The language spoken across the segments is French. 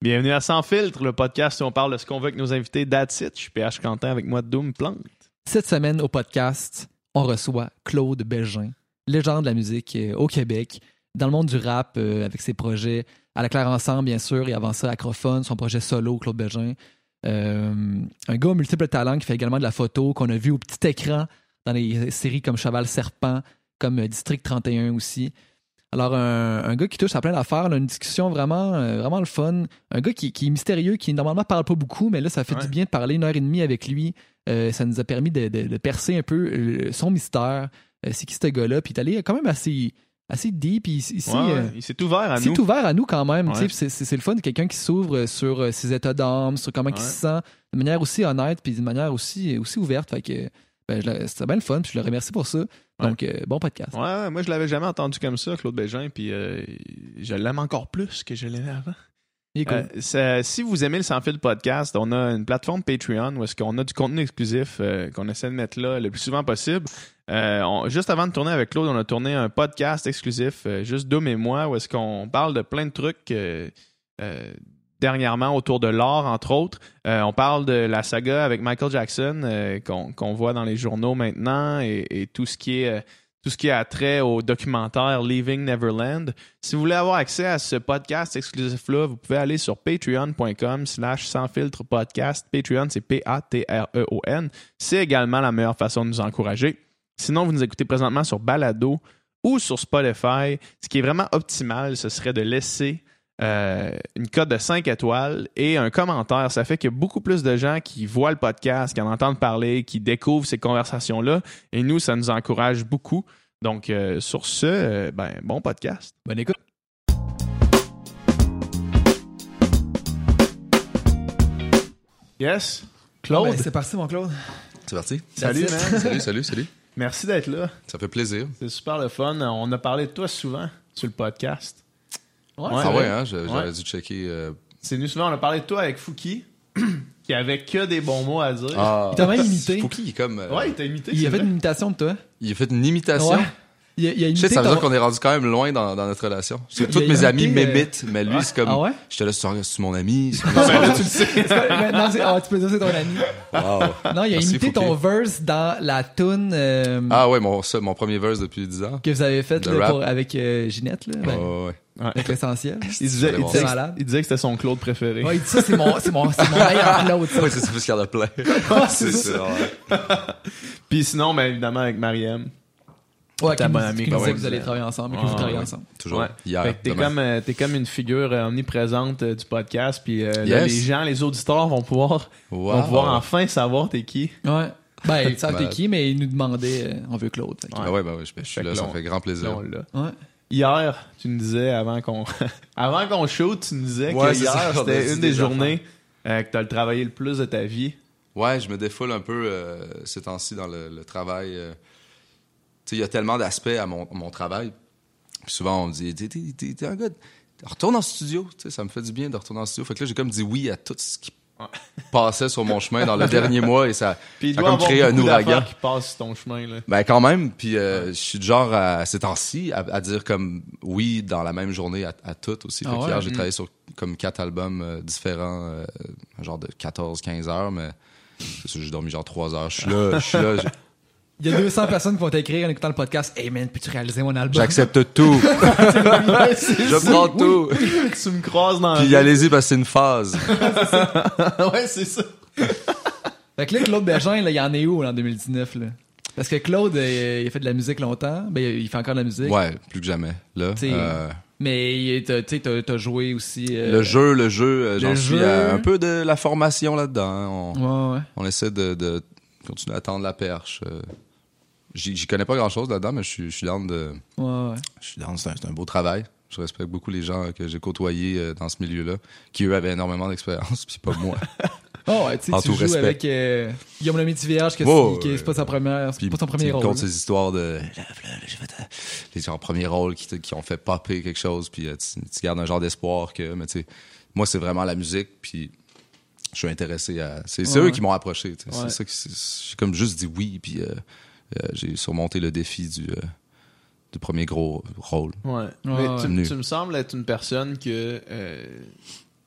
Bienvenue à Sans Filtre, le podcast où on parle de ce qu'on veut avec nos invités. That's it. Je suis PH Quentin avec moi, Doom Plante. Cette semaine, au podcast, on reçoit Claude Bégin, légende de la musique au Québec, dans le monde du rap, avec ses projets à la Claire Ensemble, bien sûr, et avant ça, Acrophone, son projet solo, Claude Bégin. Un gars aux multiples talents qui fait également de la photo, qu'on a vu au petit écran dans des séries comme Cheval Serpent, comme District 31 aussi. Alors, un gars qui touche à plein d'affaires, là, une discussion vraiment, vraiment le fun. Un gars qui est mystérieux, qui normalement parle pas beaucoup, mais là, ça fait du bien de parler 1h30 avec lui. Ça nous a permis de percer un peu son mystère. C'est qui ce gars-là? Puis il est allé quand même assez deep. Il s'est ouvert à nous. C'est ouvert à nous quand même. Ouais. C'est le fun de quelqu'un qui s'ouvre sur ses états d'âme, sur comment il se sent, de manière aussi honnête, puis d'une manière aussi ouverte. Fait que c'était bien le fun, puis je le remercie pour ça. Donc, bon podcast. Ouais, moi, je l'avais jamais entendu comme ça, Claude Bégin, puis je l'aime encore plus que je l'aimais avant. Cool. Si vous aimez le Sans Fil podcast, on a une plateforme Patreon où est-ce qu'on a du contenu exclusif qu'on essaie de mettre là le plus souvent possible. Juste avant de tourner avec Claude, on a tourné un podcast exclusif, juste Doom et moi, où est-ce qu'on parle de plein de trucs dernièrement autour de l'art, entre autres. On parle de la saga avec Michael Jackson qu'on voit dans les journaux maintenant et tout ce qui a trait au documentaire Leaving Neverland. Si vous voulez avoir accès à ce podcast exclusif-là, vous pouvez aller sur patreon.com/sansfiltrepodcast. Patreon, c'est Patreon. C'est également la meilleure façon de nous encourager. Sinon, vous nous écoutez présentement sur Balado ou sur Spotify. Ce qui est vraiment optimal, ce serait de laisser une cote de 5 étoiles et un commentaire. Ça fait qu'il y a beaucoup plus de gens qui voient le podcast, qui en entendent parler, qui découvrent ces conversations-là. Et nous, ça nous encourage beaucoup. Donc, sur ce, bon podcast. Bonne écoute. Yes. Claude. C'est parti, mon Claude. C'est parti. Salut, man. Salut. Merci d'être là. Ça fait plaisir. C'est super le fun. On a parlé de toi souvent sur le podcast. Ouais, J'aurais dû checker. C'est nous souvent, on a parlé de toi avec Fouki, qui avait que des bons mots à dire. Il t'a même imité. Fouki, il est comme. Ouais, il t'a imité. Il a fait une imitation de toi. Il a fait une imitation. Ouais. Il a Je imité sais, ça veut dire qu'on est rendu quand même loin dans notre relation. Tous mes amis m'imitent, mais lui, c'est comme. Ah ouais? J'étais là, c'est mon ami. Là, tu le sais. Non, tu peux dire c'est ton ami. Wow. Non, il a Merci, imité ton Fouki. verse dans la toune Ah ouais, mon premier verse depuis 10 ans. que vous avez faite Le rap. avec Ginette, là, Ouais. avec l'essentiel. Il disait malade. que c'était son Claude préféré. Ouais, il dit ça, c'est mon meilleur Claude, ça. Ouais, c'est parce qu'il y en a plein. c'est ça. Ouais. Puis sinon, évidemment, avec Mariam. Ouais, ta bonne amie, qui nous ouais, disait que vous allez travailler ensemble, que vous travaillez ensemble. Toujours. Ouais. Hier. Fait que demain. t'es comme une figure omniprésente du podcast. Puis là, Yes. les auditeurs vont pouvoir enfin savoir t'es qui. Ouais. Ils savent t'es Malade. qui, mais ils nous demandaient on veut Claude. Fait que- Ah ouais, je suis là, ça me fait grand Là, plaisir. on l'a. Ouais. Hier, tu nous disais, avant qu'on shoot, tu nous disais Ouais, que c'est hier, ça, on a c'était dit une des des journées que tu as travaillé le plus de ta vie. Ouais, je me défoule un peu ces temps-ci dans le travail. Tu sais, il y a tellement d'aspects à mon travail. Puis souvent, on me dit, t'es un gars, retourne en studio. Tu sais, ça me fait du bien de retourner en studio. Fait que là, j'ai comme dit oui à tout ce qui passait sur mon chemin dans le dernier mois et ça Puis il a doit comme avoir créé un beaucoup ouragan. d'affaires qui passent sur ton chemin. Là. Ben quand même, puis je suis du genre à ces temps-ci à dire comme oui dans la même journée à tout aussi. Fait Ah que ouais? hier, j'ai travaillé sur comme 4 albums différents, genre de 14-15 heures, mais c'est sûr, j'ai dormi genre 3 heures. Je suis là, Il y a 200 personnes qui vont t'écrire en écoutant le podcast. Hey man, peux-tu réaliser mon album? j'accepte tout. Je prends tout. Tu me croises dans Puis la allez-y parce que c'est une phase. Ouais, c'est ça. Fait que là, Claude Bégin, là, il en est où en 2019? Là? Parce que Claude, il a fait de la musique longtemps. Ben, il fait encore de la musique. Ouais, plus que jamais. Là, T'sais, mais t'as joué aussi. le jeu, j'en suis jeu. à un peu de la formation là-dedans. Ouais. On essaie de continuer à tendre la perche. J'y connais pas grand-chose là-dedans, mais je suis down de... Ouais. Je suis down, c'est un beau travail. Je respecte beaucoup les gens que j'ai côtoyés dans ce milieu-là, qui eux avaient énormément d'expérience, puis pas moi. Oh, ouais, tu En sais, tu tout joues respect. avec Guillaume le Métis-Vierge, qui c'est pas sa première, c'est Puis pas son premier il me rôle. compte ces histoires de... J'ai fait les gens premiers rôles qui ont fait popper quelque chose, puis tu gardes un genre d'espoir que... Mais tu sais, moi, c'est vraiment la musique, puis je suis intéressé à... C'est eux qui m'ont approché, tu sais. Ouais. C'est ça que j'ai comme juste dit oui, puis j'ai surmonté le défi du premier gros rôle. Ouais. Ouais, Mais ouais. tu me sembles être une personne que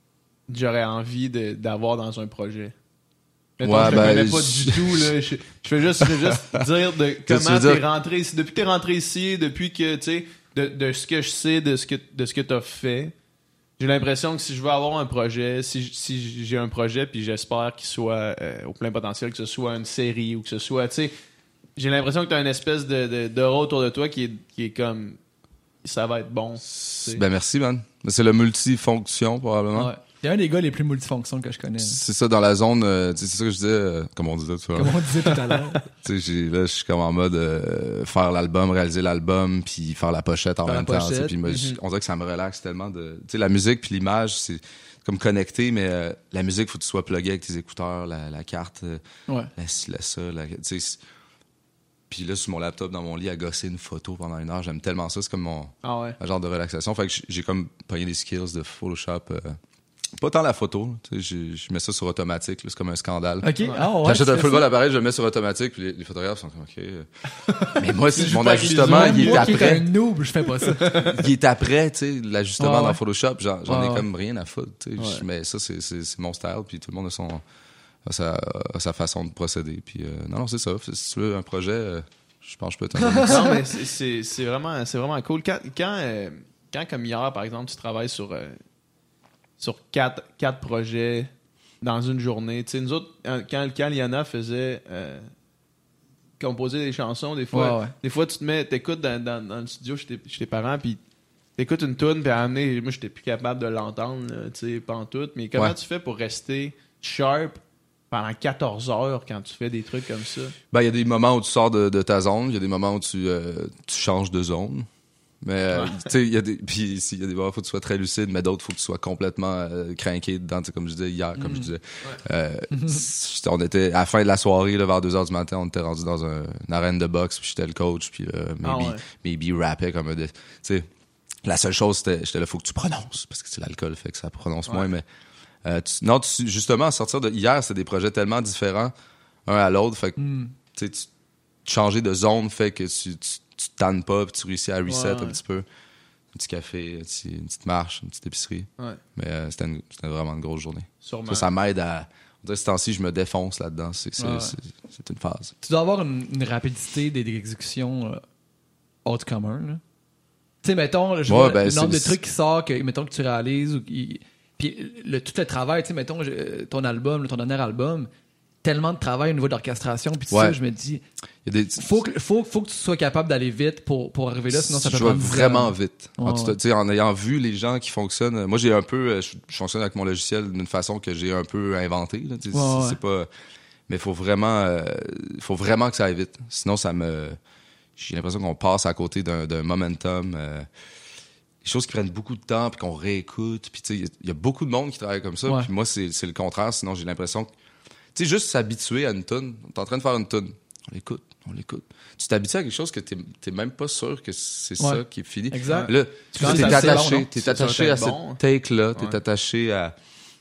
j'aurais envie d'avoir dans un projet? Mettons, Ouais, je te ben, connais pas du tout, là. Je fais juste dire de comment t'es rentré ici. Depuis que t'es rentré ici, depuis que, tu sais, de ce que je sais, de ce que t'as fait, j'ai l'impression que si je veux avoir un projet, si j'ai un projet, puis j'espère qu'il soit au plein potentiel, que ce soit une série ou que ce soit, tu sais, j'ai l'impression que t'as une espèce d'aura autour de toi qui est comme, ça va être bon. T'sais. Ben merci, man. C'est le multifonction, probablement. Ouais. C'est un des gars les plus multifonctions que je connais. C'est ça, dans la zone, c'est ça que je disais, comme on disait, tu vois. Comme on disait tout à l'heure. Tu sais, là, je suis comme en mode faire l'album, réaliser l'album, puis faire la pochette en même temps. Puis on dirait que ça me relaxe tellement de. Tu sais, la musique puis l'image, c'est comme connecté, mais la musique, faut que tu sois plugué avec tes écouteurs, la carte, la ci, la ça, tu sais. Puis là, sur mon laptop, dans mon lit, à gosser une photo pendant 1 heure, j'aime tellement ça. C'est comme mon genre de relaxation. Fait que j'ai comme pogné des skills de Photoshop. Pas tant la photo, tu sais, je mets ça sur automatique, là, c'est comme un scandale. OK. J'achète un full bon appareil, je le mets sur automatique, puis les photographes sont comme OK. Mais moi, mon ajustement, il est moi qui est après. un noob, je fais pas ça. Il est après, tu sais, l'ajustement dans Photoshop, j'en ai ouais. comme rien à foutre, tu sais. Mais ça, c'est mon style, puis tout le monde a sa façon de procéder. Puis non, c'est ça. Si tu veux un projet, je pense que je peux t'en donner. Non, mais c'est vraiment cool. Quand comme hier, par exemple, tu travailles sur 4 projets dans une journée. Tu sais, nous autres, quand Liana faisait composer des chansons, des fois tu t'écoutes dans le studio chez tes parents, puis t'écoutes une tune, puis à amener, moi j'étais plus capable de l'entendre, tu sais, pantoute. Mais comment tu fais pour rester sharp pendant 14 heures quand tu fais des trucs comme ça? Ben, il y a des moments où tu sors de ta zone, il y a des moments où tu changes de zone. Mais tu sais, il y a des moments où faut que tu sois très lucide, mais d'autres faut que tu sois complètement craqué dedans, comme je disais hier, comme je disais. On était à la fin de la soirée, là, vers 2h du matin, on était rendu dans une arène de boxe, puis j'étais le coach, puis maybe rappait comme tu sais, la seule chose j'étais là, faut que tu prononces, parce que c'est l'alcool fait que ça prononce moins, mais justement, à sortir de hier, c'est des projets tellement différents un à l'autre, fait que tu sais, changer de zone fait que tu te tannes pas, puis tu réussis à reset un petit peu. Un petit café, une petite marche, une petite épicerie. Ouais. Mais c'était vraiment une grosse journée. Sûrement. Ça m'aide à... On dirait que ce temps-ci, je me défonce là-dedans. C'est une phase. Tu dois avoir une rapidité d'exécution hors de commun. Tu sais, mettons, le nombre de trucs qui sort, mettons que tu réalises, puis tout le travail, tu sais, mettons, ton album, ton dernier album, tellement de travail au niveau de l'orchestration, puis tout ça, je me dis, faut que tu sois capable d'aller vite pour arriver là, sinon ça peut prendre vraiment vite. En ayant vu les gens qui fonctionnent, moi j'ai un peu, je fonctionne avec mon logiciel d'une façon que j'ai un peu inventé. C'est pas, mais faut vraiment que ça aille vite. Sinon j'ai l'impression qu'on passe à côté d'un momentum. Des choses qui prennent beaucoup de temps puis qu'on réécoute. Puis tu sais, il y a beaucoup de monde qui travaille comme ça. Puis moi c'est le contraire. Sinon j'ai l'impression que tu sais, juste s'habituer à une tune. T'es en train de faire une tune. On l'écoute. Tu t'habitues à quelque chose que t'es même pas sûr que c'est ça qui est fini. Exact. Là, t'es attaché à cette take-là. T'es attaché à...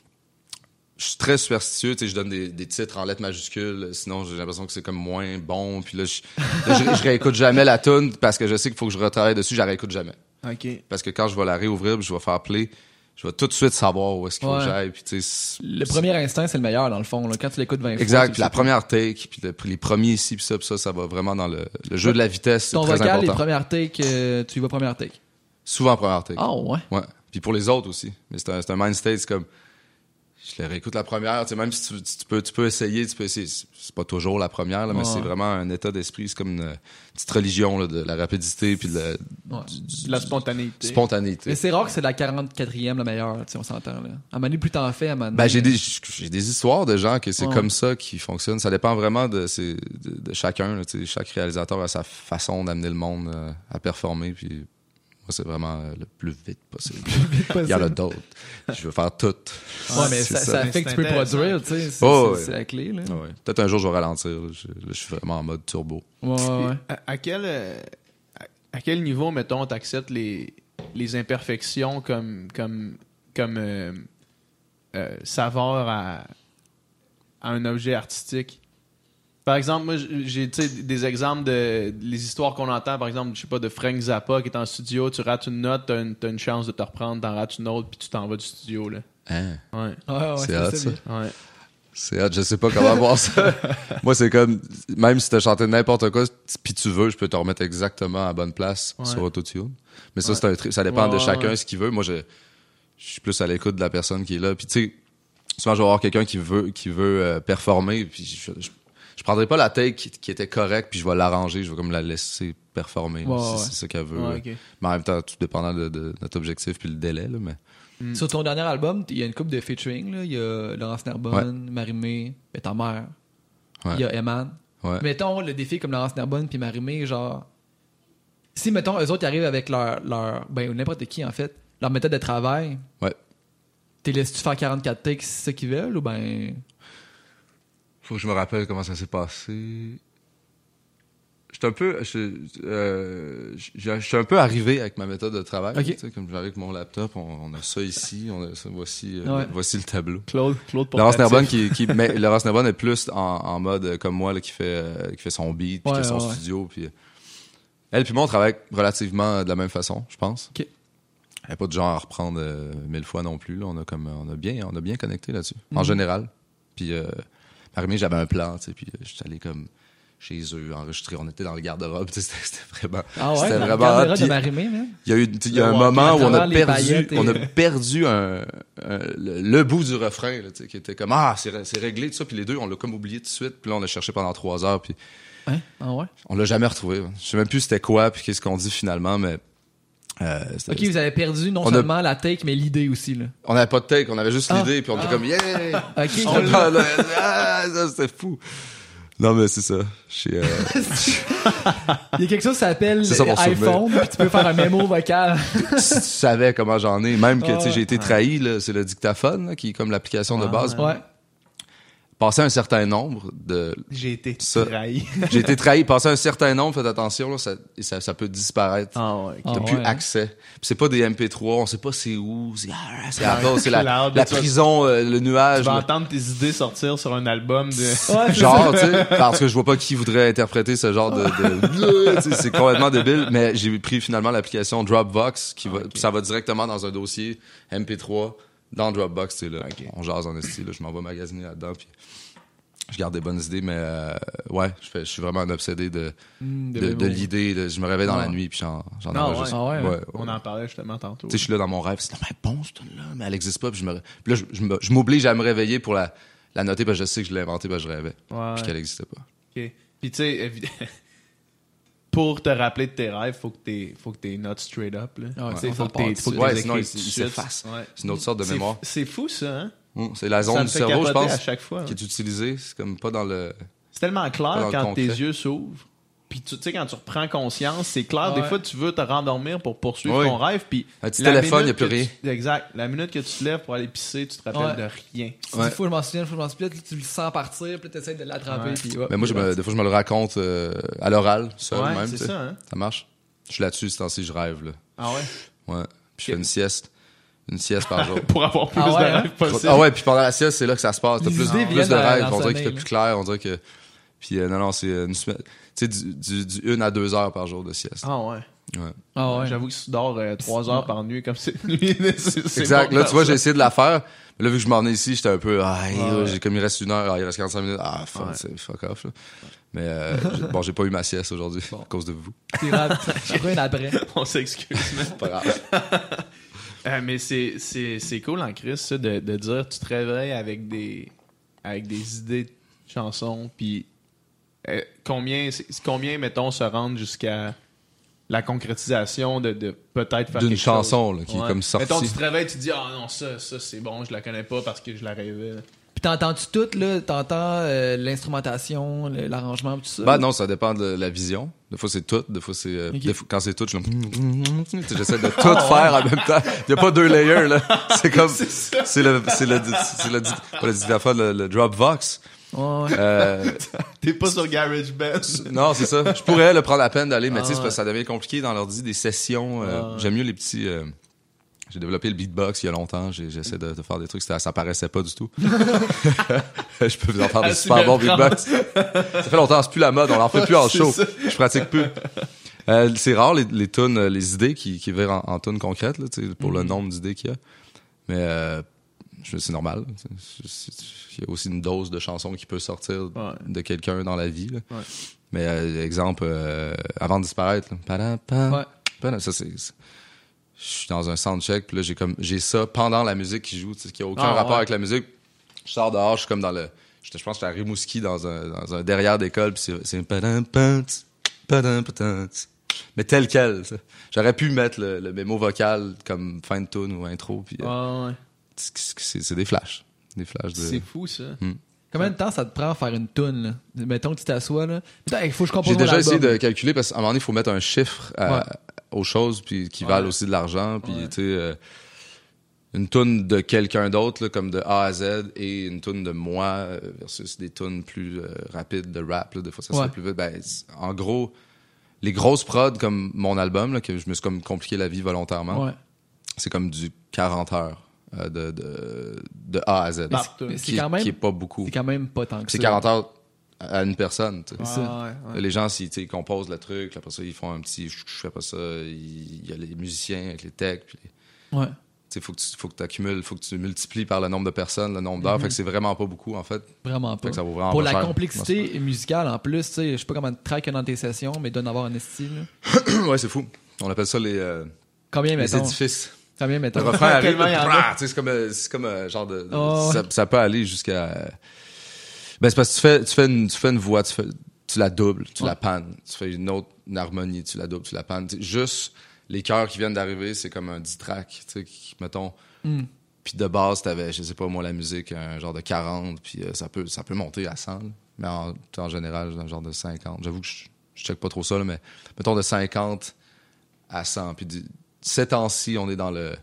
Je suis très superstitieux. Tu sais, je donne des titres en lettres majuscules. Sinon, j'ai l'impression que c'est comme moins bon. Puis là, je réécoute jamais la tune parce que je sais qu'il faut que je retravaille dessus. Je la réécoute jamais. Okay. Parce que quand je vais la réouvrir, je vais faire play... Je vais tout de suite savoir où est-ce qu'il faut que j'aille. Puis, le premier instinct, c'est le meilleur, dans le fond. Là. Quand tu l'écoutes 20 fois. Exact. Puis la première take, puis les premiers ici, puis ça va vraiment dans le jeu de la vitesse. C'est très important. Les premières takes, tu y vas première take? Souvent première take. Ah, ouais? Ouais. Puis pour les autres aussi. Mais c'est un mind state, c'est comme... Je les réécoute la première. Tu sais, même si tu peux essayer. C'est pas toujours la première, là, mais c'est vraiment un état d'esprit. C'est comme une petite religion là, de la rapidité puis de la spontanéité. Spontanéité. Mais c'est rare que c'est la 44e la meilleure, on s'entend. Là. À Manu, plus t'en fais, à Manu. Ben, j'ai des histoires de gens que c'est comme ça qui fonctionnent. Ça dépend vraiment de chacun. Là, chaque réalisateur a sa façon d'amener le monde à performer. Puis moi, c'est vraiment le plus vite possible. Il y en a d'autres. Je veux faire tout. Ouais, mais ça fait que tu peux produire, tu sais. C'est la clé, là. Ouais. Peut-être un jour, je vais ralentir. Je suis vraiment en mode turbo. Ouais. À quel niveau, mettons, t'acceptes les imperfections comme saveur à un objet artistique? Par exemple, moi, j'ai des exemples les histoires qu'on entend, par exemple, je sais pas, de Frank Zappa qui est en studio, tu rates une note, t'as une chance de te reprendre, t'en rates une autre, puis tu t'en vas du studio, là. Hein? Ouais. C'est hot, ça. Ouais. C'est hot, je sais pas comment voir ça. Moi, c'est comme, même si t'as chanté n'importe quoi, puis tu veux, je peux te remettre exactement à la bonne place sur Autotune. Mais ça, ça dépend de chacun ce qu'il veut. Moi, je suis plus à l'écoute de la personne qui est là. Puis tu sais, souvent, je vais avoir quelqu'un qui veut performer, puis je prendrai pas la take qui était correcte, puis je vais l'arranger, je vais comme la laisser performer, si c'est ça qu'elle veut. Ouais, okay. Mais en même temps, tout dépendant de notre objectif puis le délai, là, mais... Sur ton dernier album, il y a une couple de featuring. Là. Il y a Laurence Nerbonne, Marie-Mé, ta mère. Il y a Eman. Ouais. Mettons, le défi comme Laurence Nerbonne puis Marie-Mé, genre... Si, mettons, eux autres, ils arrivent avec leur ben, n'importe qui, en fait, leur méthode de travail, t'es laisses-tu faire 44 takes si c'est ça qu'ils veulent, ou ben... Faut que je me rappelle comment ça s'est passé. Je suis un peu arrivé avec ma méthode de travail. Okay. Comme j'arrive avec mon laptop, on a ça ici, voici le tableau. Claude Laurence Nerbonne mais Laurence Nerbonne est plus en mode comme moi là, qui fait son beat, puis qui a son studio, puis elle puis moi on travaille relativement de la même façon, je pense. Okay. Elle n'est pas du genre à reprendre 1000 fois non plus. Là. On a bien connecté là-dessus, en général. Puis Marie-Mé, j'avais un plan, tu sais, puis je suis allé comme chez eux enregistrer. On était dans le garde-robe, c'était vraiment. Ah ouais, c'était dans vraiment. Le garde-robe de Marie-Mé, même. Il y a un moment où on a perdu le bout du refrain, là, tu sais, qui était comme c'est réglé tout ça, puis les deux on l'a comme oublié tout de suite, puis là on l'a cherché pendant 3 heures, puis on l'a jamais retrouvé. Je sais même plus c'était quoi, puis qu'est-ce qu'on dit finalement, mais. Ok, vous avez perdu non seulement la take, mais l'idée aussi, là. On n'avait pas de take, on avait juste l'idée, puis on était comme yeah! Ok, ça, c'était fou. Non, mais c'est ça. Il y a quelque chose qui s'appelle iPhone, puis tu peux faire un mémo vocal. Tu savais comment j'en ai. Même que j'ai été trahi, là, c'est le dictaphone, là, qui est comme l'application de base. Ouais. Passer un certain nombre de... J'ai été trahi. J'ai été trahi. Passer un certain nombre, faites attention, là, ça peut disparaître. T'as plus accès. Puis c'est pas des MP3, on sait pas c'est où. C'est Apple, c'est la prison, le nuage. Tu vas entendre tes idées sortir sur un album de... genre, tu sais, parce que je vois pas qui voudrait interpréter ce genre de c'est complètement débile. Mais j'ai pris finalement l'application Dropbox, ça va directement dans un dossier MP3. Dans Dropbox, tu sais, là, on jase en esti, là, je m'en vais magasiner là-dedans, puis je garde des bonnes idées, mais je suis vraiment un obsédé de l'idée. Là, je me réveille dans la nuit, puis j'en enregistre. On en parlait justement tantôt. Tu sais, je suis là dans mon rêve, c'est bon, ce tune-là, mais elle existe pas, puis puis là, je m'oblige à me réveiller pour la noter, parce que je sais que je l'ai inventée, parce que je rêvais, puis qu'elle existait pas. OK. Puis tu sais, pour te rappeler de tes rêves, faut que t'es notes straight up. Là. Faut que t'es sinon il s'efface. C'est une autre sorte de mémoire. C'est fou, ça, hein? C'est la zone du cerveau, je pense, à chaque fois, qui est utilisée. C'est comme pas dans le... C'est tellement clair quand concret. tes yeux s'ouvrent. Puis tu sais, quand tu reprends conscience, c'est clair. Des fois, tu veux te rendormir pour poursuivre ton rêve. Puis un petit téléphone, il n'y a plus rien. Exact. La minute que tu te lèves pour aller pisser, tu te rappelles de rien. Tu dis, faut que je m'en souvienne, puis là, tu le sens partir, puis tu essaies de l'attraper. Mais moi, des fois, je me le raconte à l'oral, seul même. C'est ça, hein? Ça marche. Je suis là-dessus, c'est temps-ci, je rêve. Là. Ah ouais? Ouais. Puis je fais une sieste par jour. Pour avoir plus de rêves possible. Ah ouais, puis pendant la sieste, c'est là que ça se passe. T'as plus de rêves. On dirait qu'il fait plus clair. On dirait que... Puis non, c'est une semaine... Tu sais, du 1 à 2 heures par jour de sieste. Ah ouais? Ouais. Ah ouais. J'avoue que si tu dors 3 heures par nuit comme c'est nuit, c'est exact. Bon, là, tu vois, j'ai essayé de la faire. Mais là, vu que je m'en venais ici, j'étais un peu... j'ai comme il reste 1 heure, il reste 45 minutes. C'est fuck off. Là. Mais j'ai pas eu ma sieste aujourd'hui à cause de vous. C'est grave. J'ai pris une après. On s'excuse, mais... Pas grave. Mais c'est cool en Chris, ça, de dire tu te réveilles avec des idées de chansons, puis combien, mettons, se rendre jusqu'à la concrétisation de peut-être faire d'une quelque chanson chose. Là, qui est comme sortie. Mettons, tu te réveilles, tu te dis non, ça c'est bon, je la connais pas parce que je la rêvais. Là. Puis t'entends-tu tout, là? T'entends l'instrumentation, l'arrangement, tout ça? Bah non, ça dépend de la vision. Des fois, c'est tout. Des fois, c'est... quand c'est tout, je j'essaie de tout faire en même temps. Il n'y a pas 2 layers, là. C'est comme... c'est le dictaphone, le Dropbox. T'es pas sur GarageBand. Non, c'est ça. Je pourrais le prendre la peine d'aller, mais tu sais, parce que ça devient compliqué dans l'ordi, des sessions. J'aime mieux les petits... J'ai développé le beatbox il y a longtemps. J'essaie de faire des trucs. Ça paraissait pas du tout. Je peux vous en faire des super bons beatbox. Ça fait longtemps, c'est plus la mode. On en fait plus en show. Je pratique plus. C'est rare les tunes, les idées qui virent en tunes concrètes là, pour le nombre d'idées qu'il y a. Mais C'est normal. Il y a aussi une dose de chansons qui peut sortir de quelqu'un dans la vie. Là. Ouais. Mais exemple, avant de disparaître, là, ça c'est. Je suis dans un soundcheck, puis là j'ai ça pendant la musique qui joue, qui a aucun rapport avec la musique. Je sors dehors, je suis comme je pense que j'étais à Rimouski dans un derrière d'école, puis c'est mais tel quel. Ça. J'aurais pu mettre le mémo vocal comme fin de tune ou intro, puis c'est des flashs. Des flashs de... C'est faux, ça. Combien de temps ça te prend à faire une toune, là? Mettons que tu t'assois, là. Putain, il faut que je compose J'ai déjà l'album. essayé de calculer, parce qu'à un moment donné, il faut mettre un chiffre aux choses, puis qui valent aussi de l'argent, puis tu sais... une toune de quelqu'un d'autre, là, comme de A à Z, et une toune de moi versus des tounes plus rapides de rap. Là, des fois, ça serait plus vite. Ben, en gros, les grosses prods, comme mon album, là, que je me suis comme compliqué la vie volontairement, c'est comme du 40 heures de A à Z. Mais c'est quand même... qui est pas beaucoup. C'est quand même pas tant que ça. C'est 40 heures à une personne. Tu sais. Ouais. Les gens, ils composent le truc, après ça, ils font un petit... Je fais pas ça. Il y a les musiciens avec les techs. Puis Ouais. il faut que tu accumules, faut que tu multiplies par le nombre de personnes, le nombre d'heures. Fait que c'est vraiment pas beaucoup, en fait. Vraiment pas. Fait que ça vaut vraiment Pour pas la cher. complexité musicale, en plus, tu sais, je sais pas comment tu traques dans tes sessions, mais il doit en avoir un style. Ouais, c'est fou. On appelle ça les Combien, mettons? édifices. Combien, mettons? Le refrain arrive, Tellement il y en a. c'est comme genre de... Oh, ça peut aller jusqu'à... Ben, c'est parce que tu fais une voix, tu la doubles, tu la pannes. Tu fais une harmonie, tu la doubles, tu la pannes. T'sais, juste les chœurs qui viennent d'arriver, c'est comme un 10 track, tu sais, mettons... Puis de base, t'avais, je sais pas moi, la musique, un genre de 40, puis ça peut monter à 100, là. Mais en général, un genre de 50. J'avoue que je check pas trop ça, là, mais mettons de 50 à 100. Puis ces temps-ci, on est dans le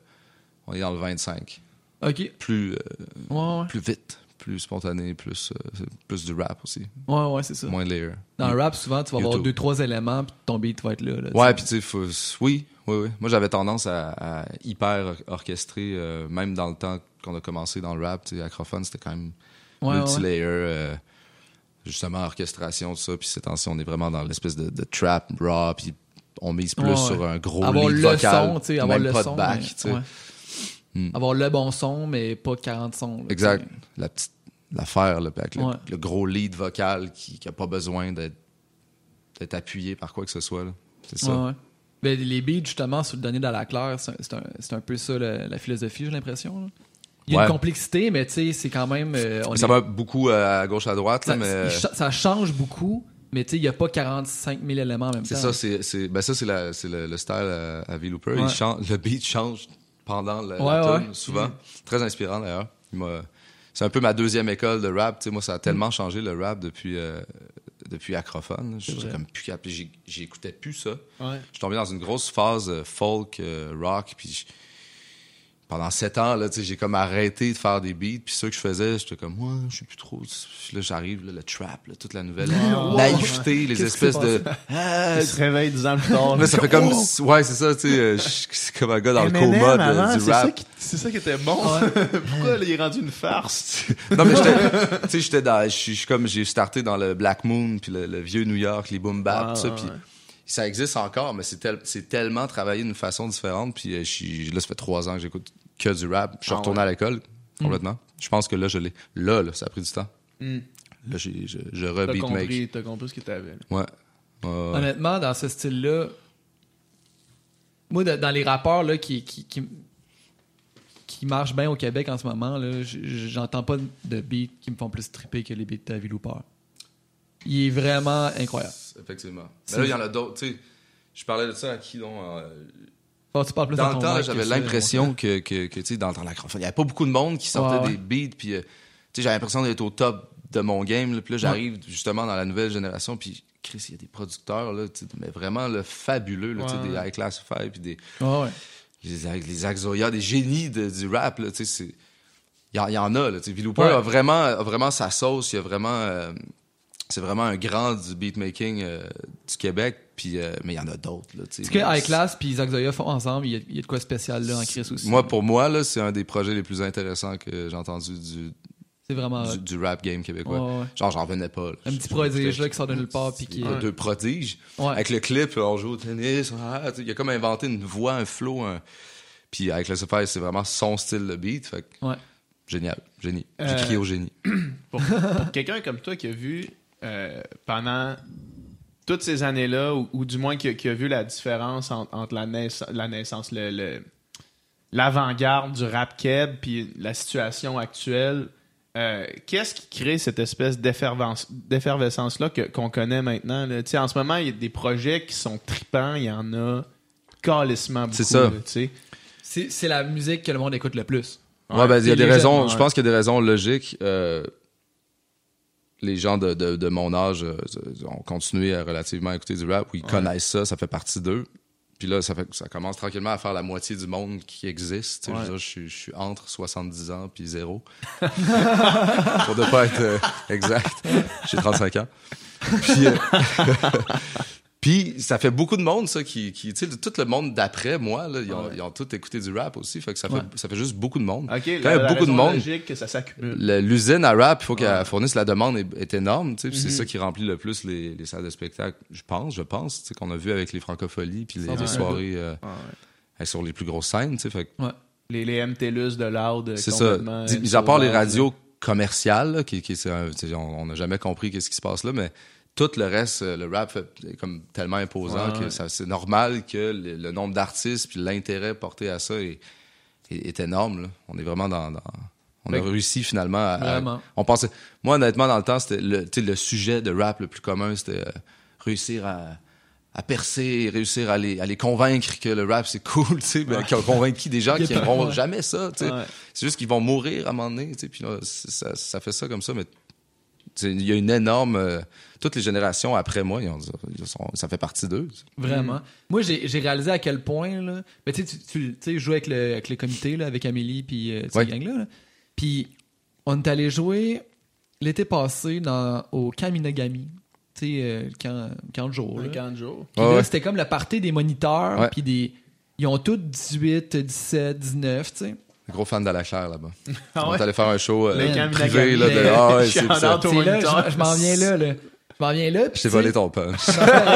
25. OK. Plus Ouais. vite, plus spontané, plus du rap aussi. Ouais, c'est ça. Moins layer. Dans le rap, souvent, tu vas avoir YouTube. 2-3 éléments, puis ton beat va être là. Ouais, puis tu sais, oui. Moi, j'avais tendance à hyper orchestrer, même dans le temps qu'on a commencé dans le rap. Tu sais, Acrophone, c'était quand même multi-layer, justement, orchestration, tout ça. Puis ces temps-ci, on est vraiment dans l'espèce de trap, raw, puis on mise plus sur un gros avoir lead le vocal, son, tu sais, avoir même le pas son, de back, mais- tu sais. ouais. Avoir le bon son, mais pas 40 sons. Là, Exact. tu sais. L'affaire, là, avec Ouais. le gros lead vocal qui a pas besoin d'être appuyé par quoi que ce soit, là. C'est ça. Ouais. Ben, les beats, justement, sur le dernier d'Alaclaire, c'est un peu ça la philosophie, j'ai l'impression. Là. Il y a une complexité, mais tu sais, c'est quand même... Ça va beaucoup à gauche, à droite, là, ça, mais... ça change beaucoup, mais tu sais, il n'y a pas 45 000 éléments en même temps. C'est ça, c'est le style à V-Looper. Ouais. Le beat change pendant la tune, souvent. Très inspirant, d'ailleurs. C'est un peu ma deuxième école de rap. Tu sais, moi, ça a tellement changé le rap depuis Acrophone. Je suis comme plus capable. J'écoutais plus ça. Ouais. Je suis tombé dans une grosse phase folk, rock, puis pendant 7 ans, là, tu sais, j'ai comme arrêté de faire des beats, puis ceux que je faisais, j'étais comme, ouais, je sais plus trop. Là, j'arrive, là, le trap, là, toute la nouvelle naïveté, les espèces de... Il se réveille 10 ans plus tard. Là, ça fait comme... Ouais, c'est ça, tu sais, c'est comme un gars dans le coma du rap. C'est ça qui était bon. Pourquoi là, il est rendu une farce? Non, mais j'ai starté dans le Black Moon, puis le vieux New York, les boom bap, tout ça, puis ça existe encore, mais c'est tellement travaillé d'une façon différente, puis là, ça fait 3 ans que j'écoute que du rap. Je suis retourné à l'école, complètement. Je pense que là, je l'ai. Là, ça a pris du temps. Là, je rebeat make. T'as compris ce que t'avais. Ouais. Honnêtement, dans ce style-là, moi, dans les rappeurs là, qui marchent bien au Québec en ce moment, là, j'entends pas de beats qui me font plus triper que les beats de V-Looper. Il est vraiment incroyable. Effectivement. Mais là, il y en a d'autres. Tu sais, je parlais de ça à qui, donc... Tu parles plus dans ton le temps, mic j'avais que ça, l'impression que tu sais, dans l'Acrophone, il y avait pas beaucoup de monde qui sortait des beats, puis tu sais, j'avais l'impression d'être au top de mon game, là, puis là, j'arrive justement dans la nouvelle génération, puis Chris, il y a des producteurs, là, mais vraiment le fabuleux, là, tu sais, des High Classify, puis des... Les Axoya, des génies du rap, là, tu sais, il y en a, là, tu sais, V-Looper a vraiment sa sauce, il y a vraiment... c'est vraiment un grand du beatmaking du Québec, puis mais il y en a d'autres, là, tu sais. Ce que High Class puis Zach Zoya font ensemble, il y a de quoi spécial là en Chris aussi. Pour moi, là, c'est un des projets les plus intéressants que j'ai entendu c'est vraiment du rap game québécois. Ouais. Genre, j'en venais pas. Là. Un petit prodige là qui sort de nulle part puis qui... Deux prodiges. Ouais. Avec le clip, on joue au tennis. Il a comme inventé une voix, un flow. Puis avec le Spotify, c'est vraiment son style de beat. Fait que génial, génie. J'ai crié au génie. Pour quelqu'un comme toi qui a vu pendant toutes ces années-là, ou du moins qui a vu la différence entre la naissance, l'avant-garde du rap keb puis la situation actuelle, qu'est-ce qui crée cette espèce d'effervescence-là qu'on connaît maintenant? Là? En ce moment, il y a des projets qui sont tripants, il y en a calissement beaucoup. C'est ça. Là, c'est la musique que le monde écoute le plus. Ouais, ben, il y a des les raisons, jeunes, je pense qu'il y a des raisons logiques. Les gens de mon âge ont continué à relativement écouter du rap, ou ils connaissent ça, ça fait partie d'eux. Puis là, ça commence tranquillement à faire la moitié du monde qui existe. Ouais. Je suis entre 70 ans puis 0. Pour ne pas être exact. J'ai 35 ans. Puis, puis ça fait beaucoup de monde, ça, qui tu sais, tout le monde d'après moi, là, ils ont tous écouté du rap aussi. Fait que ça fait juste beaucoup de monde. OK, quand il y a beaucoup de monde, logique que ça s'accumule. L'usine à rap, il faut qu'elle fournisse la demande est énorme. Tu sais, c'est ça qui remplit le plus les salles de spectacle, je pense, tu sais, qu'on a vu avec les francopholies puis les soirées sur les plus grosses scènes. Tu sais, fait que, les MTLUS de Loud. C'est ça. Mis à part les radios commerciales, là, on n'a jamais compris qu'est-ce qui se passe là, mais tout le reste, le rap est comme tellement imposant que c'est normal que le nombre d'artistes puis l'intérêt porté à ça est énorme. Là. On est vraiment on a réussi finalement on pensait. Moi, honnêtement, dans le temps, c'était le sujet de rap le plus commun, c'était réussir à percer, réussir à les convaincre que le rap c'est cool, tu sais, qui ont convaincu des gens qui n'aimeront jamais ça, tu sais. C'est juste qu'ils vont mourir à un moment donné, tu sais, puis là, ça fait ça comme ça, mais il y a une énorme... toutes les générations après moi, ça fait partie d'eux. Vraiment. Moi, j'ai réalisé à quel point... Là, ben, tu sais, je jouais avec le comité, là, avec Amélie puis cette gang-là. Puis on est allé jouer l'été passé au camp Minagami. Tu sais, camp de jour. Un camp de jour. Puis là, c'était comme le party des moniteurs. Puis ils ont tous 18, 17, 19, tu sais. Gros fan d'Alachaire là-bas. On est allé faire un show privé là, de c'est ça. Je m'en viens là. Je m'en viens là. Je t'ai volé ton punch.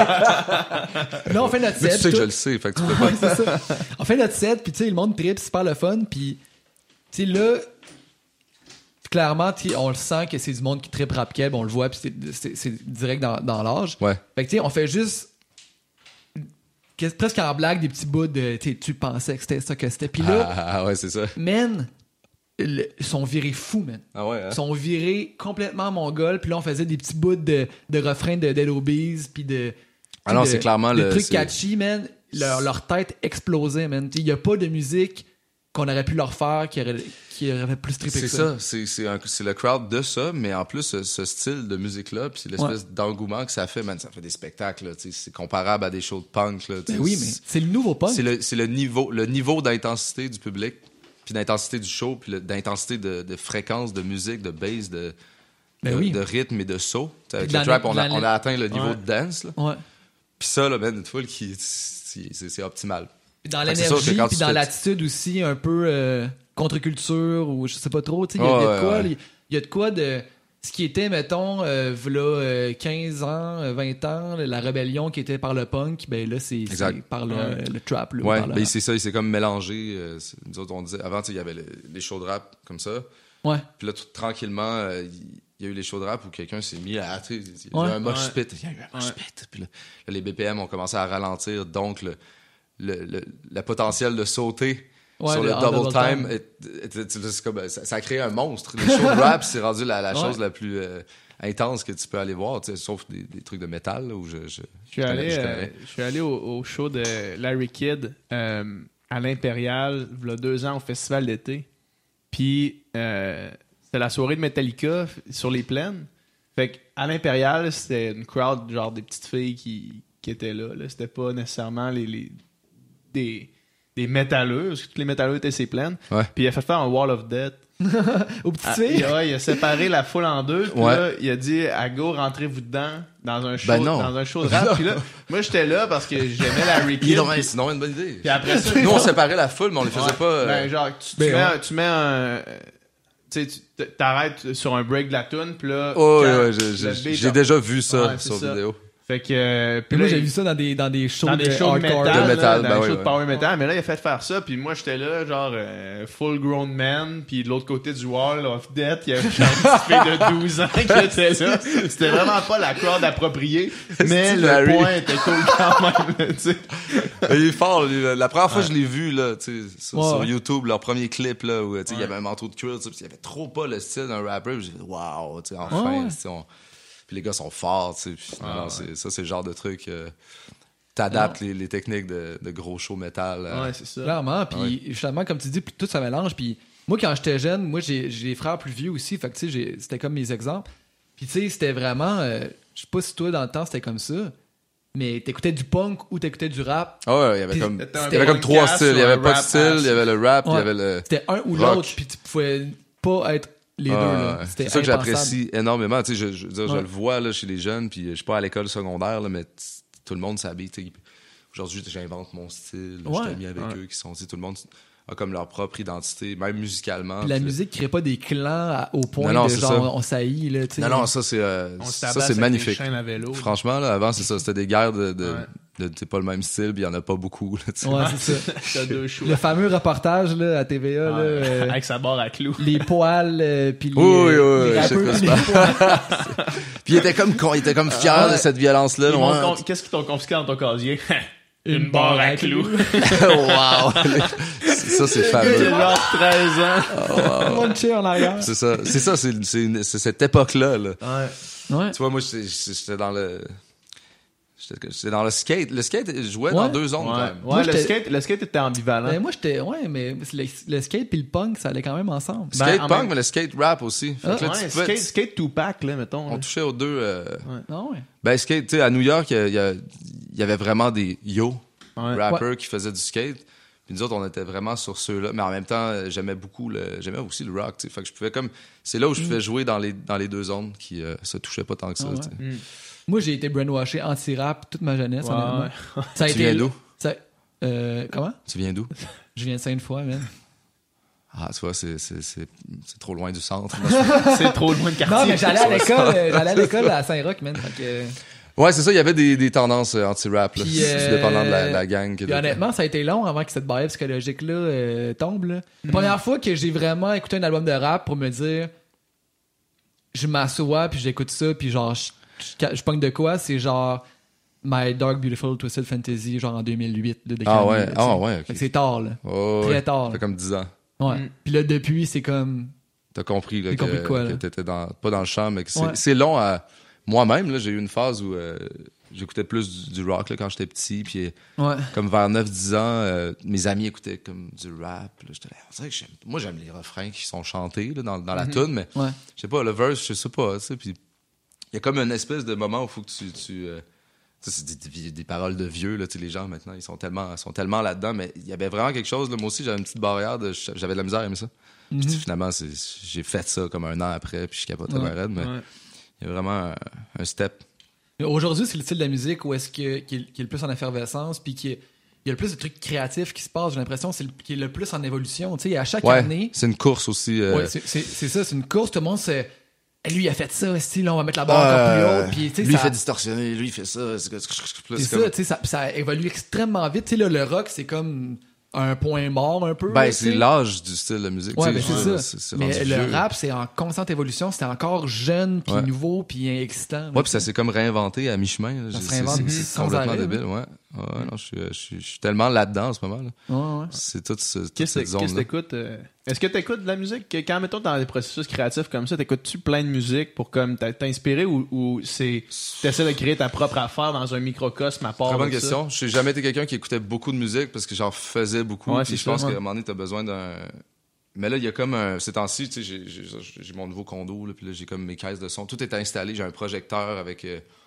Là, on fait notre set. Mais tu sais que je le sais, fait que tu peux pas. C'est ça. On fait notre set, puis tu sais, le monde tripe, c'est super le fun, puis tu sais, là, clairement, on le sent que c'est du monde qui tripe rap keb, on le voit, puis c'est direct dans l'âge. Ouais. Fait que tu sais, on fait juste presque en blague des petits bouts de tu pensais que c'était ça que c'était. Puis là, ouais, c'est ça. Man, ils sont virés fous, man. Ah ouais, hein? Ils sont virés complètement mongols. Puis là, on faisait des petits bouts de refrains de Dead Obies, puis de... Ah non, c'est clairement le truc catchy, man. Leur tête explosait, man. Il n'y a pas de musique qu'on aurait pu leur faire qui aurait plus trippé que ça. C'est ça. C'est le crowd de ça, mais en plus, ce style de musique-là, puis l'espèce d'engouement que ça fait, man, ça fait des spectacles, là, c'est comparable à des shows de punk, là. Ben oui, mais c'est le nouveau punk. C'est le niveau d'intensité du public, puis d'intensité du show, puis d'intensité de fréquence, de musique, de bass, de rythme et de saut. Avec le trap, on a atteint le niveau de dance, là. Ouais. Puis ça, là, ben, une foule qui... C'est optimal. Dans l'énergie, puis dans l'attitude aussi, un peu contre-culture, ou je sais pas trop, tu sais, il y a de quoi de... Ce qui était, mettons, là, 15 ans, 20 ans, la rébellion qui était par le punk, ben là, c'est par le trap. Là, ouais, ben c'est ça, il s'est comme mélangé. Nous autres, on disait, avant, il y avait les shows de rap comme ça. Ouais. Puis là, tranquillement, il y a eu les shows de rap où quelqu'un s'est mis à... Il y a eu un mosh pit. Il y a eu un mosh pit. Puis là, les BPM ont commencé à ralentir, donc le potentiel de sauter sur le double time, c'est comme, ça a créé un monstre. Les shows de rap, c'est rendu la chose la plus intense que tu peux aller voir, sauf des trucs de métal là, où je suis allé au show de Larry Kidd à l'Impérial il y a 2 ans au festival d'été. Puis c'était la soirée de Metallica sur les plaines. Fait qu'à l'Impérial, c'était une crowd genre des petites filles qui étaient là. C'était pas nécessairement des métalleux, parce que tous les métalleux étaient ses plaines. Ouais. Puis il a fait faire un Wall of Death. Aux petites filles? Il a séparé la foule en deux. Puis là, il a dit à go, rentrez-vous dedans dans un show, dans un show de rap. Puis là, moi, j'étais là parce que j'aimais Larry Kidd. Sinon, une bonne idée. Puis après ça, nous, on séparait la foule, mais on les faisait pas. Ben, genre, tu mets un. Tu sais, t'arrêtes sur un break de la tune, puis là. J'ai déjà vu ça sur vidéo. Fait que. Puis Moi, là, j'ai vu ça dans des shows dans des shows de hardcore. métal, De métal, là, ben dans des oui, shows de ouais. power metal, mais là il a fait faire ça, puis moi j'étais là genre full grown man, puis de l'autre côté du wall of death, il y avait une petite fille de 12 ans qui était là. C'était vraiment pas la crowd appropriée, mais le Larry. point était cool quand même, là, tu sais. Il est fort, lui, là. La première fois que je l'ai vu, là, tu sais, sur Ouais. YouTube, leur premier clip, là, où, tu sais, il y avait un manteau de cuir, tu sais, puis il y avait trop pas le style d'un rapper, puis j'ai fait, waouh, tu sais, enfin, Ouais. tu sais, puis les gars sont forts, tu sais, puis non, c'est le genre de truc, t'adaptes les techniques de gros show métal. Ouais, c'est ça. Clairement, puis justement, comme tu dis, tout ça mélange. Puis moi, quand j'étais jeune, moi, j'ai des frères plus vieux aussi, fait que tu sais, c'était comme mes exemples. Puis tu sais, c'était vraiment, je sais pas si toi, dans le temps, c'était comme ça, mais t'écoutais du punk ou t'écoutais du rap. Ah ouais, il y avait Puis comme, c'était un il y avait comme punk trois ass styles. Il y ou avait un pas de rap style, ass. il y avait le rap, il y Ouais. avait le... C'était un ou rock. l'autre, puis tu pouvais pas être les deux. Là. C'était C'est ça que impensable. j'apprécie énormément. Tu sais, je veux dire, je Ouais. le vois là, chez les jeunes, puis je suis pas à l'école secondaire, là, mais tout le monde s'habille. Tu sais. Aujourd'hui, j'invente mon style. Je Ouais. suis ami avec eux qui sont... tu sais, tout le monde a comme leur propre identité, même musicalement. Puis la Puis- musique crée pas des clans au point Non, de c'est genre ça. on saillit là, tu sais. Non, ça c'est On se ça tabasse c'est avec magnifique. des chaînes à vélo. Franchement, là, avant, c'est ça. C'était des guerres de Ouais. c'est pas le même style, puis il y en a pas beaucoup. Là, tu sais. Ouais, c'est ça. T'as deux choix. Le fameux reportage là à TVA là, Ouais. Avec sa barre à clous. les poils puis les, Oui, les je sais rappeurs, quoi puis c'est les poils. Puis il était comme fier de cette violence-là. Ils là, m'ont ouais. Qu'est-ce qu'ils t'ont confisqué dans ton casier? Une barre à clous. Wow! Ça, c'est J'ai fabuleux. genre 13 ans. Tout le monde cheer en arrière. C'est ça. C'est cette époque-là. Là. Ouais. Tu vois, moi, j'étais dans le... J'étais dans le skate. Le skate jouait Ouais. dans deux zones, quand même. Ouais, Moi, le j'étais- skate était ambivalent. Ben, moi j'étais mais le skate puis le punk ça allait quand même ensemble. Ben, Skate en punk, même- mais le skate rap aussi. Fait que là, Ouais, tu pouvais- skate Tupac, là, mettons. on là. touchait aux deux... Non ouais. Ben, skate, tu sais, à New York, il y avait vraiment des Ouais. rappers qui faisaient du skate. Puis nous autres, on était vraiment sur ceux-là. Mais en même temps, j'aimais aussi le rock, tu sais. Fait que je pouvais comme... C'est là où je pouvais jouer dans les deux zones qui se touchaient pas tant que ça, Ah ouais. tu sais. Moi j'ai été brainwashé anti-rap toute ma jeunesse Ouais. honnêtement. Ça a Tu été viens d'où? ça- comment? Tu viens d'où? Je viens de Sainte-Foy, man. Ah, tu vois, c'est trop loin du centre. C'est trop loin de quartier. Non, mais j'allais à l'école à Saint-Roch, man. Fait que, Ouais, c'est ça, il y avait des tendances anti-rap, là, Puis, dépendant de la gang. puis honnêtement, ça a été long avant que cette barrière psychologique-là tombe. Là. La première fois que j'ai vraiment écouté un album de rap pour me dire je m'assois puis j'écoute ça puis genre je pogne de quoi, c'est genre My Dark Beautiful Twisted Fantasy genre en 2008 là, de Ah Kanye, ouais, là, tu sais. ah ouais, ok. Fait que c'est tard là. Oh, Très ouais. tard. Ça fait comme 10 ans. Ouais. Mm. Puis là depuis c'est comme T'as compris, là, J'ai compris quoi, là? que t'étais pas dans le champ, mais que Ouais. c'est long à... Moi-même, là, j'ai eu une phase où j'écoutais plus du rock, là, quand j'étais petit, puis ouais. comme vers 9-10 ans, mes amis écoutaient comme du rap, là, j'étais là, on dirait que moi, j'aime les refrains qui sont chantés, là, dans la tune, mais Ouais. je sais pas, le verse, je sais pas, tu sais, puis il y a comme une espèce de moment où il faut que ça, c'est des paroles de vieux, là, tu sais, les gens, maintenant, ils sont tellement là-dedans, mais il y avait vraiment quelque chose, là, moi aussi, j'avais une petite barrière, j'avais de la misère à aimer ça. Puis, tu sais, finalement, j'ai fait ça comme un an après, puis je capotais Ouais. bien raide, mais Ouais. il y a vraiment un step. Mais aujourd'hui, c'est le style de la musique où est-ce qui est le plus en effervescence puis il y a le plus de trucs créatifs qui se passent. J'ai l'impression que c'est qui est le plus en évolution. Tu sais, à chaque Ouais, année, c'est une course aussi. ouais, c'est ça, c'est une course. Tout le monde se hey, lui, il a fait ça, style, là, on va mettre la barre encore plus haute. Puis, tu sais, lui, il ça- fait distorsionner, lui, il fait ça. C'est c'est comme- ça, tu sais, ça évolue extrêmement vite. Tu sais, là, le rock, c'est comme un point mort un peu. Ben, là, c'est tu sais. l'âge du style de musique. Ouais, tu ben sais, c'est je- ça. c'est Mais rendu le vieux. rap, c'est en constante évolution. C'était encore jeune, puis Ouais. nouveau, puis excitant. Ouais, puis ça s'est comme réinventé à mi-chemin. là. Ça se C'est- réinvente c'est sans complètement arrêt, débile, ouais. Ouais, non, je suis tellement là-dedans en ce moment. Là. Ouais, ouais. C'est toute cette Qu'est-ce que zone-là. t'écoutes? Est-ce que t'écoutes de la musique? Quand, mettons, dans des processus créatifs comme ça, t'écoutes-tu plein de musique pour comme t'inspirer ou t'essaies de créer ta propre affaire dans un microcosme à part Très bonne de ça? question. Je n'ai jamais été quelqu'un qui écoutait beaucoup de musique parce que j'en faisais beaucoup. Ouais, Puis c'est je pense ça, qu'à ouais. un moment donné, tu as besoin d'un. Mais là, il y a comme un. Ces temps-ci, tu sais, j'ai mon nouveau condo, là, puis là, j'ai comme mes caisses de son. Tout est installé. J'ai un projecteur avec.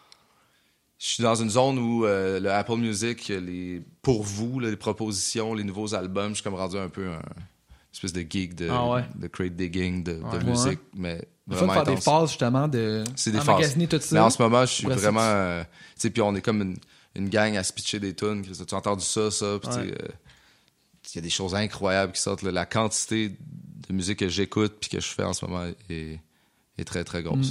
Je suis dans une zone où le Apple Music, pour vous, là, les propositions, les nouveaux albums, je suis comme rendu un peu un espèce de geek de crate digging, de Ouais. musique, mais Il faut vraiment faire des intense. phases, justement, de C'est des emmagasiner tout ça. Mais en ce moment, je suis Pour vraiment... tu sais, puis on est comme une gang à se pitcher des tunes. Tu as entendu ça, puis tu sais, il y a des choses incroyables qui sortent. Là. La quantité de musique que j'écoute puis que je fais en ce moment est très, très grosse.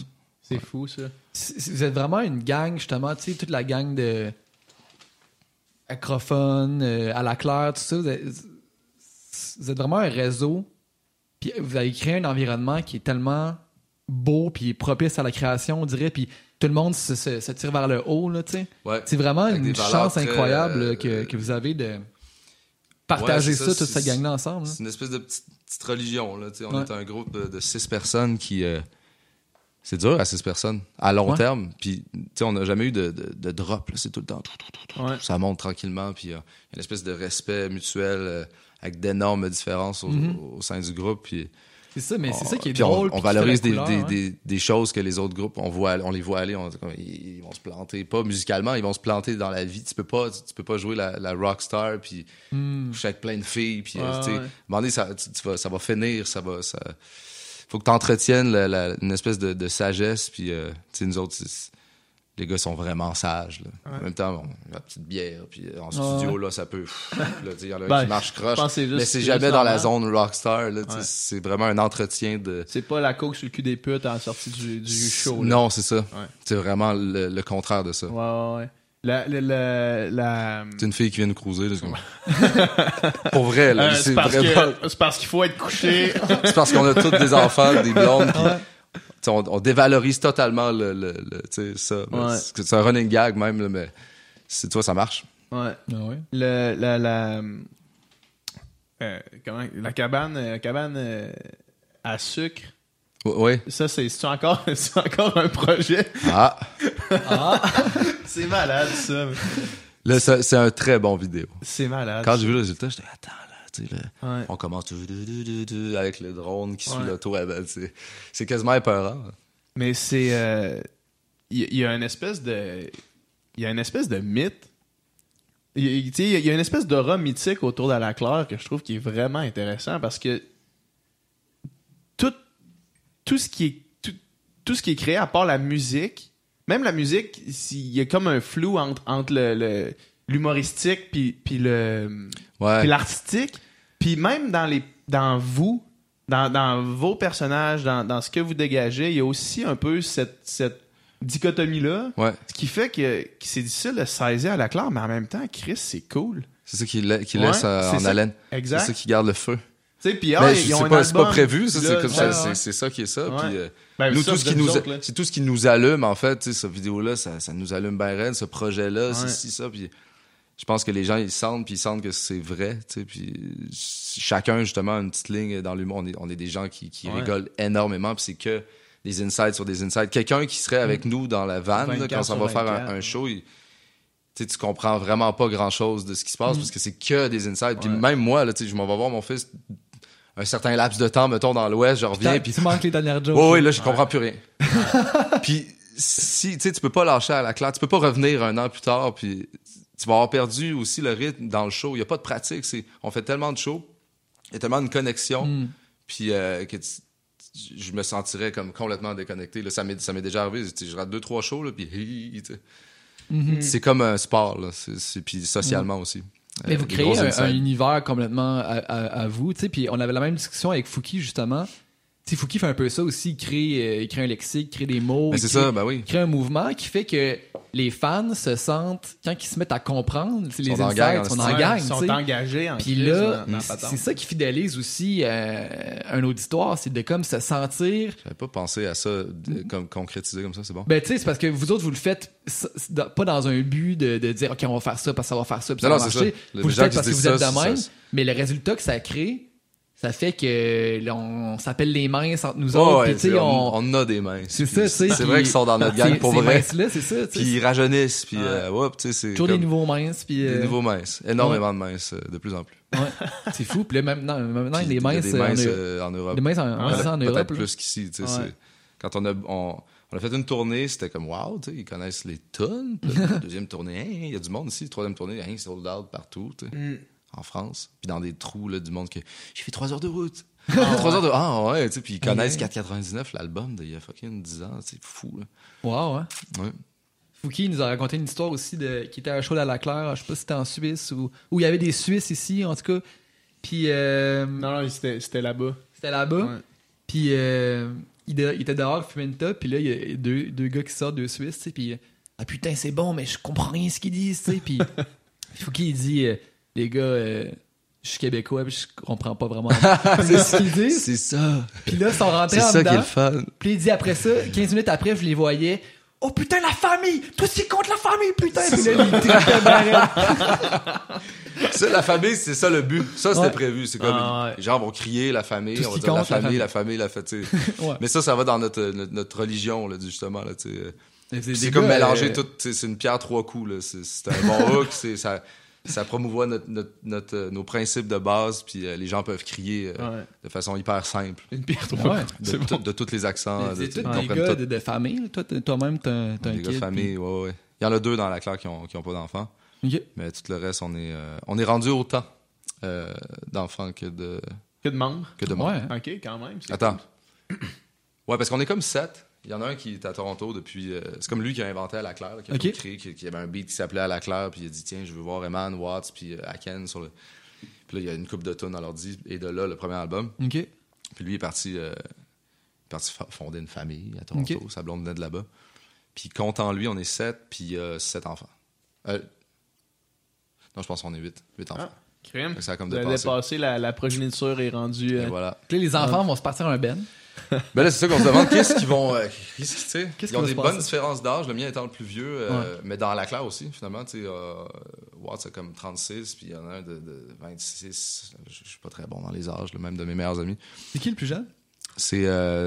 C'est fou, ça. Vous êtes vraiment une gang, justement, tu sais, toute la gang de Acrophone, à la Claire, tout ça. Vous êtes vraiment un réseau. Puis vous avez créé un environnement qui est tellement beau puis propice à la création, on dirait. Puis tout le monde se tire vers le haut, là, tu sais. Ouais. C'est vraiment Avec une des valeurs chance très, incroyable que vous avez de partager Ouais, ça, c'est toute cette gang-là ensemble. Là. C'est une espèce de petite religion. Là, on Ouais. est un groupe de 6 personnes qui... c'est dur à 6 personnes, à long terme. Puis, on n'a jamais eu de drop. Là, c'est tout le temps. Ouais. Ça monte tranquillement. Puis, il y a une espèce de respect mutuel avec d'énormes différences au sein du groupe. Puis, C'est ça, mais c'est ça qui est puis drôle. on puis qui valorise fait la couleur, hein. des choses que les autres groupes, on les voit aller, ils vont se planter. Pas musicalement, ils vont se planter dans la vie. Tu peux pas jouer la rockstar puis coucher avec plein de filles. Puis, à un moment donné, ça va finir. Faut que tu entretiennes une espèce de sagesse. Puis, nous autres, les gars sont vraiment sages. Là. En même temps, on a la petite bière. Puis en studio, là, ça peut... Il y en a qui marche croche. Mais c'est jamais dans la zone rockstar. Là, c'est vraiment un entretien de... C'est pas la coke sur le cul des putes à la sortie du show. Là. Non, c'est ça. C'est vraiment le contraire de ça. Ouais. C'est une fille qui vient nous cruiser. Là, c'est comme... Pour vrai, là. C'est parce qu'il faut être couché. C'est parce qu'on a tous des enfants, des blondes. Puis, on dévalorise totalement ça. Ouais. C'est un running gag même, là, mais ça marche. Ouais. Ah ouais. La cabane à sucre. Oui. Ça, c'est encore un projet. Ah. C'est malade, ça. Là, c'est un très bon vidéo. C'est malade. Quand j'ai vu le résultat, j'étais attends, là, tu sais, Ouais. on commence avec le drone qui suit l'auto. C'est quasiment épeurant. Mais c'est... Il y a une espèce de... Il y a une espèce de mythe. Il y a une espèce d'aura mythique autour de la Claire que je trouve qui est vraiment intéressant parce que tout ce qui est créé, à part la musique, même la musique, il y a comme un flou entre l'humoristique puis l'artistique. Puis même dans vos personnages, dans ce que vous dégagez, il y a aussi un peu cette dichotomie-là. Ouais. Ce qui fait que c'est difficile de saisir à la Claire, mais en même temps, Chris, c'est cool. C'est ça qui laisse en haleine. Exact. C'est ça qui garde le feu. Puis Mais ils ont c'est pas prévu, ça, là, c'est ça qui est ça. Puis, Ben, ça, c'est tout ce qui nous allume, en fait. Cette vidéo-là, ça nous allume bien raide. Ce projet-là, c'est ça. Puis je pense que les gens, ils sentent que c'est vrai. Puis chacun, justement, a une petite ligne dans l'humour. On est des gens qui rigolent énormément. Puis c'est que des insides sur des insides. Quelqu'un qui serait avec nous dans la van, là, quand on va faire un show, tu comprends vraiment pas grand-chose de ce qui se passe parce que c'est que des insides. Puis même moi, là, je m'en vais voir mon fils un certain laps de temps, mettons, dans l'Ouest, je reviens. Puis tu manques les dernières jokes. Oui, là, je comprends plus rien. Puis si, tu peux pas lâcher à la Claire, tu peux pas revenir un an plus tard, puis tu vas avoir perdu aussi le rythme dans le show. Il y a pas de pratique. On fait tellement de shows, il y a tellement de connexion, puis que je me sentirais comme complètement déconnecté. Là, ça m'est déjà arrivé. Je rate 2-3 shows, là, puis c'est comme un sport, là. Puis socialement aussi. Mais vous créez un univers complètement à vous, tu sais. Puis on avait la même discussion avec Fouki, justement. Tu sais, Fouki fait un peu ça aussi. Il crée un lexique, il crée des mots. C'est ça, ben oui. Il crée un mouvement qui fait que les fans se sentent, quand ils se mettent à comprendre, les en insights, gang, sont en gang. Ils sont engagés en Puis crise là, dans c'est ça qui fidélise aussi un auditoire, c'est de comme se sentir. J'avais pas pensé à ça, comme concrétiser comme ça, c'est bon. Ben, tu sais, c'est parce que vous autres, vous le faites pas dans un but de dire, OK, on va faire ça parce que ça va faire ça, puis ça va marcher. Vous le faites parce que vous êtes de même, mais le résultat que ça crée, ça fait que on s'appelle les minces entre nous autres. Ouais, puis, tu sais, on a des minces. C'est ça, tu sais. C'est vrai qu'ils sont dans notre gang pour vrai. Minces-là, c'est ça, tu sais. Puis ils rajeunissent, puis tu sais, c'est toujours des nouveaux minces, puis des nouveaux minces, énormément de minces, de plus en plus. Ouais, c'est fou. Puis là, maintenant, les minces, des minces en Europe. Les minces en Europe. Peut-être plus qu'ici, tu sais. Quand on a fait une tournée, c'était comme wow, tu sais, ils connaissent les tunes. La deuxième tournée, il y a du monde ici. Troisième tournée, c'est sold out partout, tu sais. En France, puis dans des trous là, du monde que j'ai fait 3 heures de route. 3 heures de... Ah ouais, tu sais, puis ils connaissent 4,99 l'album d'il y a fucking 10 ans, c'est fou, là. Wow, hein? Ouais. Fouki nous a raconté une histoire aussi qui était à un show à la Claire, je sais pas si c'était en Suisse ou où il y avait des Suisses ici, en tout cas. Puis... Non, c'était là-bas. C'était là-bas. Ouais. Puis il il était dehors, il fumait une top, puis là, il y a deux gars qui sortent, deux Suisses, tu sais, puis ah putain, c'est bon, mais je comprends rien ce qu'ils disent, tu sais, puis Fouki, il dit, les gars, je suis québécois, puis je comprends pas vraiment ce qu'ils disent. C'est ça. Puis là, ils sont rentrés C'est en ça qui est dedans. le fun. Puis il dit après ça, 15 minutes après, je les voyais. Oh putain, la famille! Toi, tu es contre la famille, putain! Puis là, il trippait barrel. Ça, la famille, c'est ça le but. Ça, c'était prévu. C'est comme, ouais. les gens vont crier la famille, Tout ce on va qui dire compte, la famille, la fête, tu sais. Ouais. Mais ça va dans notre religion, là, justement, là, tu sais. Mais C'est des comme gars, mélanger tout, tu sais, c'est une pierre trois coups, là. C'est un bon hook, ça promouvoit nos principes de base, puis les gens peuvent crier de façon hyper simple. Une pire Ouais. De tous les accents. C'est ils tous des comprennent gars tout. de famille. Là. Toi-même, t'as un Des kid. gars de famille, ouais. Il y en a 2 dans la classe qui ont pas d'enfants. Puis... OK. Mais tout le reste, on est rendu autant d'enfants que de membres. membres. Ouais. OK, quand même. c'est Attends. cool. Ouais, parce qu'on est comme 7. Il y en a un qui est à Toronto depuis... c'est comme lui qui a inventé À la Claire, là, qui a Ok. tout créé, qui avait un beat qui s'appelait À la Claire, puis il a dit, tiens, je veux voir Eman, Watts, puis Aken sur le... Puis là, il y a une couple de tunes dans l'ordi, et de là, le premier album. OK. Puis lui est parti fonder une famille à Toronto. Ok. Sa blonde venait de là-bas. Puis comptant lui, on est 7, puis il y a 7 enfants. Non, je pense qu'on est 8 enfants. Ah, crème. Fait que ça a comme Vous avez dépassé. dépassé, la progéniture est rendue... Et voilà. Puis là, les enfants vont se partir un ben. Ben là, c'est ça qu'on se demande. Qu'est-ce qu'ils vont. Tu sais, Qu'est-ce ils ont qui va des se bonnes passer? différences d'âge. Le mien étant le plus vieux, Ouais. mais dans la classe aussi, finalement. Tu sais, Watts a comme 36, puis il y en a un de 26. Je suis pas très bon dans les âges, même de mes meilleurs amis. C'est qui le plus jeune? C'est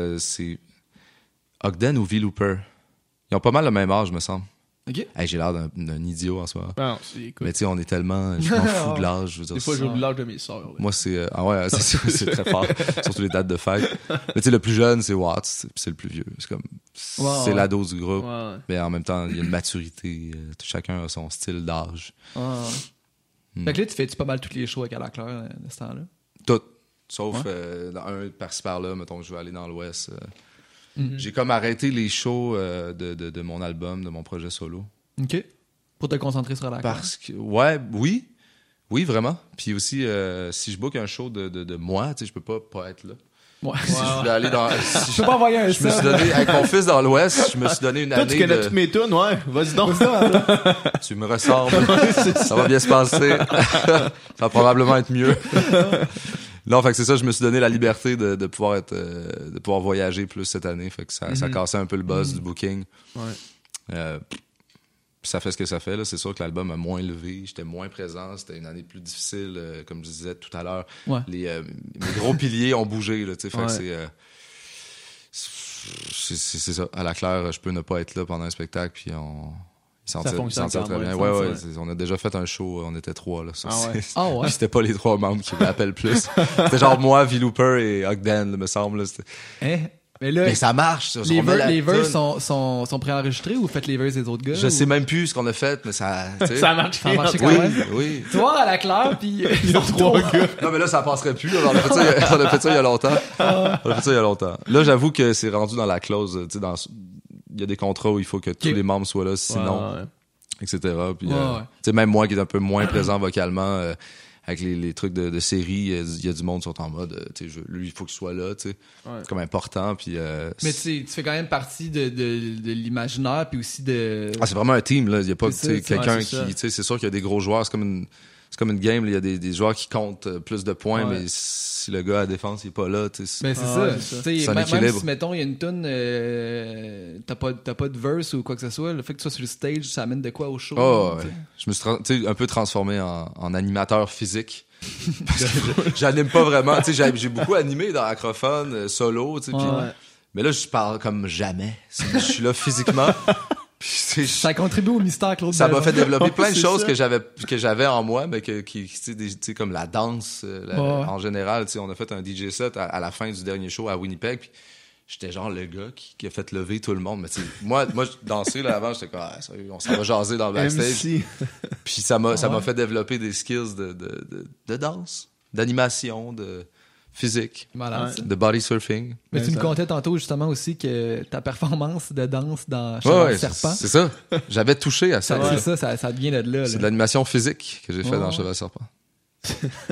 Ogden ou V-Looper. Ils ont pas mal le même âge, me semble. OK. Hey, j'ai l'air d'un idiot en soi. Non, écoute, Mais tu sais, on est tellement. Je m'en fous de l'âge. Je veux dire, des fois, j'ai oublié l'âge de mes sœurs. là. moi, c'est. Ah ouais, c'est très fort. Surtout les dates de fête. Mais tu sais, le plus jeune, c'est Watts, puis c'est le plus vieux. C'est comme. Ouais, c'est ouais. l'ado du groupe. Ouais. Mais en même temps, il y a une maturité. Chacun a son style d'âge. Ah. Fait que là, tu fais-tu pas mal tous les shows avec À la Claire de ce temps-là? Tout. Sauf Ouais. dans un par-ci par-là, mettons que je vais aller dans l'Ouest. Mhm. J'ai comme arrêté les shows de mon album, de mon projet solo. OK. Pour te concentrer sur À la Claire. Parce que. Ouais, oui. Oui, vraiment. Puis aussi, si je book un show de moi, tu sais, je peux pas être là. Ouais. Si je voulais aller dans. Si Je peux pas envoyer un je me suis sub. donné, avec mon fils dans l'Ouest, je me suis donné une Toi, année tu connais de... toutes mes tunes, ouais. Vas-y donc. Tu me ressembles. Ça va bien se passer. Ça va probablement être mieux. Non, fait que c'est ça, je me suis donné la liberté de pouvoir de pouvoir voyager plus cette année. Fait que ça cassait un peu le buzz du booking. Ouais. Puis ça fait ce que ça fait, là. C'est sûr que l'album a moins levé, j'étais moins présent, c'était une année plus difficile, comme je disais tout à l'heure. Ouais. Mes gros piliers ont bougé, là, tu sais. Fait Ouais. que c'est ça. À la Claire, je peux ne pas être là pendant un spectacle, puis ils s'en tirent fonctionne très quand bien. même, Ouais, ça, on a déjà fait un show, on était 3, là. Ça, Ah ouais. Ah ouais. Puis c'était pas les 3 membres qui m'appellent plus. C'était genre moi, V-Looper et Ogden, là, me semble. Là. Hein? Mais là, Mais ça marche, ça. les, On met la les verses tune. sont préenregistrés ou faites les verses des autres gars? Je ou... sais même plus ce qu'on a fait, mais ça... tu sais. Ça a marché. Ça a marché en tout quand cas. même. Oui. Tu vois, À la Claire, puis Il y a 3 gars. Non, mais là, ça passerait plus. Là. On a fait ça il y a longtemps. On a fait ça il y a longtemps. Là, j'avoue que c'est rendu dans la clause. Tu sais, il y a des contrats où il faut que tous les membres soient là, sinon, Ouais. etc. Puis, Ouais. tu sais, même moi qui est un peu moins présent vocalement, avec les trucs de série, il y a du monde qui sont en mode, tu sais, lui, il faut qu'il soit là, tu sais. Ouais. C'est comme important. Puis, Mais tu fais quand même partie de l'imaginaire, puis aussi de... ah, c'est vraiment un team, là. Il y a pas, tu C'est sais, ça, quelqu'un ouais, c'est ça. qui, tu sais, c'est sûr qu'il y a des gros joueurs. C'est comme une game, là. Il y a des joueurs qui comptent plus de points, Ouais. mais si le gars à la défense, il est pas là, tu sais. Ben c'est Ah ça. ouais, c'est ça. Tu sais, C'est un même équilibre. si, mettons, il y a une toune, t'as pas de verse ou quoi que ce soit, le fait que tu sois sur le stage, ça amène de quoi au show? Oh, tu sais. ouais. Je me suis tu sais, un peu transformé en animateur physique. Parce que j'anime pas vraiment. Tu sais, j'ai beaucoup animé dans Acrophone, solo, tu sais. puis- Ouais. Mais là, je parle comme jamais. Je suis là physiquement. Puis, tu sais, Ça contribue au mystère, Claude. ça m'a Belgeon. fait développer plein de C'est choses ça. que j'avais en moi, mais tu sais, comme la danse, Ouais. en général. Tu sais, on a fait un DJ set à la fin du dernier show à Winnipeg. Puis j'étais genre le gars qui a fait lever tout le monde. Mais tu sais, moi, je dansais là avant, j'étais comme, ah, sérieux, on s'en va jaser dans le backstage. MC. Puis ça m'a Ouais. fait développer des skills de danse, d'animation, de physique, Malade, ça. de body surfing. Mais Ben, tu me ça- contais tantôt justement aussi que ta performance de danse dans Cheval Serpent, c'est ça. J'avais touché à ça. c'est ça devient de là. C'est de là. l'animation physique que j'ai fait Ouais. dans Cheval Serpent.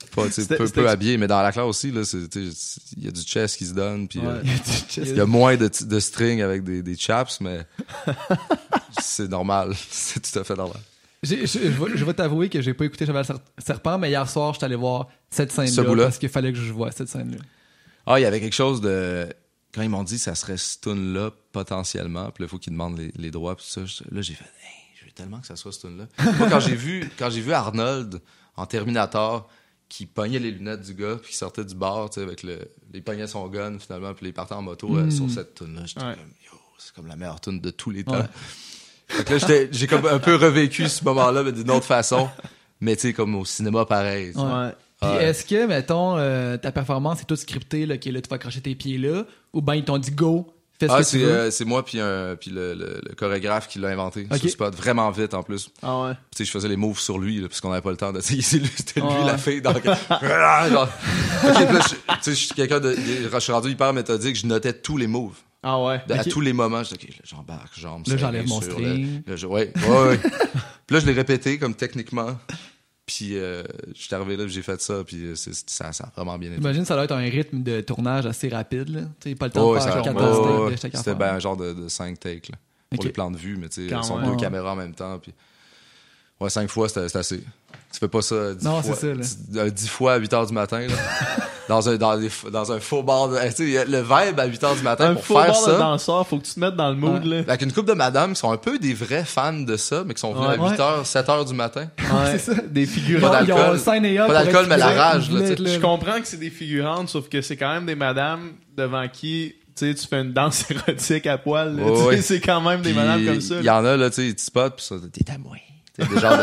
pas, tu sais, peu habillé, mais dans la classe aussi, là, il y a du chess qui se donne, puis il y a moins de string avec des chaps, mais c'est normal. C'est tout à fait normal. Je vais t'avouer que j'ai pas écouté Cheval Serpent, mais hier soir, je suis allé voir cette scène-là parce qu'il fallait que je voie cette scène-là. Ah, il y avait quelque chose de... Quand ils m'ont dit que ça serait ce tune-là, potentiellement, puis là, il faut qu'ils demandent les droits, puis ça, là, j'ai fait... je veux tellement que ça soit ce tune-là. Moi, quand j'ai vu Arnold en Terminator qui pognait les lunettes du gars puis qui sortait du bar, tu sais, avec il pognait son gun finalement puis il partait en moto sur cette tune-là, j'étais comme yo, c'est comme la meilleure tune de tous les temps. Fait que là, j'ai comme un peu revécu ce moment-là mais d'une autre façon, mais tu sais comme au cinéma pareil. Puis est-ce que, mettons, ta performance est toute scriptée, là, qui est là, tu vas accrocher tes pieds là, ou ben ils t'ont dit go? C'est moi puis le chorégraphe qui l'a inventé sur le spot vraiment vite en plus. Ah ouais. Tu sais je faisais les moves sur lui là, parce qu'on avait pas le temps de c'était lui la fille donc genre, je suis quelqu'un je suis rendu hyper méthodique, je notais tous les moves. Ah ouais. À tous les moments, je dis OK, là, j'embarque, jambes, là j'enlève mon string. Ouais. Puis là je l'ai répété comme techniquement. Puis je suis arrivé là, j'ai fait ça, puis ça a vraiment bien été. J'imagine que ça doit être un rythme de tournage assez rapide, là. Tu sais, pas le temps de faire 14 takes. C'était ben un genre de 5 takes, là, pour les plans de vue, mais tu sais, ils sont 2 caméras en même temps, puis 5 fois, c'est assez. Tu fais pas ça 10 fois à 8h du matin, là. dans un faux bar tu sais, le vibe à 8h du matin pour faire ça. Un faux bar de danseur, faut que tu te mettes dans le mood, là. Avec une couple de madames qui sont un peu des vrais fans de ça, mais qui sont venus à 8h, 7h du matin. C'est ça. Des figurantes. Pas d'alcool, mais la rage, là, je comprends que c'est des figurantes, sauf que c'est quand même des madames devant qui, tu sais, tu fais une danse érotique à poil, là. Tu sais, c'est quand même des madames comme ça. Il y en a, là, tu sais, ils te spotent, pis ça, t'es à moi. T'es des genres de...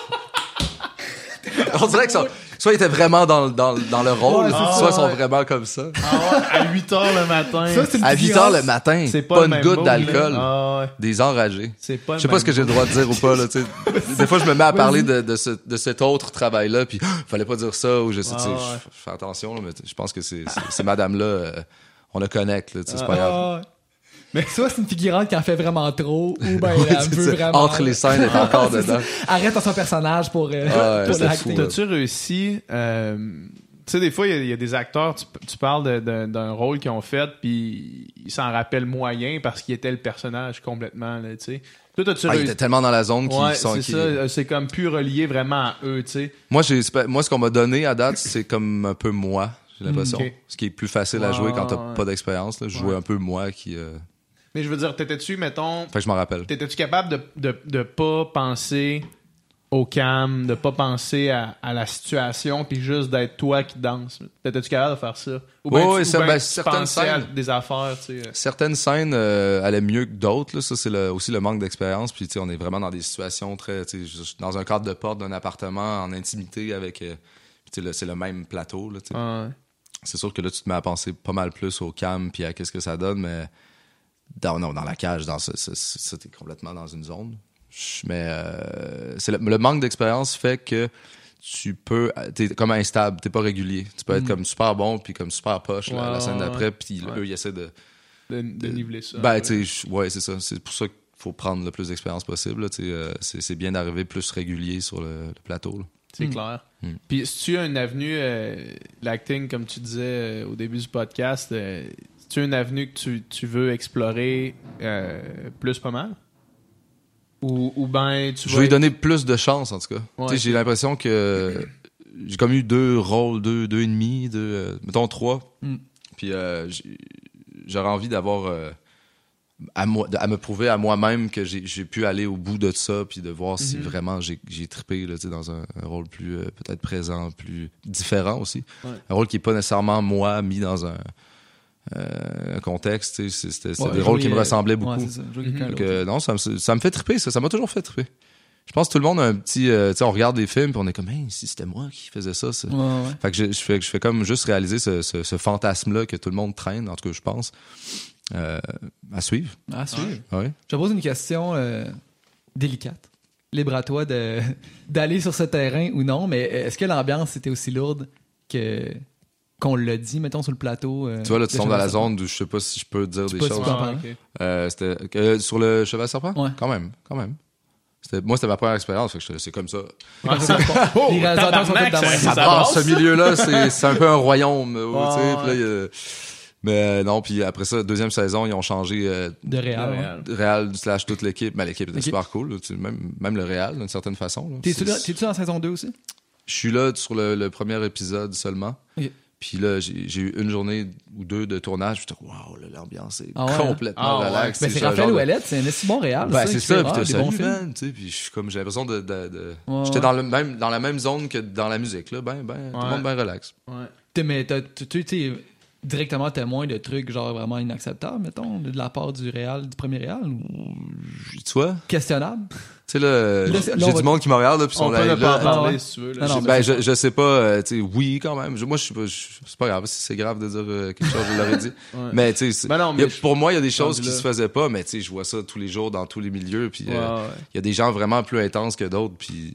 On dirait que soit ils étaient vraiment dans le rôle, soit ils sont vraiment comme ça. À 8h le matin. À 8h le matin, c'est pas une même goutte d'alcool. Des enragés. Je sais pas ce que j'ai le droit de dire ou pas, là, tu sais. Des fois, je me mets à parler de cet autre travail-là, puis fallait pas dire ça, ou je sais, tu sais, je fais attention, là, mais je pense que ces madames-là, on le connecte, là, tu sais, c'est pas grave. Mais soit c'est une figurante qui en fait vraiment trop, ou ben elle veut vraiment... Entre les scènes, elle est encore dedans. Arrête à son personnage pour l'acting. T'as-tu réussi... tu sais, des fois, il y a des acteurs, tu parles d'un rôle qu'ils ont fait, puis ils s'en rappellent moyen parce qu'ils étaient le personnage complètement, là, tu sais. Toi, t'as-tu réussi... Ils étaient tellement dans la zone qu'ils sont... c'est ça, c'est comme plus relié vraiment à eux, tu sais. Moi, ce qu'on m'a donné à date, c'est comme un peu moi, j'ai l'impression. Ce qui est plus facile à jouer quand t'as pas d'expérience, là. Je jouais un peu moi qui... Mais je veux dire, t'étais-tu, mettons... Fait que je m'en rappelle. T'étais-tu capable de pas penser au cam, de pas penser à la situation, puis juste d'être toi qui danse? T'étais-tu capable de faire ça? Ou bien certaines scènes... à des affaires, tu sais... Certaines scènes allaient mieux que d'autres, là. Ça, c'est aussi le manque d'expérience. Puis, tu sais, on est vraiment dans des situations très... Tu sais, dans un cadre de porte d'un appartement, en intimité, avec... tu sais, c'est le même plateau, là, tu sais. C'est sûr que là, tu te mets à penser pas mal plus au cam, puis à qu'est-ce que ça donne, mais... dans la cage, ça t'es complètement dans une zone. Mais le manque d'expérience fait que t'es comme instable, t'es pas régulier. Tu peux être comme super bon puis comme super poche la scène d'après, puis eux ils essaient de niveler ça. Ben tu sais, c'est ça. C'est pour ça qu'il faut prendre le plus d'expérience possible. Là, c'est bien d'arriver plus régulier sur le plateau. Là. C'est clair. Puis si tu as une avenue, l'acting comme tu disais au début du podcast. C'est une avenue que tu veux explorer plus pas mal? Ou ben tu veux... Je vais lui donner plus de chance, en tout cas. Ouais, j'ai l'impression que j'ai comme eu 2 rôles, 2 et demi, mettons 3. Puis j'aurais envie d'avoir... à me prouver à moi-même que j'ai pu aller au bout de ça puis de voir si vraiment j'ai trippé là, dans un rôle plus peut-être présent, plus différent aussi. Un rôle qui est pas nécessairement moi mis dans un contexte, c'était des rôles qui me ressemblaient beaucoup. Donc, non, ça me fait tripper, ça m'a toujours fait tripper. Je pense que tout le monde a un petit... tu sais, on regarde des films puis on est comme, hey, si c'était moi qui faisais ça. Fait que je fais comme juste réaliser ce fantasme-là que tout le monde traîne, en tout cas, je pense. À suivre. À suivre. Ouais. Je te pose une question délicate. Libre à toi d'aller sur ce terrain ou non, mais est-ce que l'ambiance était aussi lourde qu'on l'a dit, mettons, sur le plateau? Tu vois, là, tu tombes dans la zone où je sais pas si je peux dire des choses. C'était sur le cheval serpent? Ouais. Quand même. Moi, c'était ma première expérience, fait que c'est comme ça. Oh, Les réalisateurs sont tabarnak, tous dans le Ça même. brasse, ce milieu-là, c'est un peu un royaume. Ouais, tu sais, ouais. puis là, mais non, puis après ça, deuxième saison, ils ont changé De Réal. Ouais. Réal / toute l'équipe. Mais l'équipe était Ok. super cool, là, même le Réal, d'une certaine façon. Là. T'es-tu en saison 2 aussi? Je suis là sur le premier épisode seulement. Ok. Puis là, j'ai eu une journée ou deux de tournage. J'étais waouh, l'ambiance est Ah ouais, complètement hein? Ah ouais. relax. Ben, c'est un Raphaël genre de- Ouellette, c'est un si bon Réal. Ben, c'est qui ça, fait puis vraiment t'as des bons salut, films. man, tu sais, puis je suis comme, j'ai l'impression de Ouais, j'étais ouais. dans la même zone que dans la musique, là, tout le monde bien relax. Ouais. Mais tu es directement témoin de trucs genre vraiment inacceptables, mettons, de la part du Réal, du premier Réal, ou Tu vois? questionnable? Tu sais, là, Là, j'ai on va- du monde qui me regarde, là, puis ils On sont peut là, ne pas en là, parler ouais. si tu veux. Non, non, ben, je sais pas, tu sais, oui, quand même. Moi, c'est pas grave si c'est grave de dire quelque chose, je l'aurais dit. Ouais. Mais, tu sais, Ben non, mais pour moi, il y a des choses rendu qui là. se faisaient pas, mais, tu sais, je vois ça tous les jours dans tous les milieux, puis Ouais, ouais. il y a des gens vraiment plus intenses que d'autres, puis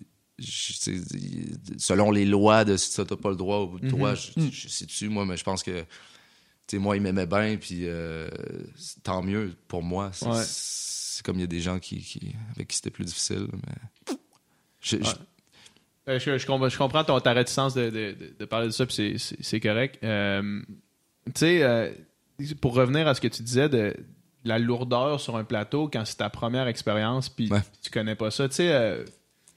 selon les lois de si ça t'as pas le droit ou le droit, je sais dessus, moi, mais je pense que, tu sais, moi, il m'aimait bien, puis tant mieux pour moi. Ouais. C'est comme il y a des gens avec qui c'était plus difficile, mais... Je comprends ta réticence de parler de ça, puis c'est correct. Tu sais, pour revenir à ce que tu disais de la lourdeur sur un plateau quand c'est ta première expérience, puis Ouais. tu connais pas ça. Tu sais,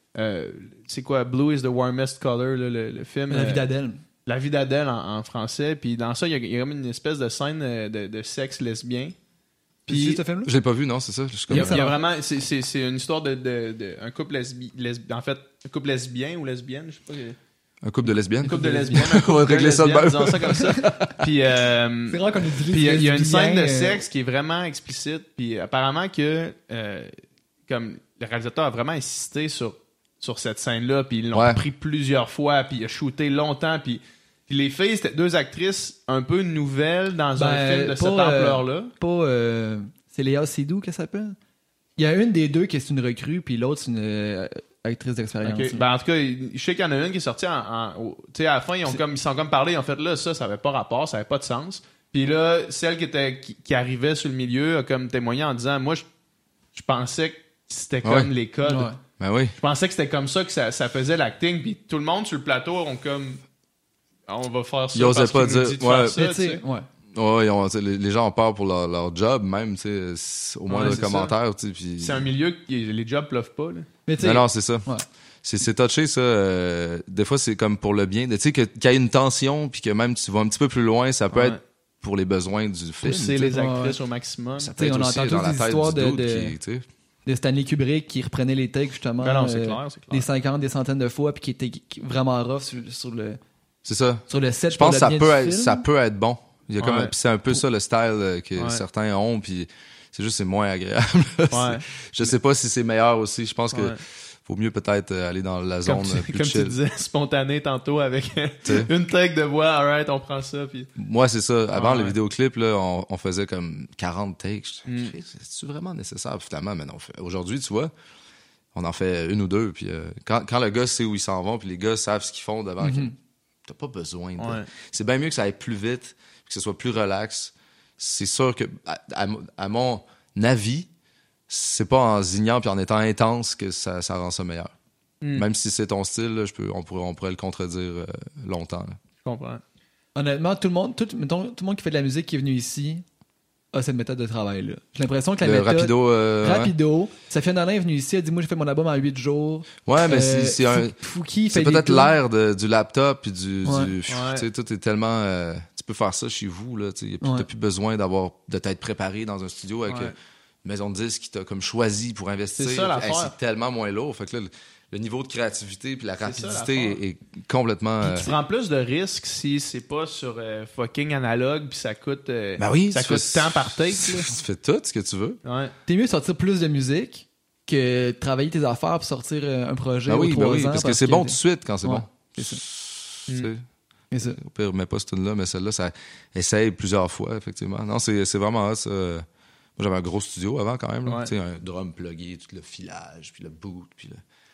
c'est quoi, Blue is the warmest color, là, le film. La vie d'Adèle. La vie d'Adèle en français. Puis dans ça, il y a comme une espèce de scène de sexe lesbien. Puis, tu Puis ce film-là? Je l'ai pas vu, non, c'est ça? Je suis il y a, comme- il y a vraiment, c'est une histoire de un couple en fait, un couple lesbien ou lesbienne, je sais pas. Un couple de lesbiennes? Un couple de lesbiennes, un On couple va de régler ça de lesbiennes, même. disons ça comme ça. Puis, C'est rare qu'on utilise puis il y a une scène de lesbien, sexe qui est vraiment explicite. Puis apparemment que comme le réalisateur a vraiment insisté sur cette scène-là, puis ils l'ont Ouais. pris plusieurs fois, puis il a shooté longtemps, puis les filles, c'était deux actrices un peu nouvelles dans un Ben, film de pas, cette ampleur-là. Pas, c'est Léa Seydoux qu'elle s'appelle? Il y a une des deux qui est une recrue, puis l'autre, c'est une actrice d'expérience. Ok. Ben, en tout cas, je sais qu'il y en a une qui est sortie tu sais, à la fin, ils se sont comme parlé, ils ont fait là, ça avait pas rapport, ça avait pas de sens. Puis là, celle qui arrivait sur le milieu a comme témoigné en disant, moi, je pensais que c'était comme Ouais. les codes. Ouais. Ben oui. Je pensais que c'était comme ça que ça faisait l'acting, puis tout le monde sur le plateau ont comme, on va faire ça. Ils osaient parce pas qu'il nous dire, dit de ouais. faire ça, Mais tu tu sais, sais. ouais. Ouais, tu sais, les gens ont peur pour leur job, même, tu sais, au moins Ouais, le c'est commentaire, tu sais, puis... C'est un milieu qui les jobs pleuvent pas, là. Mais tu sais, Non, non, c'est ça. Ouais. C'est touché, ça. Des fois, c'est comme pour le bien. Tu sais, qu'il y a une tension, puis que même tu vas un petit peu plus loin, ça peut Ouais. être pour les besoins du film. Pousser tu sais. les actrices au maximum. Ça peut Tu sais, être on aussi entend dans tous la des tête histoires du dude de- qui, tu sais. de Stanley Kubrick qui reprenait les takes, justement. Ben non, c'est clair, c'est clair. Des 50, des centaines de fois, puis qui était vraiment rough sur le C'est ça. set. Je pense que pour le bien du film. ça peut être bon. Il y a comme Ouais. puis c'est un peu ça le style que Ouais. certains ont, puis c'est juste c'est moins agréable. Ouais. Je sais pas si c'est meilleur aussi. Je pense que Ouais. faut mieux peut-être aller dans la zone plus Comme tu chill. disais, spontané tantôt avec T'sais. une take de voix, alright, on prend ça, puis... Moi, c'est ça. Avant Ouais. le vidéoclip, là, on faisait comme 40 takes. Mm. C'est-tu vraiment nécessaire? Finalement, mais non. Aujourd'hui, tu vois, on en fait une ou deux. Puis quand le gars sait où ils s'en vont, puis les gars savent ce qu'ils font devant, t'as pas besoin. Ouais. C'est bien mieux que ça aille plus vite, que ce soit plus relax. C'est sûr que, à mon avis, c'est pas en zignant puis en étant intense que ça rend ça meilleur. Mm. Même si c'est ton style, là, on pourrait le contredire longtemps. Là. Je comprends. Honnêtement, mettons, tout le monde qui fait de la musique qui est venu ici a cette méthode de travail-là. J'ai l'impression que la Le méthode... rapido. Rapido. Safia Nolin est venue ici, elle dit, moi j'ai fait mon album en 8 jours. Ouais, mais c'est un. Fouki C'est fait des peut-être tunes. l'ère du laptop puis Ouais. tu sais, tout est tellement tu peux faire ça chez vous là, tu sais, Ouais. t'as plus besoin de t'être préparé dans un studio avec Ouais. une maison de disques qui t'a comme choisi pour investir. C'est ça, l'affaire. C'est tellement moins lourd, fait que là le niveau de créativité puis la C'est ça, rapidité l'affaire. est complètement Puis tu prends plus de risques si c'est pas sur fucking analogue, puis ça coûte, Ben oui, ça tu coûte fais- tant par take, tu là. fais tout ce que tu veux. Ouais. T'es mieux de sortir plus de musique que de travailler tes affaires pour sortir un projet Ben aux oui, 3 ans. parce que c'est bon tout de suite quand c'est Ouais, bon. c'est ça. Tu sais. C'est ça. Au pire, mets pas cette tune-là, mais celle-là, ça essaye plusieurs fois, effectivement. Non, c'est vraiment ça. Moi, j'avais un gros studio avant, quand même. Là. Ouais. Tu sais, un drum plugué, tout le filage, puis le boot, puis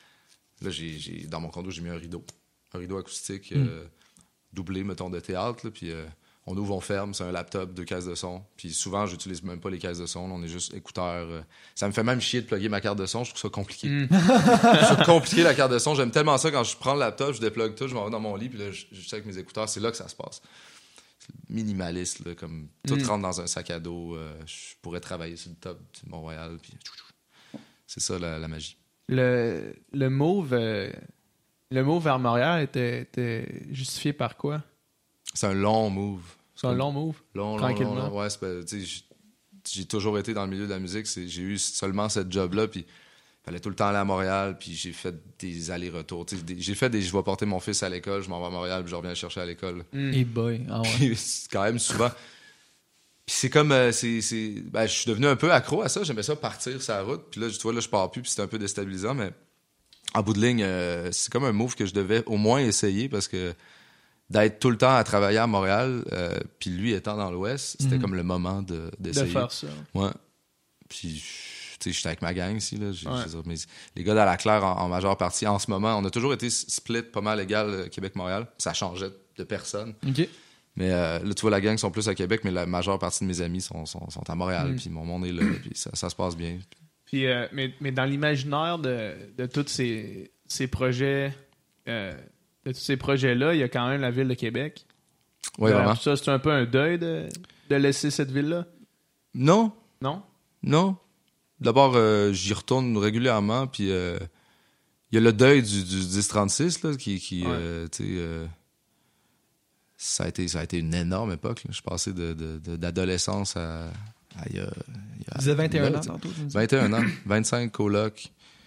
là, dans mon condo, j'ai mis un rideau. Un rideau acoustique doublé, mettons, de théâtre, là, puis On ouvre, on ferme, c'est un laptop, 2 caisses de son. Puis souvent, j'utilise même pas les caisses de son, on est juste écouteurs. Ça me fait même chier de plugger ma carte de son, je trouve ça compliqué. Je trouve compliqué la carte de son, j'aime tellement ça quand je prends le laptop, je déplugue tout, je m'en vais dans mon lit, puis là, je suis avec mes écouteurs, c'est là que ça se passe. C'est minimaliste, là, comme tout rentre dans un sac à dos. Je pourrais travailler sur le top de Mont-Royal, puis c'est ça la magie. Le move vers Montréal était justifié par quoi? C'est un long move. C'est un long move? Tranquillement. Long. Ouais, j'ai toujours été dans le milieu de la musique. J'ai eu seulement cette job-là, puis il fallait tout le temps aller à Montréal, puis j'ai fait des allers-retours. J'ai fait je vais porter mon fils à l'école, je m'en vais à Montréal, puis je reviens le chercher à l'école. Et boy, ah ouais. C'est quand même souvent. Puis c'est comme, je suis devenu un peu accro à ça. J'aimais ça partir sur la route. Puis là, tu vois, je pars plus, puis c'était un peu déstabilisant, mais en bout de ligne, c'est comme un move que je devais au moins essayer parce que d'être tout le temps à travailler à Montréal, puis lui étant dans l'Ouest, c'était comme le moment d'essayer. De faire ça. Ouais. Puis, tu sais, j'étais avec ma gang ici, là. Les gars d'Alaclaire, en majeure partie, en ce moment, on a toujours été split pas mal égal Québec-Montréal. Ça changeait de personne. OK. Mais là, tu vois, la gang sont plus à Québec, mais la majeure partie de mes amis sont à Montréal, puis mon monde est là, puis ça se passe bien. Puis, mais dans l'imaginaire de tous ces projets, de tous ces projets-là, il y a quand même la ville de Québec. Oui, vraiment. Ça, c'est un peu un deuil de laisser cette ville-là? Non. Non? D'abord, j'y retourne régulièrement, puis il y a le deuil du 1036, là, qui tu sais... Ça a été une énorme époque. Là. Je suis passé d'adolescence à il y a Tu disais 21 ans tantôt. 21 ans, 25 colocs.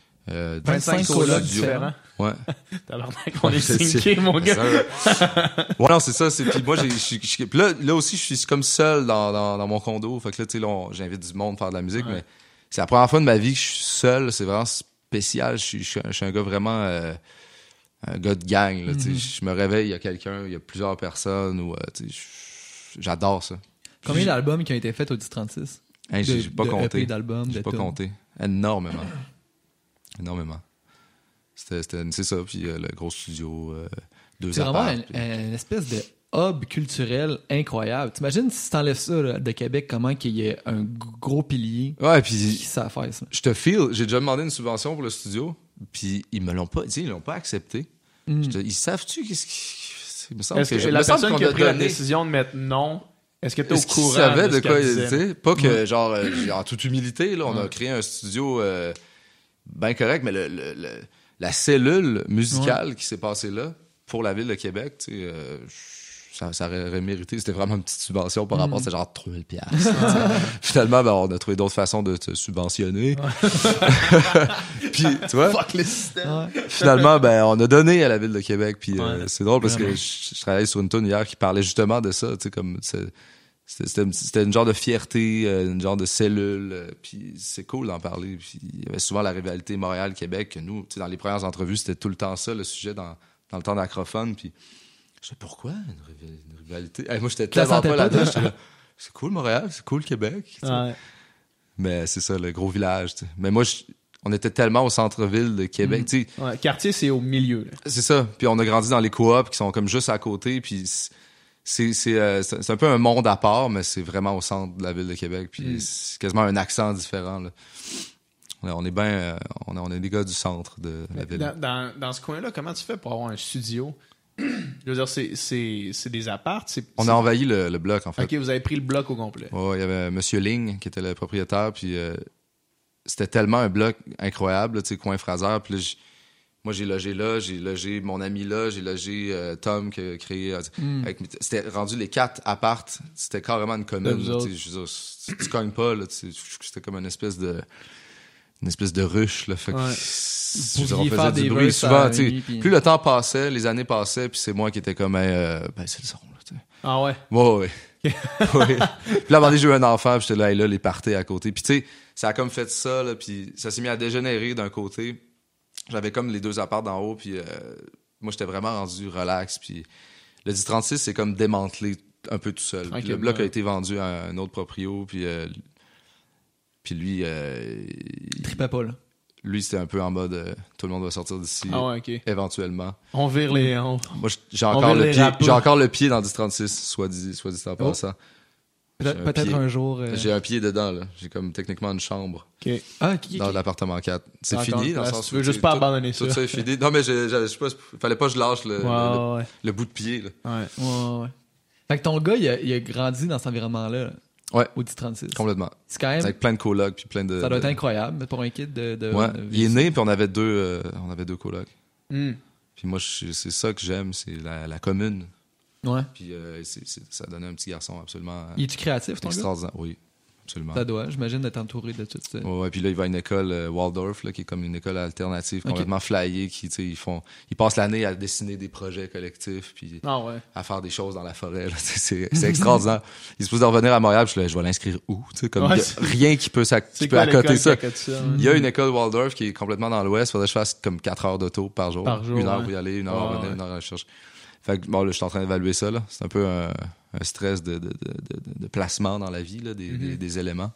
25 colocs différents. Ouais. On est synqués, mon gars. Ouais, non, c'est ça. Puis moi, puis là aussi, je suis comme seul dans mon condo. Fait que là, tu sais, j'invite du monde à faire de la musique, mais c'est la première fois de ma vie que je suis seul. C'est vraiment spécial. Je suis un gars vraiment... un gars de gang, là, je me réveille, il y a quelqu'un, il y a plusieurs personnes, ou j'adore ça. Combien d'albums qui ont été faits au 1036? J'ai pas compté. EP d'albums, j'ai pas compté. Énormément. C'est ça, puis le gros studio, 2 c'est apparts. C'est vraiment une espèce de hub culturel incroyable. T'imagines si t'enlèves ça là, de Québec, comment qu'il y ait un gros pilier qui sait faire ça? Je te feel, j'ai déjà demandé une subvention pour le studio, puis ils me l'ont pas, ils l'ont pas accepté. Ils savent-tu qu'est-ce qui... Il me semble est-ce que la personne qui a pris la décision de mettre non, est-ce que tu es au courant qu'ils savaient de quoi ils disaient? Pas que, genre, en toute humilité, là, on a créé un studio bien correct, mais la cellule musicale qui s'est passée là, pour la ville de Québec, tu sais, ça aurait mérité. C'était vraiment une petite subvention par rapport, c'était genre 3000 $. Finalement, on a trouvé d'autres façons de te subventionner. Puis, tu vois, fuck le système. Finalement, on a donné à la ville de Québec. Puis c'est drôle parce que je travaillais sur une tune hier qui parlait justement de ça. Tu sais, comme c'était une genre de fierté, une genre de cellule. Puis c'est cool d'en parler. Puis il y avait souvent la rivalité Montréal-Québec. Que nous, tu sais, dans les premières entrevues, c'était tout le temps ça, le sujet dans le temps d'Acrophone. Puis je sais pourquoi une rivalité. Moi, j'étais tellement pas là-dedans. C'est cool Montréal, c'est cool Québec. Mais c'est ça, le gros village. T'sais. Mais moi, on était tellement au centre-ville de Québec. Quartier, c'est au milieu. Là. C'est ça. Puis on a grandi dans les coops qui sont comme juste à côté. Puis c'est un peu un monde à part, mais c'est vraiment au centre de la ville de Québec. Puis c'est quasiment un accent différent. Là. On est bien... on est des gars du centre de la ville. Dans ce coin-là, comment tu fais pour avoir un studio? Je veux dire, c'est des apparts. On a envahi le bloc, en fait. OK, vous avez pris le bloc au complet. Ouais, il y avait Monsieur Ling qui était le propriétaire, puis c'était tellement un bloc incroyable, tu sais, coin Fraser. Puis là, moi, j'ai logé mon ami là, j'ai logé Tom qui a créé... c'était rendu les 4 appartes, c'était carrément une commune. Là, je veux dire, tu cognes pas, là, c'était comme une espèce de ruche, là. Fait que, on faisait du bruit souvent, tu sais. Plus le temps passait, les années passaient, puis c'est moi qui étais comme, c'est le son, là, tu sais. Ah ouais? Ouais. Puis là, à un moment donné, j'ai eu un enfant, puis j'étais là, les parties à côté. Puis tu sais, ça a comme fait ça, là, puis ça s'est mis à dégénérer d'un côté. J'avais comme les 2 apparts d'en haut, puis moi, j'étais vraiment rendu relax, puis le 1036, c'est comme démantelé un peu tout seul. Okay, le bloc a été vendu à un autre proprio, puis lui... il tripait pas, là. lui, c'était un peu en mode tout le monde va sortir d'ici Ah ouais, ok. éventuellement. On vire les... Moi, j'ai On encore vire les j'ai rappeurs. encore le pied dans 1036, soit dit en passant. Peut-être pied. un jour. J'ai un pied dedans, là. J'ai comme techniquement une chambre Ok. Ah, ok. dans l'appartement 4. C'est Encore fini, une dans le place. sens Tu veux où, juste tu sais, pas tout- abandonner Tout ça. ça est fini. Non, mais je sais pas, fallait pas que je lâche Ouais. le bout de pied, là. Ouais. Ouais. Fait que ton gars, il a grandi dans cet environnement-là, là, Ouais, au 1036. complètement. C'est quand même. Avec plein de colocs, puis plein de... Ça doit être incroyable pour un kid de Ouais, de il est vivre né, puis on avait deux colocs. Hmm. Puis moi, c'est ça que j'aime, c'est la commune. ça. Ouais. Puis ça donnait un petit garçon absolument Il est-tu créatif, ton gars? extraordinaire. Oui, absolument. Ça doit, j'imagine, d'être entouré de tout ça. Ouais, puis là, il va à une école Waldorf, là, qui est comme une école alternative Ok. complètement flyée, qui, tu sais, ils passent l'année à dessiner des projets collectifs, puis Ah ouais. à faire des choses dans la forêt, là. C'est extraordinaire. Il se pose de revenir à Montréal, puis je suis là, je vais l'inscrire où? Tu sais, comme, Ouais, il y a c'est- rien qui peut C'est peut quoi accoter l'école ça. qui accote ça? Il y a une école Waldorf qui est complètement dans l'ouest. Faudrait que je fasse comme 4 heures d'auto par jour. Par jour, 1 heure ouais. pour y aller, 1 heure à Ouais, revenir, ouais. 1 heure à la recherche. Fait que bon, là, je suis en train d'évaluer ça, là. C'est un peu un stress de placement dans la vie, là, des éléments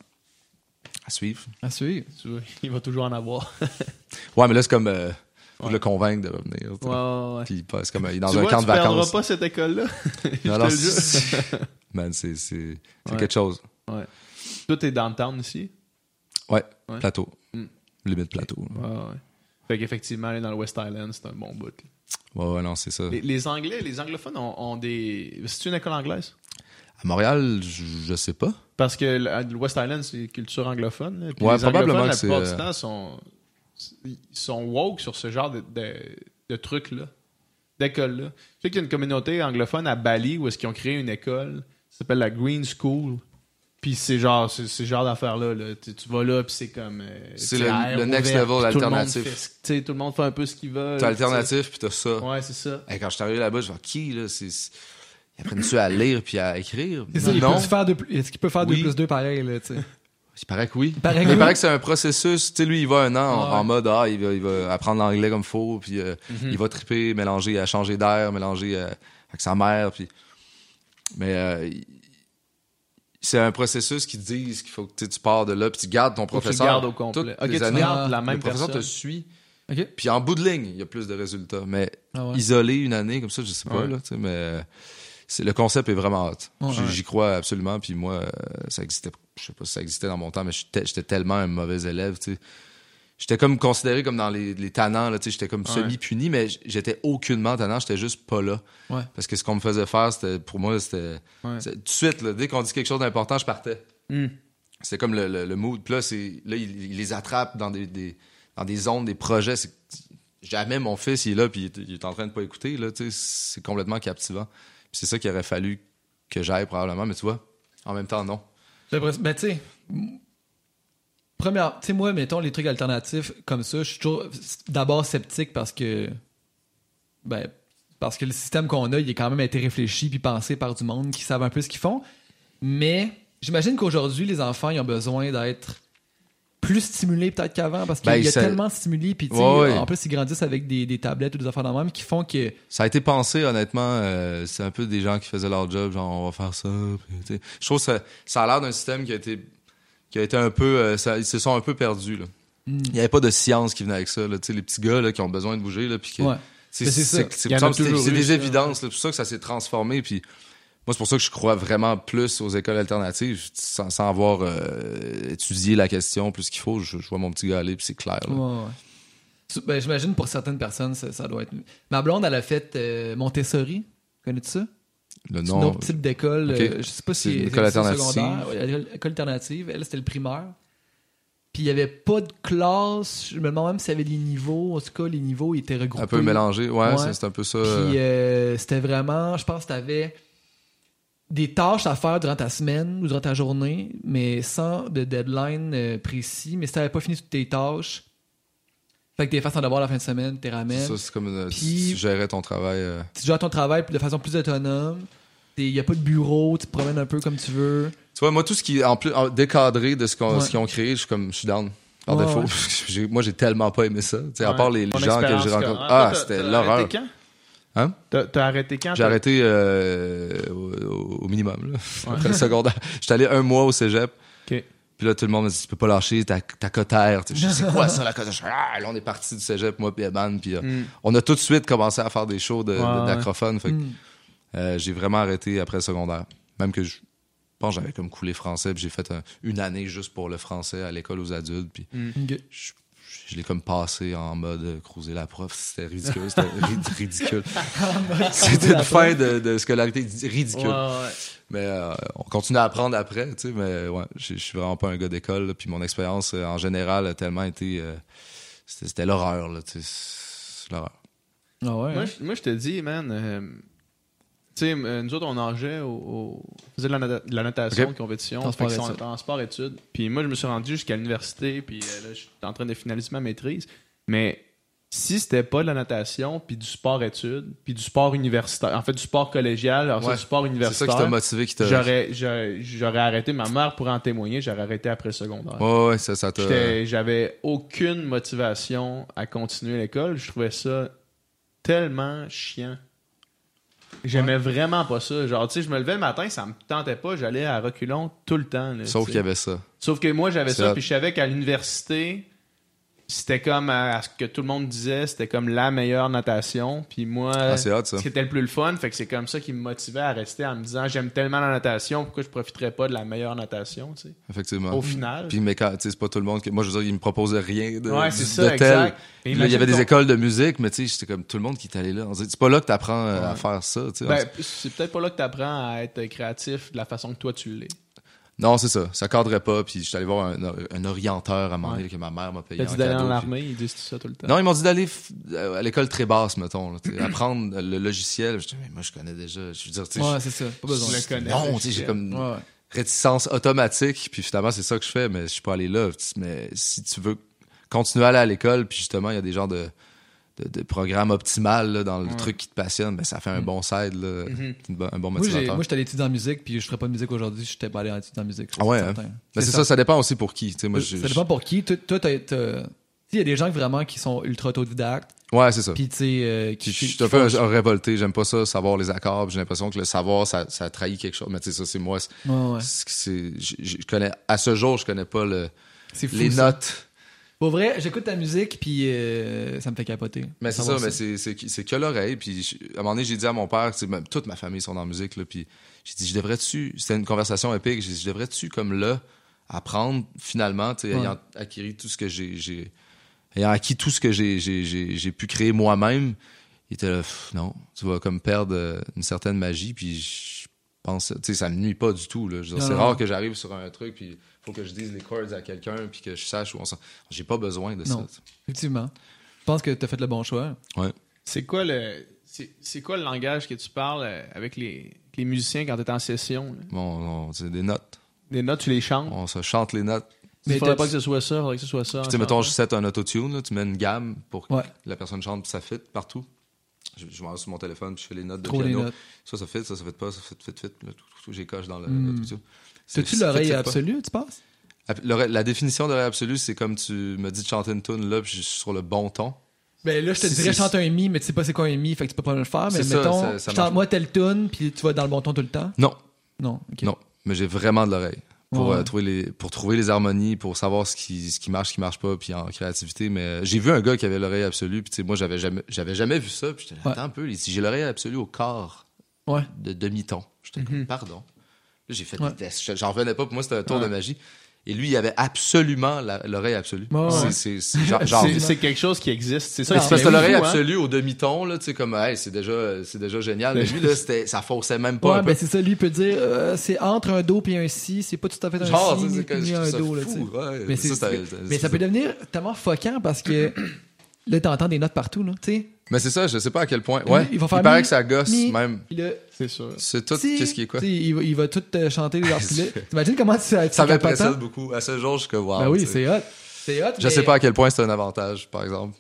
à suivre. À suivre. Tu vois, il va toujours en avoir. Ouais, mais là, c'est comme pour Ouais. le convaincre de revenir. tu sais. Ouais. Puis c'est comme il est dans Tu un vois, camp tu de vacances. perdras pas cette école-là. Je Non, non, te le jure. Man, c'est Ouais. quelque chose. Ouais. Toi, t'es downtown ici? Ouais, Ouais. plateau. Mm. Limite plateau. là. Ouais. Fait qu'effectivement, aller dans le West Island, c'est un bon bout. Ouais, non, c'est ça. Les Anglais, les anglophones ont des... C'est une école anglaise? À Montréal, je sais pas. Parce que le West Island, c'est culture anglophone. Là. Puis Ouais, les probablement anglophones, que la plupart c'est, du temps, ils sont woke sur ce genre de trucs-là, d'écoles-là. Je sais qu'il y a une communauté anglophone à Bali où est-ce qu'ils ont créé une école qui s'appelle la Green School. Puis c'est genre, ce genre d'affaires-là. Là. Tu vas là, puis c'est comme... C'est tu sais, air le next ouvert, level puis tout le monde alternatif. fait tu sais, tout le monde fait un peu ce qu'il veut. T'as alternatif, puis t'as ça. Ouais, c'est ça. Hey, quand je suis arrivé là-bas, je me qui, là? Ils apprennent-tu à lire puis à écrire? C'est ça, Non. est-ce qu'il peut faire 2 Oui. plus 2 pareil, là, tu sais? Il paraît que oui. paraît que Mais il oui. paraît que c'est un processus. Tu sais, lui, il va 1 an Ouais. en mode, il va apprendre l'anglais comme faut, puis il va triper, mélanger, à changer d'air, mélanger avec sa mère, puis... Mais c'est un processus qui dit qu'il faut que tu pars de là, puis tu gardes ton Faut que tu le professeur. gardes au complet. Toutes Ok, les tu années, gardes la le même professeur personne. te suit. OK. Puis en bout de ligne, il y a plus de résultats. Mais Ah ouais. isolé une année comme ça, je sais pas, Ouais. là, tu sais, mais le concept est vraiment hot. Ouais. J'y crois absolument. Puis moi, ça existait, je sais pas si ça existait dans mon temps, mais j'étais tellement un mauvais élève, tu sais. J'étais comme considéré comme dans les tannants, là, tu sais, j'étais comme Ouais. semi-puni, mais j'étais aucunement tannant, j'étais juste pas là. Ouais. Parce que ce qu'on me faisait faire, pour moi, c'était Ouais. tout de suite, là, dès qu'on dit quelque chose d'important, je partais. Hmm. C'est comme le mood. Puis là, il les attrape dans des zones, des projets. Jamais mon fils, il est là, puis il est en train de pas écouter. Là, tu sais, c'est complètement captivant. Puis c'est ça qu'il aurait fallu que j'aille probablement, mais tu vois, en même temps, non. J'ai l'impression- Ben, tu sais, tu sais, moi, mettons, les trucs alternatifs comme ça, je suis toujours d'abord sceptique parce que le système qu'on a, il est quand même été réfléchi puis pensé par du monde qui savent un peu ce qu'ils font. Mais j'imagine qu'aujourd'hui, les enfants, ils ont besoin d'être plus stimulés peut-être qu'avant parce qu'il y a tellement de stimuli puis tu sais, Ouais. en plus, ils grandissent avec des tablettes ou des affaires de même qui font que... Ça a été pensé, honnêtement, c'est un peu des gens qui faisaient leur job, genre on va faire ça. Puis, tu sais. Je trouve que ça a l'air d'un système qui a été un peu... ils se sont un peu perdus. Là. Il n'y avait pas de science qui venait avec ça. Là. Tu sais, les petits gars là, qui ont besoin de bouger, là, puis que... Ouais. C'est Mais c'est ça. Il y en a c'est toujours eu, des ça. évidences. là. C'est pour ça que ça s'est transformé. Puis moi, c'est pour ça que je crois vraiment plus aux écoles alternatives. Sans avoir étudié la question plus qu'il faut, je vois mon petit gars aller, puis c'est clair. Là. Ouais. Ben, j'imagine pour certaines personnes, ça doit être... Ma blonde, elle a fait Montessori. Connais-tu ça? Le C'est nom... une autre type d'école. Ok. Je sais pas C'est si une école c'est alternative. secondaire. Ouais, l'école alternative. Elle, c'était le primaire. Puis il n'y avait pas de classe. Je me demande même s'il y avait des niveaux. En tout cas, les niveaux ils étaient regroupés. Un peu mélangé. Ouais, Ouais. c'est un peu ça. Puis c'était vraiment... Je pense que tu avais des tâches à faire durant ta semaine ou durant ta journée, mais sans de deadline précis. Mais si tu n'avais pas fini toutes tes tâches, fait que tu fasses ton devoir la fin de semaine, tu les ramènes. Ça, c'est comme Puis- si tu gérais ton travail. Tu gères ton travail de façon plus autonome. Il n'y a pas de bureau, tu te promènes un peu comme tu veux. Tu vois, moi, tout ce qui est décadré de ce Ouais. qu'ils ont créé, je suis down. Par Ouais, défaut. ouais. Moi, j'ai tellement pas aimé ça. Tu sais, à Ouais. part les Ton gens que expérience j'ai rencontrés. scolaire. Ah, Toi, c'était t'as l'horreur. arrêté quand? Hein? T'as arrêté quand? J'ai arrêté au minimum, là. Après le secondaire. J'étais allé 1 mois au cégep. OK. Puis là, tout le monde me dit, tu peux pas lâcher ta cotère. Je dis, c'est quoi ça, la cotère? Là, on est parti du cégep, moi puis Eban. Puis on a tout de suite commencé à faire des shows d'acrophone. Fait que j'ai vraiment arrêté après le secondaire. Même que je pense que j'avais comme coulé français. Puis j'ai fait une année juste pour le français à l'école aux adultes. Puis je l'ai comme passé en mode cruiser la prof. C'était ridicule. C'était ridicule. C'était une fin de scolarité ridicule. Ouais. Mais on continue à apprendre après, tu sais. Mais ouais, je suis vraiment pas un gars d'école. Là, puis mon expérience en général a tellement été... c'était l'horreur, là, tu sais. C'est l'horreur. Ah ouais, moi, je te dis, man... tu sais, nous autres, on nageait on faisait de la natation, compétition, en sport-études. Puis moi, je me suis rendu jusqu'à l'université, puis là, je suis en train de finaliser ma maîtrise. Mais si c'était pas de la natation, puis du sport-études, puis du sport universitaire, en fait, du sport collégial, alors du sport universitaire... C'est ça qui t'a motivé, j'aurais arrêté, ma mère pourrait en témoigner, j'aurais arrêté après le secondaire. Ouais, ça t'a... J'avais aucune motivation à continuer l'école. Je trouvais ça tellement chiant. J'aimais vraiment pas ça. Genre, tu sais, je me levais le matin, ça me tentait pas, j'allais à reculons tout le temps. Là, sauf qu'il y avait ça. Sauf que moi, j'avais ça, puis je savais qu'à l'université, c'était comme, à ce que tout le monde disait, c'était comme la meilleure natation. Puis moi, c'est hot, ça. C'était le plus le fun, fait que c'est comme ça qui me motivait à rester en me disant, j'aime tellement la natation, pourquoi je profiterais pas de la meilleure natation, tu sais. Effectivement. Au final. Puis, mais quand, tu sais, c'est pas tout le monde moi, je veux dire, ils me proposaient rien de, ouais, c'est ça, de tel. exact. Puis là, il y avait des écoles de musique, mais tu sais, c'était comme tout le monde qui est allé là. On dit, c'est pas là que t'apprends à faire ça, tu sais. Ben, c'est peut-être pas là que t'apprends à être créatif de la façon que toi tu l'es. Non, c'est ça. Ça cadrait pas. Puis j'étais allé voir un orienteur à un moment donné que ma mère m'a payé. T'as dit d'aller dans l'armée, ils disent tout ça tout le temps. Non, ils m'ont dit d'aller à l'école très basse, mettons. Là, apprendre le logiciel. Je dis, mais moi, je connais déjà. Je veux dire, tu sais. Ouais, c'est ça. Pas besoin. Je le connais. Non, tu sais, j'ai comme réticence automatique. Puis finalement, c'est ça que je fais, mais je suis pas allé là. Mais si tu veux continuer à aller à l'école, puis justement, il y a des genres de programme optimal là, dans le truc qui te passionne, ben, ça fait un bon side, là, un bon motivateur. Moi, j'étais allé étudier en musique, puis je ferais pas de musique aujourd'hui si j'étais pas allé étudier en musique. Ah ouais, hein? Mais c'est ça dépend aussi pour qui. Moi, ça dépend pour qui. Toi, il y a des gens vraiment qui sont ultra autodidactes. Ouais, c'est ça. Puis, tu sais, je suis un peu un révolté. J'aime pas ça, savoir les accords. J'ai l'impression que le savoir, ça trahit quelque chose. Mais tu sais, ça, c'est moi. Je connais, à ce jour, je connais pas les notes. Pour vrai, j'écoute ta musique, puis ça me fait capoter. Mais c'est ça, mais c'est que l'oreille. Puis à un moment donné, j'ai dit à mon père, même toute ma famille sont dans la musique, là, puis j'ai dit, c'était une conversation épique, j'ai dit, je devrais-tu, comme là, apprendre finalement, tu sais, ayant acquis tout ce que ayant acquis tout ce que j'ai pu créer moi-même, il était là, non, tu vas comme perdre une certaine magie, puis je pense, tu sais, ça me nuit pas du tout, là. C'est rare que j'arrive sur un truc, puis faut que je dise les chords à quelqu'un puis que je sache où on s'en... J'ai pas besoin de ça. Effectivement. Je pense que tu as fait le bon choix. Ouais. C'est quoi le langage que tu parles avec les musiciens quand tu es en session? Bon, c'est des notes. Les notes, tu les chantes? On se chante les notes. Mais il faudrait pas que ce soit ça, il faudrait que ce soit ça. Tu sais, mettons, je set un autotune, là, tu mets une gamme pour que la personne chante puis ça fit partout. Je m'en vais sur mon téléphone puis je fais les notes de piano. Ça fit, ça fit pas, ça fit. J'ai coche dans l'autotune. T'as-tu l'oreille absolue, tu penses? La définition d'oreille absolue, c'est comme tu me dis de chanter une tune là, puis je suis sur le bon ton. Ben là, je te dirais chanter un mi, mais tu sais pas c'est quoi un mi, fait que tu peux pas le faire. Mais mettons, chante-moi telle tune, puis tu vas dans le bon ton tout le temps. Non. Non, ok. Non, mais j'ai vraiment de l'oreille pour trouver les harmonies, pour savoir ce qui marche pas, puis en créativité. Mais j'ai vu un gars qui avait l'oreille absolue, puis tu sais, moi j'avais jamais vu ça, puis j'étais là, attends un peu, si j'ai l'oreille absolue au quart de demi-ton, j'étais comme pardon. Là, j'ai fait des tests. J'en revenais pas. Pour moi, c'était un tour de magie. Et lui, il avait absolument l'oreille absolue. C'est quelque chose qui existe. C'est ça. C'est parce que l'oreille absolue au demi-ton, là, tu sais, comme, hey, c'est déjà génial. Mais lui, là, ça faussait même pas. Ouais, ben c'est ça. Lui, il peut dire, c'est entre un do et un si. C'est pas tout à fait un si ni un do, là, tu sais. Mais ça peut devenir tellement fuckant parce que là, t'entends des notes partout, là, tu sais. Mais c'est ça, je sais pas à quel point. Ouais, il paraît que ça gosse, même. C'est sûr. C'est tout, qu'est-ce qui est quoi? Il va tout chanter. T'imagines comment ça m'impressionne beaucoup. À ce jour, je suis comme, wow. Ben oui, c'est hot. Je sais pas à quel point c'est un avantage, par exemple.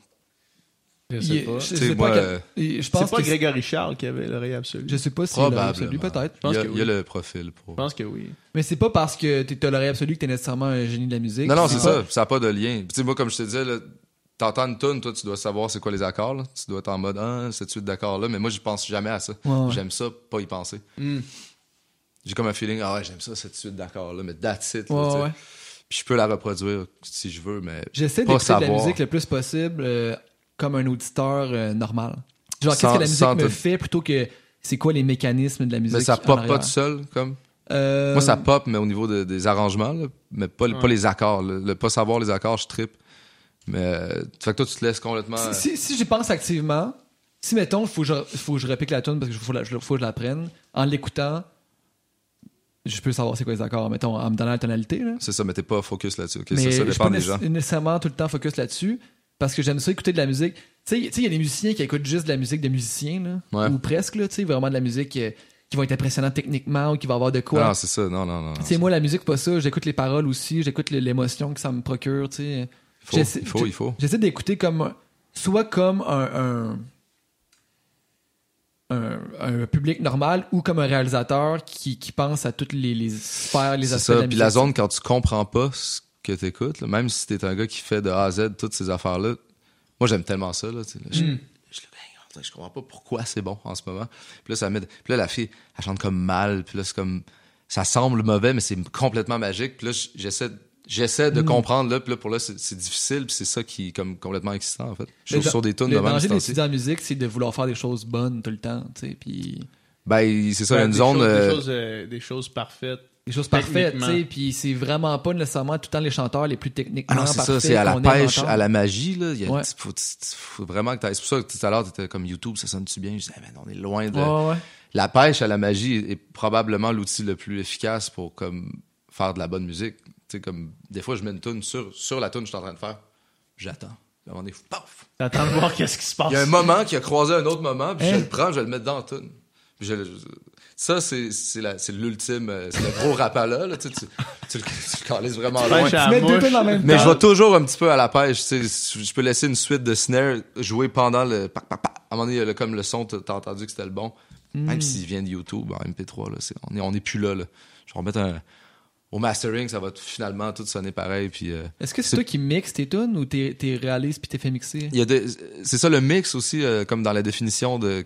Je sais pas. Je pense c'est pas Grégory Charles qui avait l'oreille absolue. Je sais pas si c'est l'oreille absolue, peut-être. Il y a le profil pour. Je pense que oui. Mais c'est pas parce que t'as l'oreille absolue que t'es nécessairement un génie de la musique. Non, c'est ça. Ça n'a pas de lien. Tu sais, moi, comme je te disais, là, t'entends une tune, toi, tu dois savoir c'est quoi les accords, là. Tu dois être en mode, cette suite d'accords-là. Mais moi, je pense jamais à ça. J'aime ça, pas y penser. J'ai comme un feeling, j'aime ça, cette suite d'accords-là, mais that's it. Puis je peux la reproduire si je veux, mais J'essaie pas d'écouter de la savoir. musique le plus possible comme un auditeur normal. Genre, qu'est-ce Sans- que la musique sans me te- fait plutôt que c'est quoi les mécanismes de la musique. Mais ça en pop arrière. pas tout seul, comme. Euh, Moi, ça pop, mais au niveau des arrangements, là, mais pas les accords. Le pas savoir les accords, je trippe. Mais fait que toi, tu te laisses complètement. Si j'y pense activement, si mettons, il faut que je repique la tune parce qu'il faut que je la prenne, en l'écoutant, je peux savoir c'est quoi les accords, mettons, en me donnant la tonalité. Là. C'est ça, mais t'es pas focus là-dessus. Ok, Mais ça je suis dépend pas des gens. nécessairement tout le temps focus là-dessus parce que j'aime ça écouter de la musique. Tu sais, il y a des musiciens qui écoutent juste de la musique de musiciens, là, Ouais. ou presque, là, tu sais, vraiment de la musique qui va être impressionnante techniquement ou qui va avoir de quoi. Non, c'est ça. Non. Tu sais, moi, la musique, pas ça. J'écoute les paroles aussi. J'écoute l'émotion que ça me procure, tu sais. Il faut. J'essaie d'écouter soit comme un public normal ou comme un réalisateur qui pense à toutes les sphères, les C'est aspects de ça. la Puis musique. la zone, quand tu comprends pas ce que t'écoutes, là, même si t'es un gars qui fait de A à Z toutes ces affaires-là, moi, j'aime tellement ça. Là, tu sais, là, je comprends pas pourquoi c'est bon en ce moment. Puis là, puis là, la fille, elle chante comme mal. Puis là, c'est comme... Ça semble mauvais, mais c'est complètement magique. Puis là, j'essaie de comprendre. Là, puis là, pour là, c'est difficile. Puis c'est ça qui est comme complètement excitant, en fait. Je suis sur des tunes de Le même. danger ce temps-ci. d'étudier en musique, c'est de vouloir faire des choses bonnes tout le temps, tu sais, puis Ben, c'est ça, il y a une Des zone... choses- des choses parfaites. des choses parfaites, tu Techniquement. sais, puis c'est vraiment pas nécessairement tout le temps les chanteurs les plus techniquement Ah non, c'est ça, parfaits c'est à la qu'on aime pêche, entendre. à la magie, là. Ouais. Faut vraiment que t'ailles. C'est pour ça que tout à l'heure, t'étais comme YouTube, ça sonne-tu bien? Je disais, man, on est loin de. Ouais. La pêche à la magie est probablement l'outil le plus efficace pour comme faire de la bonne musique. Tu sais, comme des fois, je mets une tune sur la tune que je suis en train de faire. J'attends. À un moment donné, paf! T'attends de voir qu'est-ce qui se passe. Il y a un moment qui a croisé un autre moment, puis Hein? je le prends, je vais le mettre dans la tune. Puis ça, c'est l'ultime, c'est le gros rapala, là. Tu le calisses vraiment loin. Pêche à Tu la mets deux mouche. tunes en même Mais temps. je vais toujours un petit peu à la pêche. Tu sais, je peux laisser une suite de snare jouer pendant le pac, pac, pac. À un moment donné, il y a comme le son, t'as entendu que c'était le bon. Même s'il vient de YouTube, en MP3, là, on est plus là. Je vais remettre au mastering, ça va finalement tout sonner pareil. Puis, Est-ce que c'est toi qui mixes tes tunes ou t'es réalises puis t'es fait mixer? il y a c'est ça le mix aussi, comme dans la définition de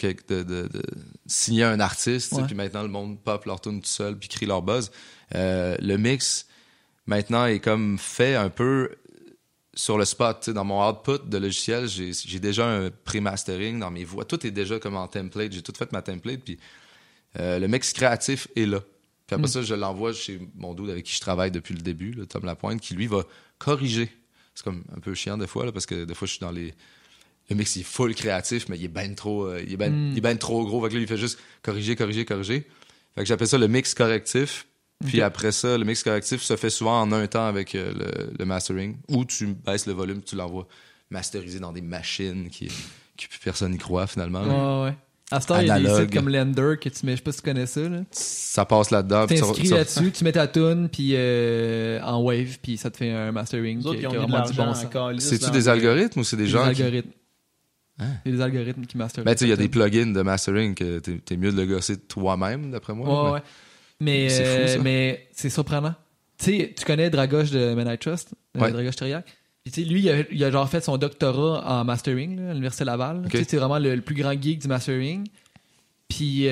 signer un artiste. tu sais, Ouais. Puis maintenant, le monde pop leur tune tout seul puis crie leur buzz. Le mix, maintenant, est comme fait un peu sur le spot. Tu sais, dans mon output de logiciel, j'ai déjà un pré-mastering dans mes voix. Tout est déjà comme en template. J'ai tout fait ma template. Puis le mix créatif est là. Puis après ça, je l'envoie chez mon dude avec qui je travaille depuis le début, là, Tom Lapointe, qui lui va corriger. C'est comme un peu chiant des fois, là, parce que des fois, je suis dans les... Le mix, il est full créatif, mais il est ben trop, il est ben trop gros. Fait que là, il fait juste corriger. Fait que j'appelle ça le mix correctif. Puis après ça, le mix correctif se fait souvent en un temps avec le mastering, où tu baisses le volume, tu l'envoies masteriser dans des machines qui plus personne n'y croit, finalement. là. Ouais. À ce temps, il y a des Analogue. sites comme Lender que tu mets, je sais pas si tu connais ça, là. Ça passe là-dedans. Tu puis t'inscris là-dessus, tu mets ta tune puis en wave, puis ça te fait un mastering Les autres, qui ils a ont mis de vraiment du l'argent bon en sens. calice C'est-tu dans des les- algorithmes ou c'est des C'est gens des qui... algorithmes. Hein? C'est des algorithmes qui masterisent. Ben, tu sais, il y a ta des tune. plugins de mastering que t'es mieux de le gosser toi-même, d'après moi. Ouais. Mais C'est fou, ça. mais c'est surprenant. Tu sais, tu connais Dragoche de Men I Trust, Ouais. Dragoche Teriac. Puis tu sais, lui, il a genre fait son doctorat en mastering là, à l'Université Laval. Ok. Tu sais, c'est vraiment le plus grand geek du mastering. Puis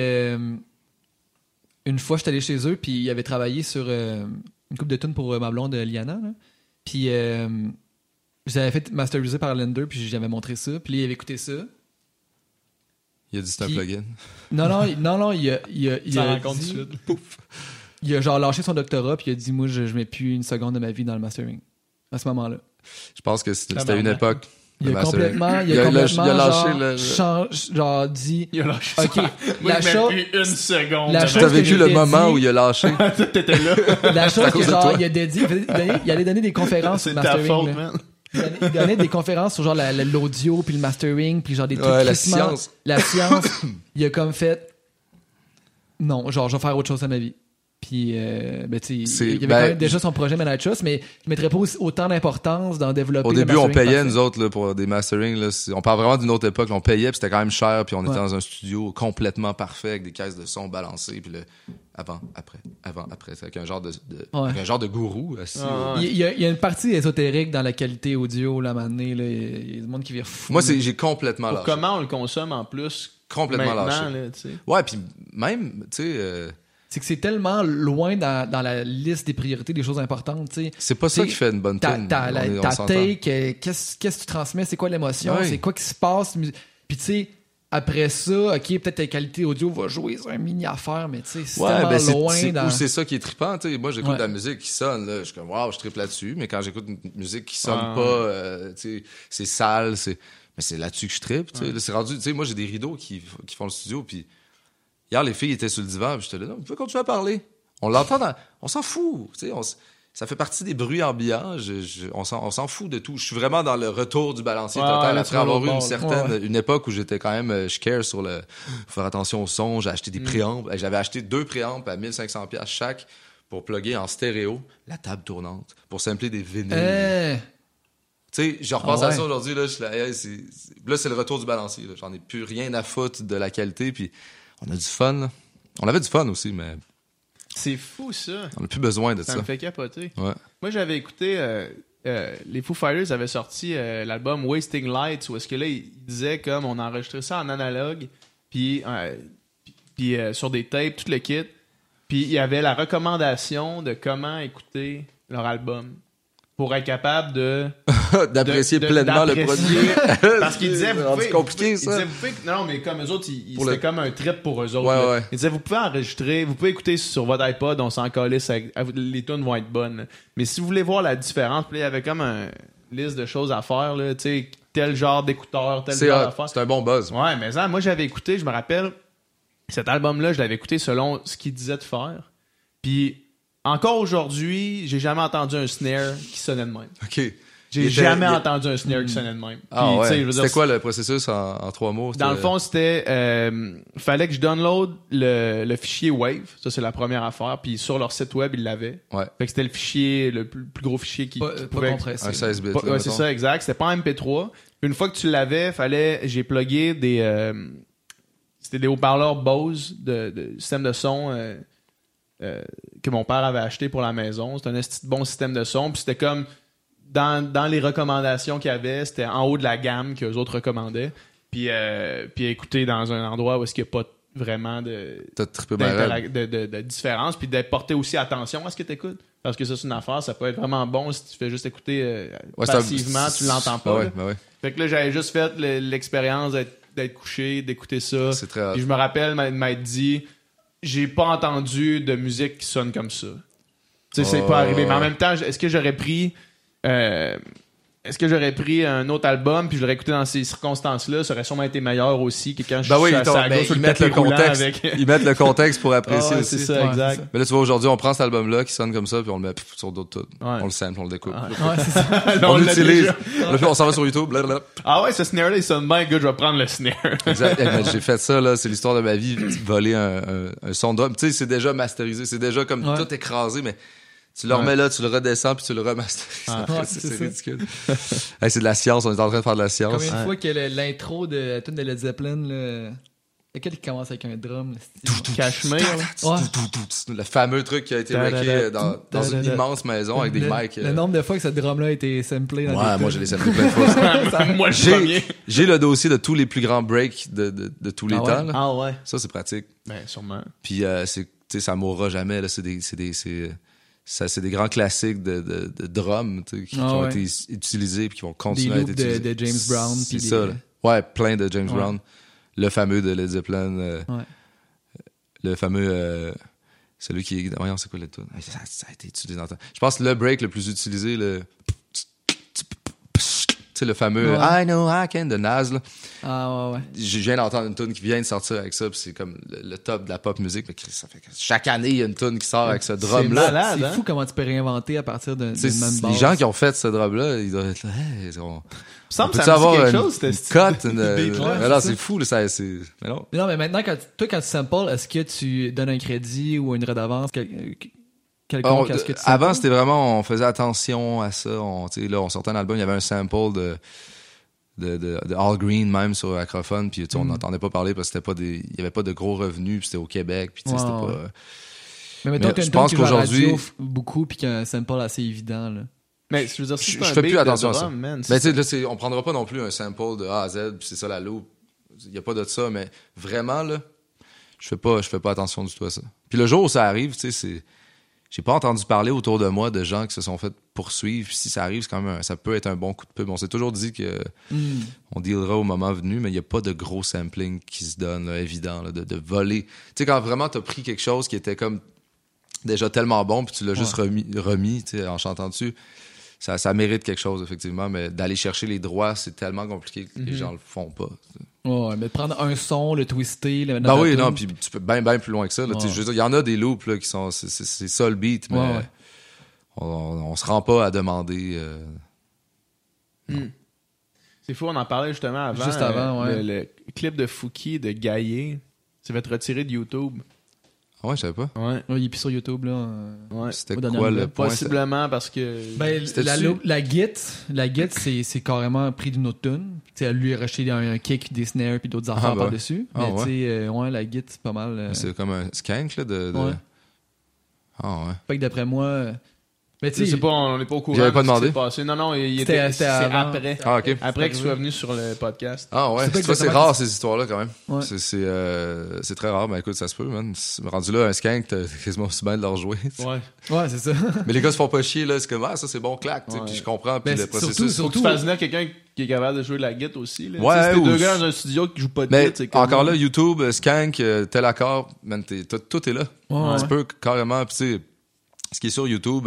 une fois, j'étais allé chez eux, puis il avait travaillé sur une coupe de tunes pour ma blonde Liana. Là. Puis j'avais fait masteriser par Lender, puis j'avais montré ça. Puis lui, il avait écouté ça. Il a dit c'est un Puis- plugin. Non, il a Ça rencontre dit- tout de suite. il a genre lâché son doctorat, puis il a dit, moi, je mets plus une seconde de ma vie dans le mastering. À ce moment-là. Je pense que c'était une Tabarnak. époque. Il le a mastering. complètement, Il a lâché genre, le- genre dit, Il a lâché OK, ça. Moi, la je mets chose, plus une seconde. la de chose ma- T'as vécu que le j'ai moment dit- où il a lâché. T'étais là. la chose à que cause de genre, toi. il a dédié, il allait donner des conférences sur C'est le ta mastering. faute, là. man. Il donnait des conférences sur genre l'audio, puis le mastering, puis genre des trucs Ouais, la crissement- science. La science. Il a comme fait, non, genre, je vais faire autre chose à ma vie. Puis, ben, tu sais, il y avait quand même déjà son projet Manachos, mais il mettrait pas autant d'importance dans développer. Au le début, on mastering payait, parfait. nous autres, là, pour des masterings. Là, on parle vraiment d'une autre époque. On payait, puis c'était quand même cher, puis on était Ouais. dans un studio complètement parfait, avec des caisses de son balancées, puis le avant, après. C'est avec un genre Ouais. avec un genre de gourou. Assis, Ah, Il y a une partie ésotérique dans la qualité audio, là, à un moment donné, là. Il y a du monde qui vire fou. Moi, j'ai complètement Pour lâché. comment on le consomme en plus Complètement maintenant, lâché. là, tu sais. Ouais, puis même, tu sais... c'est que c'est tellement loin dans la liste des priorités des choses importantes, tu sais. C'est pas ça T'sais, qui fait une bonne tune. Ta take, qu'est-ce que tu transmets, c'est quoi l'émotion, Oui. c'est quoi qui se passe. Puis tu sais, après ça, ok, peut-être ta qualité audio va jouer sur un mini affaire, mais tu sais, c'est tellement loin dans... Ou c'est ça qui est trippant, tu sais. Moi, j'écoute Ouais. de la musique qui sonne, là. Je suis comme, waouh, je trippe là-dessus. Mais quand j'écoute une musique qui sonne pas, tu sais, c'est sale, mais c'est là-dessus que je trippe, tu sais. Là, c'est rendu, tu sais, moi, j'ai des rideaux qui font le studio, puis hier, les filles étaient sur le divan, puis j'étais là, non, vous pouvez continuer à parler. On l'entend on s'en fout, tu sais, ça fait partie des bruits ambiants, on s'en fout de tout. Je suis vraiment dans le retour du balancier total, après avoir eu une époque où j'étais quand même, je care sur le, faut faire attention au son, j'ai acheté des préampes, j'avais acheté 2 préampes à 1500$ chaque pour plugger en stéréo la table tournante, pour sampler des vinyles. Tu sais, je repense à ça aujourd'hui, là, je suis là, hey, là, c'est le retour du balancier, là. J'en ai plus rien à foutre de la qualité, puis on a du fun, là. On avait du fun aussi, mais C'est fou, ça. on n'a plus besoin de ça. Ça me fait capoter. Ouais. Moi, j'avais écé les Foo Fighters avaient sorti l'album Wasting Lights, où est-ce que là, ils disaient comme on enregistrait ça en analogue, puis sur des tapes, tout le kit. Puis il y avait la recommandation de comment écouter leur album pour être capable d'apprécier pleinement le produit. Parce qu'ils disaient, c'est compliqué, ça. Ils disaient, non, mais comme eux autres, Pour c'était comme un trip pour eux autres. Ouais, là. ouais. Ils disaient, vous pouvez enregistrer, vous pouvez écouter sur votre iPod, on s'en calisse, les tunes vont être bonnes. Mais si vous voulez voir la différence, puis là, il y avait comme une liste de choses à faire, là, tu sais, tel genre d'écouteur, tel genre d'affaire. C'est un bon buzz. Ouais, mais ça, moi, j'avais écouté, je me rappelle, cet album-là, je l'avais écouté selon ce qu'il disait de faire. Puis, encore aujourd'hui, j'ai jamais entendu un snare qui sonnait de même. OK. J'ai jamais entendu un snare qui sonnait de même. Ah Puis, ouais. tu sais, je veux dire, C'était quoi le processus en 3 mots? dans le fond, c'était... fallait que je download le fichier Wave. Ça, c'est la première affaire. Puis sur leur site web, ils l'avaient. Ouais. Fait que c'était le fichier, le plus gros fichier qui Pas pouvait... compressé. Un 16 bits. Ouais, là, c'est mettons. ça, exact. C'était pas en MP3. Puis une fois que tu l'avais, j'ai plugué des... c'était des haut-parleurs Bose de système de son que mon père avait acheté pour la maison. C'était un bon système de son. Puis c'était comme... Dans les recommandations qu'il y avait, c'était en haut de la gamme qu'eux autres recommandaient. Puis écouter dans un endroit où est-ce qu'il n'y a pas vraiment T'as trippé bien raide. de différence. Puis de porter aussi attention à ce que tu écoutes. Parce que ça, c'est une affaire. Ça peut être vraiment bon si tu fais juste écouter passivement, tu l'entends pas. Ouais, là. ouais. Fait que là, j'avais juste fait l'expérience d'être couché, d'écouter ça. C'est très hot. Puis je me rappelle m'être dit, j'ai pas entendu de musique qui sonne comme ça. Tu sais, c'est pas arrivé. Mais en même temps, est-ce que j'aurais pris un autre album puis je l'aurais écouté dans ces circonstances-là, ça aurait sûrement été meilleur aussi que quand je suis sur le ils mettent le tapis roulant contexte. avec... Ils mettent le contexte pour apprécier Ah ouais, aussi. c'est ça, exact. Mais là, tu vois, aujourd'hui, on prend cet album-là qui sonne comme ça, puis on le met sur d'autres tunes. Ouais. On le sample, on le découpe. Ouais, c'est ça. On l'a l'utilise. déjà. On s'en va sur YouTube. Blablabla. Ah ouais, ce snare-là, il sonne bien, good, je vais prendre le snare. Exact. Mais j'ai fait ça, là. C'est l'histoire de ma vie. Voler un son de drum. Tu sais, c'est déjà masterisé. C'est déjà comme tout écrasé, mais tu le remets là, tu le redescends, puis tu le remasterises. Ouais, c'est ça. ridicule. Hey, c'est de la science. On est en train de faire de la science. Combien de fois que l'intro de la tune de Led Zeppelin, là, lequel qui commence avec un drum, là, Cashmere, là. Ouais. Le fameux truc qui a été wrecké dans une immense maison avec des mics. Le nombre de fois que ce drum-là a été samplé dans Ouais, des moi, tunes. je l'ai samplé plein de fois. Moi, le premier. J'ai le dossier de tous les plus grands breaks de tous les Ah ouais? temps. Là. Ah ouais. Ça, c'est pratique. Ben, sûrement. Puis, tu sais, ça mourra jamais. Là. C'est des grands classiques de drum tu sais, qui ont été utilisés puis qui vont Des continuer à être loops utilisés. de James Brown. C'est puis ça. Là. Ouais, plein de James Brown. Le fameux de Led Zeppelin. Ouais. Le fameux... celui qui est... Voyons, c'est quoi le tune? Ça a été utilisé dans le temps. Je pense que le break le plus utilisé, tu sais, le fameux I Know I Can de Nas, là. Ah ouais. Je viens d'entendre une tune qui vient de sortir avec ça, puis c'est comme le top de la pop musique. Mais ça fait que chaque année, il y a une tune qui sort avec ce drum-là. malade, C'est hein? fou comment tu peux réinventer à partir d'une Tu sais, même les base. gens qui ont fait ce drum-là, ils doivent être là. Hey, on semble peut que ça me dit avoir quelque une chose, cette cote, beat-là. mais là, c'est fou, là, c'est... Mais non. Mais non, mais maintenant, quand tu samples, est-ce que tu donnes un crédit ou une redevance quelconque à ce que tu samples? Avant, c'était vraiment, on faisait attention à ça. Tu sais, là, on sortait un album, il y avait un sample de All Green même sur Acrophone, puis tu sais, on n'entendait pas parler parce que il y avait pas de gros revenus, puis c'était au Québec, puis tu sais, c'était pas... Mais mettons Mais que je t'as une pense tune qui joue à la qu'aujourd'hui- radio beaucoup puis qu'un sample assez évident, là. Mais je veux dire, si Je c'est un fais plus beat de attention à ça. drum, man, Mais tu sais, là, on prendra pas non plus un sample de A à Z, puis c'est ça la loupe. Il y a pas de ça, mais vraiment, là, je fais pas attention du tout à ça. Puis le jour où ça arrive, tu sais, j'ai pas entendu parler autour de moi de gens qui se sont fait poursuivre. Puis si ça arrive, c'est quand même ça peut être un bon coup de pub. On s'est toujours dit que on dealera au moment venu, mais il y a pas de gros sampling qui se donne, là, évident, là, de voler. Tu sais, quand vraiment t'as pris quelque chose qui était comme déjà tellement bon, puis tu l'as juste remis, tu sais, en chantant dessus, ça mérite quelque chose, effectivement, mais d'aller chercher les droits, c'est tellement compliqué que les gens le font pas. Ouais, mais prendre un son, le twister, le mettre Ben dans oui, la non, tune. puis tu peux bien plus loin que ça. Là, je veux dire, il y en a des loops là, qui sont... C'est ça le beat, mais on se rend pas à demander... C'est fou, on en parlait justement avant. Juste avant, ouais. Le clip de Fouki de Gaillé s'est fait retirer de YouTube. Ah ouais, je savais pas. Ouais. Ouais, il est plus sur YouTube, là. Ouais. C'était Aux quoi dernières le nouvelles. point? Possiblement parce que. Ben, C'était la dessus? git, c'est carrément pris d'une autre tune. Tu sais, lui, il a racheté un kick, des snares puis d'autres affaires bah. par-dessus. Ah, Mais ouais. tu sais, ouais, la git, c'est pas mal. C'est comme un skank, là, de... Ouais. Ah ouais. Fait que d'après moi... Mais je tu sais sais, pas, on n'est pas au courant. J'avais pas de ce qui demandé. s'est passé. Non, C'était c'est avant. après. Ah, OK. Après qu'il soit venu sur le podcast. Ah ouais, C'est pas tu vois, c'est exactement rare ces histoires-là quand même. Ouais. C'est très rare, mais écoute, ça se peut, man. Rendu là, un skank, t'as quasiment aussi bien de leur jouer. Ouais. ouais, c'est ça. Mais les gars se font pas chier, là, c'est comme, ça c'est bon, clac, tu sais, Ouais. puis je comprends, puis Ben, le surtout- processus. Faut que tu fasses venir quelqu'un qui est capable de jouer de la guitare aussi. Là. Ouais, Tu sais, si t'es ou- deux gars dans un studio qui jouent pas de Mais guitare, c'est comme... encore là, YouTube, skank, tel accord, man, tout est là. Ouais, Tu ouais. peux carrément, puis tu sais, ce qui est sur YouTube,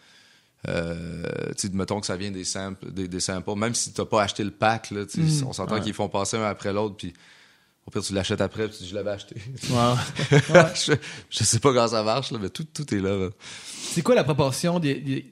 tu sais, mettons que ça vient des samples, même si t'as pas acheté le pack, là, tu sais, on s'entend qu'ils font passer un après l'autre, puis au pire, tu l'achètes après, puis tu dis, je l'avais acheté. Ouais. je sais pas comment ça marche, là, mais tout est là. Là. C'est quoi la proportion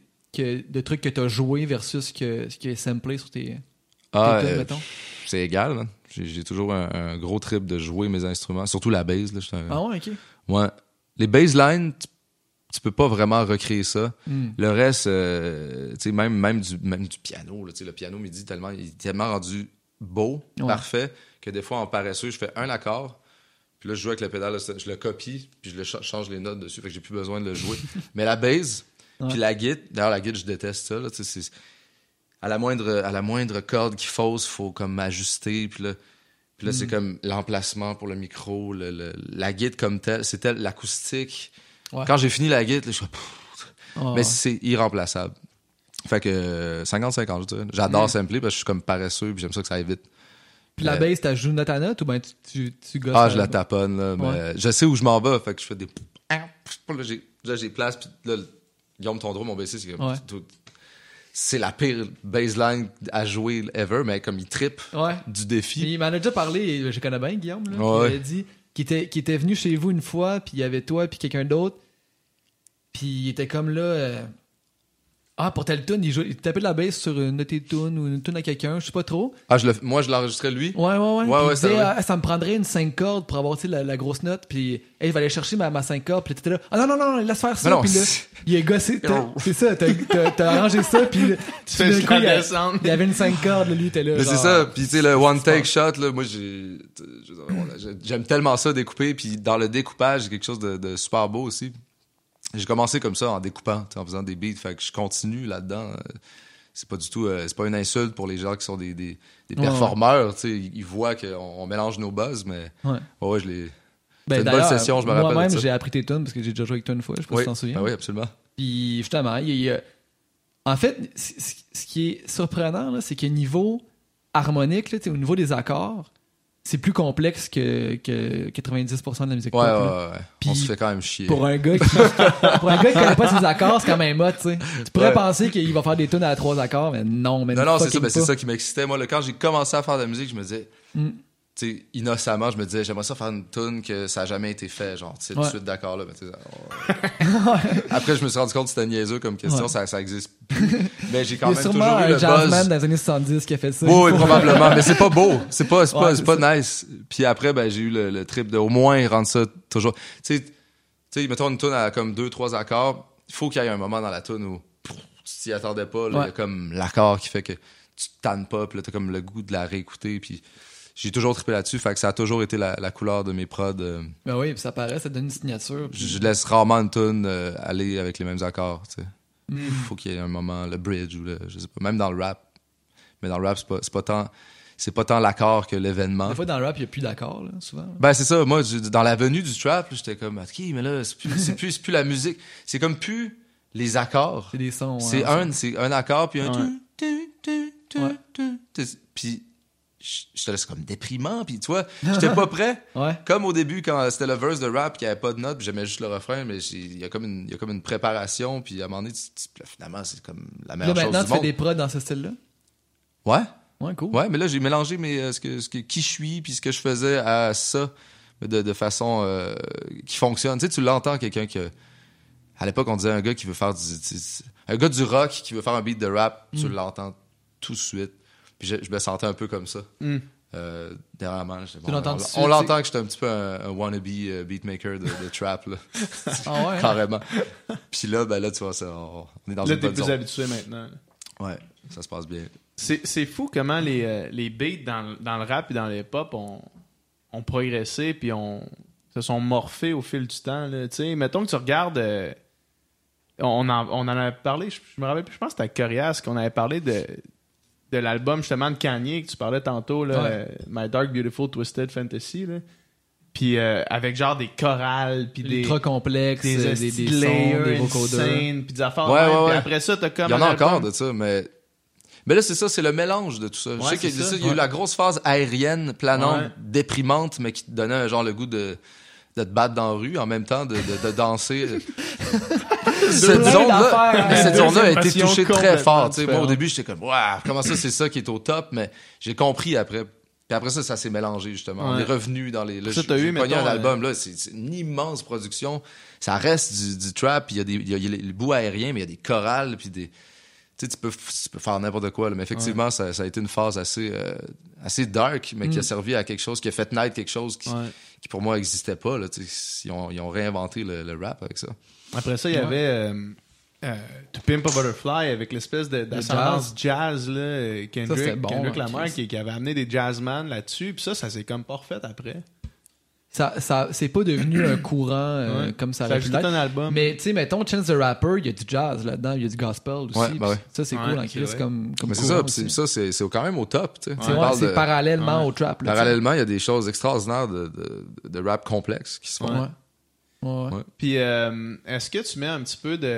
de trucs que t'as joué versus ce qui est samplé sur tes tunes, mettons? C'est égal, man. J'ai toujours un gros trip de jouer mes instruments, surtout la bass. Là, Ah ouais, OK. Ouais. Les basslines, tu peux pas vraiment recréer ça. Mm. Le reste, tu sais, même du piano, là, tu sais, le piano midi, il est tellement rendu beau, Ouais. parfait, que des fois, en paresseux, je fais un accord, puis là, je joue avec le pédale, là, je le copie, puis je le change les notes dessus, fait que j'ai plus besoin de le jouer. Mais la bass, Ouais. puis la guitare, d'ailleurs, la guitare, je déteste ça, là, tu sais, à la moindre corde qui fausse, faut comme ajuster, puis là c'est comme l'emplacement pour le micro, la guitare comme telle, c'est l'acoustique. Ouais. Quand j'ai fini la guitare, là, je suis Ah, mais c'est irremplaçable. Fait que 50-50, je dirais. J'adore sampler parce que je suis comme paresseux puis j'aime ça que ça aille vite. Puis la bass, t'as joué note à note ou ben tu gosses? Ah, je la taponne, là, mais Ouais. je sais où je m'en vais, fait que je fais des... Là, j'ai place, puis là, Guillaume Tondreau, mon bassiste, c'est comme... Ouais. C'est la pire bassline à jouer ever, mais comme il trippe Ouais. du Puis défi. il m'en a déjà parlé, je connais bien Guillaume, là. Ouais. Il avait dit qu'il était venu chez vous une fois, puis il y avait toi puis quelqu'un d'autre. Puis il était comme là... pour telle tune, il tapait de la bass sur une de tes tunes ou une tune à quelqu'un, je sais pas trop. Ah, moi, je l'enregistrais lui. Ouais. Ouais, Puis ouais, il disait, ça, ça me prendrait une 5 cordes pour avoir tu sais, la grosse note. Puis il va aller chercher ma 5 cordes. Puis t'étais là, non, laisse faire ça. Mais non, Puis là, il a gossé. C'est ça, t'as arrangé ça. Puis Tu fais juste la descendre. il y avait une 5 cordes, là, lui, t'es là. Mais genre, c'est ça, puis tu sais, le one take shot, là, moi, j'aime tellement ça découper, puis dans le découpage, j'ai quelque chose de super beau aussi. J'ai commencé comme ça en découpant, en faisant des beats, fait que je continue là-dedans. C'est pas du tout, c'est pas une insulte pour les gens qui sont des performeurs, tu sais, ils voient qu'on mélange nos buzz, mais Ouais. je l'ai. Ben, C'est une bonne d'ailleurs, session, je me rappelle de moi-même, ça. j'ai appris tes tunes parce que j'ai déjà joué avec toi une fois. Je sais pas si Oui, tu t'en souviens. ben oui, absolument. Puis justement, en fait, ce qui est surprenant, là, c'est qu'au niveau harmonique, là, tu sais, au niveau des accords, c'est plus complexe que 90% de la musique Ouais, pop. là. ouais. Puis On se fait quand même chier. Pour un gars qui connaît pas ses accords, c'est quand même hot, tu sais. Tu pourrais Ouais. penser qu'il va faire des tunes à 3 accords, mais non, mais Non, c'est ça, fucking ben, c'est pas. ça qui m'excitait. Moi, là, quand j'ai commencé à faire de la musique, je me disais, tu sais, innocemment, je me disais, j'aimerais ça faire une tune que ça n'a jamais été fait, genre, tu sais, tout de Ouais. suite d'accord, là, mais tu sais, Après, je me suis rendu compte que c'était niaiseux comme question, Ouais. ça existe plus. Mais j'ai quand Il y a même sûrement toujours eu un le jazzman buzz. dans les années 70 qui a fait ça. Oui, probablement, mais c'est pas beau. C'est pas Ouais, c'est nice. Puis après, ben, j'ai eu le trip de au moins rendre ça toujours. Tu sais, mettons une tune à comme 2-3 accords, il faut qu'il y ait un moment dans la tune où tu t'y attendais pas, là, il y a comme l'accord qui fait que tu te tannes pas, puis là, t'as comme le goût de la réécouter, puis j'ai toujours trippé là-dessus, fait que ça a toujours été la couleur de mes prods. Ben oui, puis ça paraît, ça donne une signature. puis- Je laisse rarement une tune aller avec les mêmes accords, tu sais. Faut qu'il y ait un moment, le bridge ou je sais pas, même dans le rap. Mais dans le rap, c'est pas tant... c'est pas tant l'accord que l'événement. Des fois, dans le rap, il n'y a plus d'accords, là, souvent. Ben, c'est ça. Moi, dans la venue du trap, j'étais comme, OK, mais là, c'est plus la musique. C'est comme plus les accords. C'est des sons. C'est un accord, puis un... Ouais. Puis j'étais là, c'est comme déprimant, puis tu vois, j'étais pas prêt. Ouais. Comme au début, quand c'était le verse de rap, qu'il n'y avait pas de notes, puis j'aimais juste le refrain, mais il y a comme une préparation, puis à un moment donné, finalement, c'est comme la meilleure Là, chose maintenant, du tu fais monde. des prods dans ce style-là? Ouais. Ouais, cool. Ouais, mais là, j'ai mélangé qui je suis, puis ce que je faisais à ça, de façon qui fonctionne. Tu sais, tu l'entends, quelqu'un que... À l'époque, on disait un gars qui veut faire un gars du rock qui veut faire un beat de rap, tu l'entends tout de suite. Puis je me sentais un peu comme ça. Dernièrement, on l'entend que j'étais un petit peu un wannabe beatmaker de trap, là. Ah ouais? Carrément. Puis là, ben là, tu vois, on est dans Là, une t'es bonne plus zone. habitué maintenant. Ouais, ça se passe bien. C'est fou comment les beats dans le rap et dans le hip-hop ont progressé puis se sont morphés au fil du temps. Là. Mettons que tu regardes... on en avait parlé, je me rappelle plus, je pense que c'était à Corias qu'on avait parlé de l'album justement de Kanye que tu parlais tantôt, là, Ouais. My Dark Beautiful Twisted Fantasy. Là. Puis avec genre des chorales, puis des Ultra complexes, des des layers, sons, des une vocodeurs. scène, puis des affaires. Ouais, de même. ouais, Puis ouais. après ça, t'as comme Il y en a un encore album. de ça, mais là, c'est ça, c'est le mélange de tout ça. Je Ouais, sais qu'il c'est ça. il y a eu la grosse phase aérienne, planante, Ouais. déprimante, mais qui te donnait un genre le goût de te battre dans la rue, en même temps de danser. Cette plein zone-là, d'affaires, mais cette deux zone-là a été émotions touchée très complètement fort. Tu sais, moi, au différentes. début, j'étais comme, waouh, comment ça, c'est ça qui est au top, mais j'ai compris après. Puis après ça s'est mélangé, justement. On Ouais. est revenu dans les... Là, Ça, t'as eu, j'ai pogné mettons, un album, là, c'est une immense production. Ça reste du trap, puis il y a le bout aérien, mais il y a des chorales, puis des... Tu sais, tu peux faire n'importe quoi, là, mais effectivement, ça a été une phase assez dark, mais qui a servi à quelque chose, qui a fait naître quelque chose qui pour moi n'existait pas. Là, ils ont réinventé le rap avec ça. Après ça, il y avait To Pimp a Butterfly avec l'espèce d'ascendance jazz, là, Kendrick, c'était bon, Kendrick hein, Lamar Chris. qui avait amené des jazzman là-dessus. Puis ça s'est comme pas refait après. Ça c'est pas devenu un courant Ouais. comme ça Ça a aurait pu juste l'être. un album. Mais tu sais, mettons, Chance the Rapper, il y a du jazz là-dedans, il y a du gospel aussi. Ouais, bah ouais. Ça, c'est Ouais, cool en c'est Chris vrai. comme Mais c'est courant ça, aussi. puis c'est quand même au top. Tu sais. C'est On parle c'est de- parallèlement au trap. Là, Parallèlement, il y a des choses extraordinaires de rap complexe qui se tu sais. font. Ouais. Ouais. Ouais. Puis est-ce que tu mets un petit peu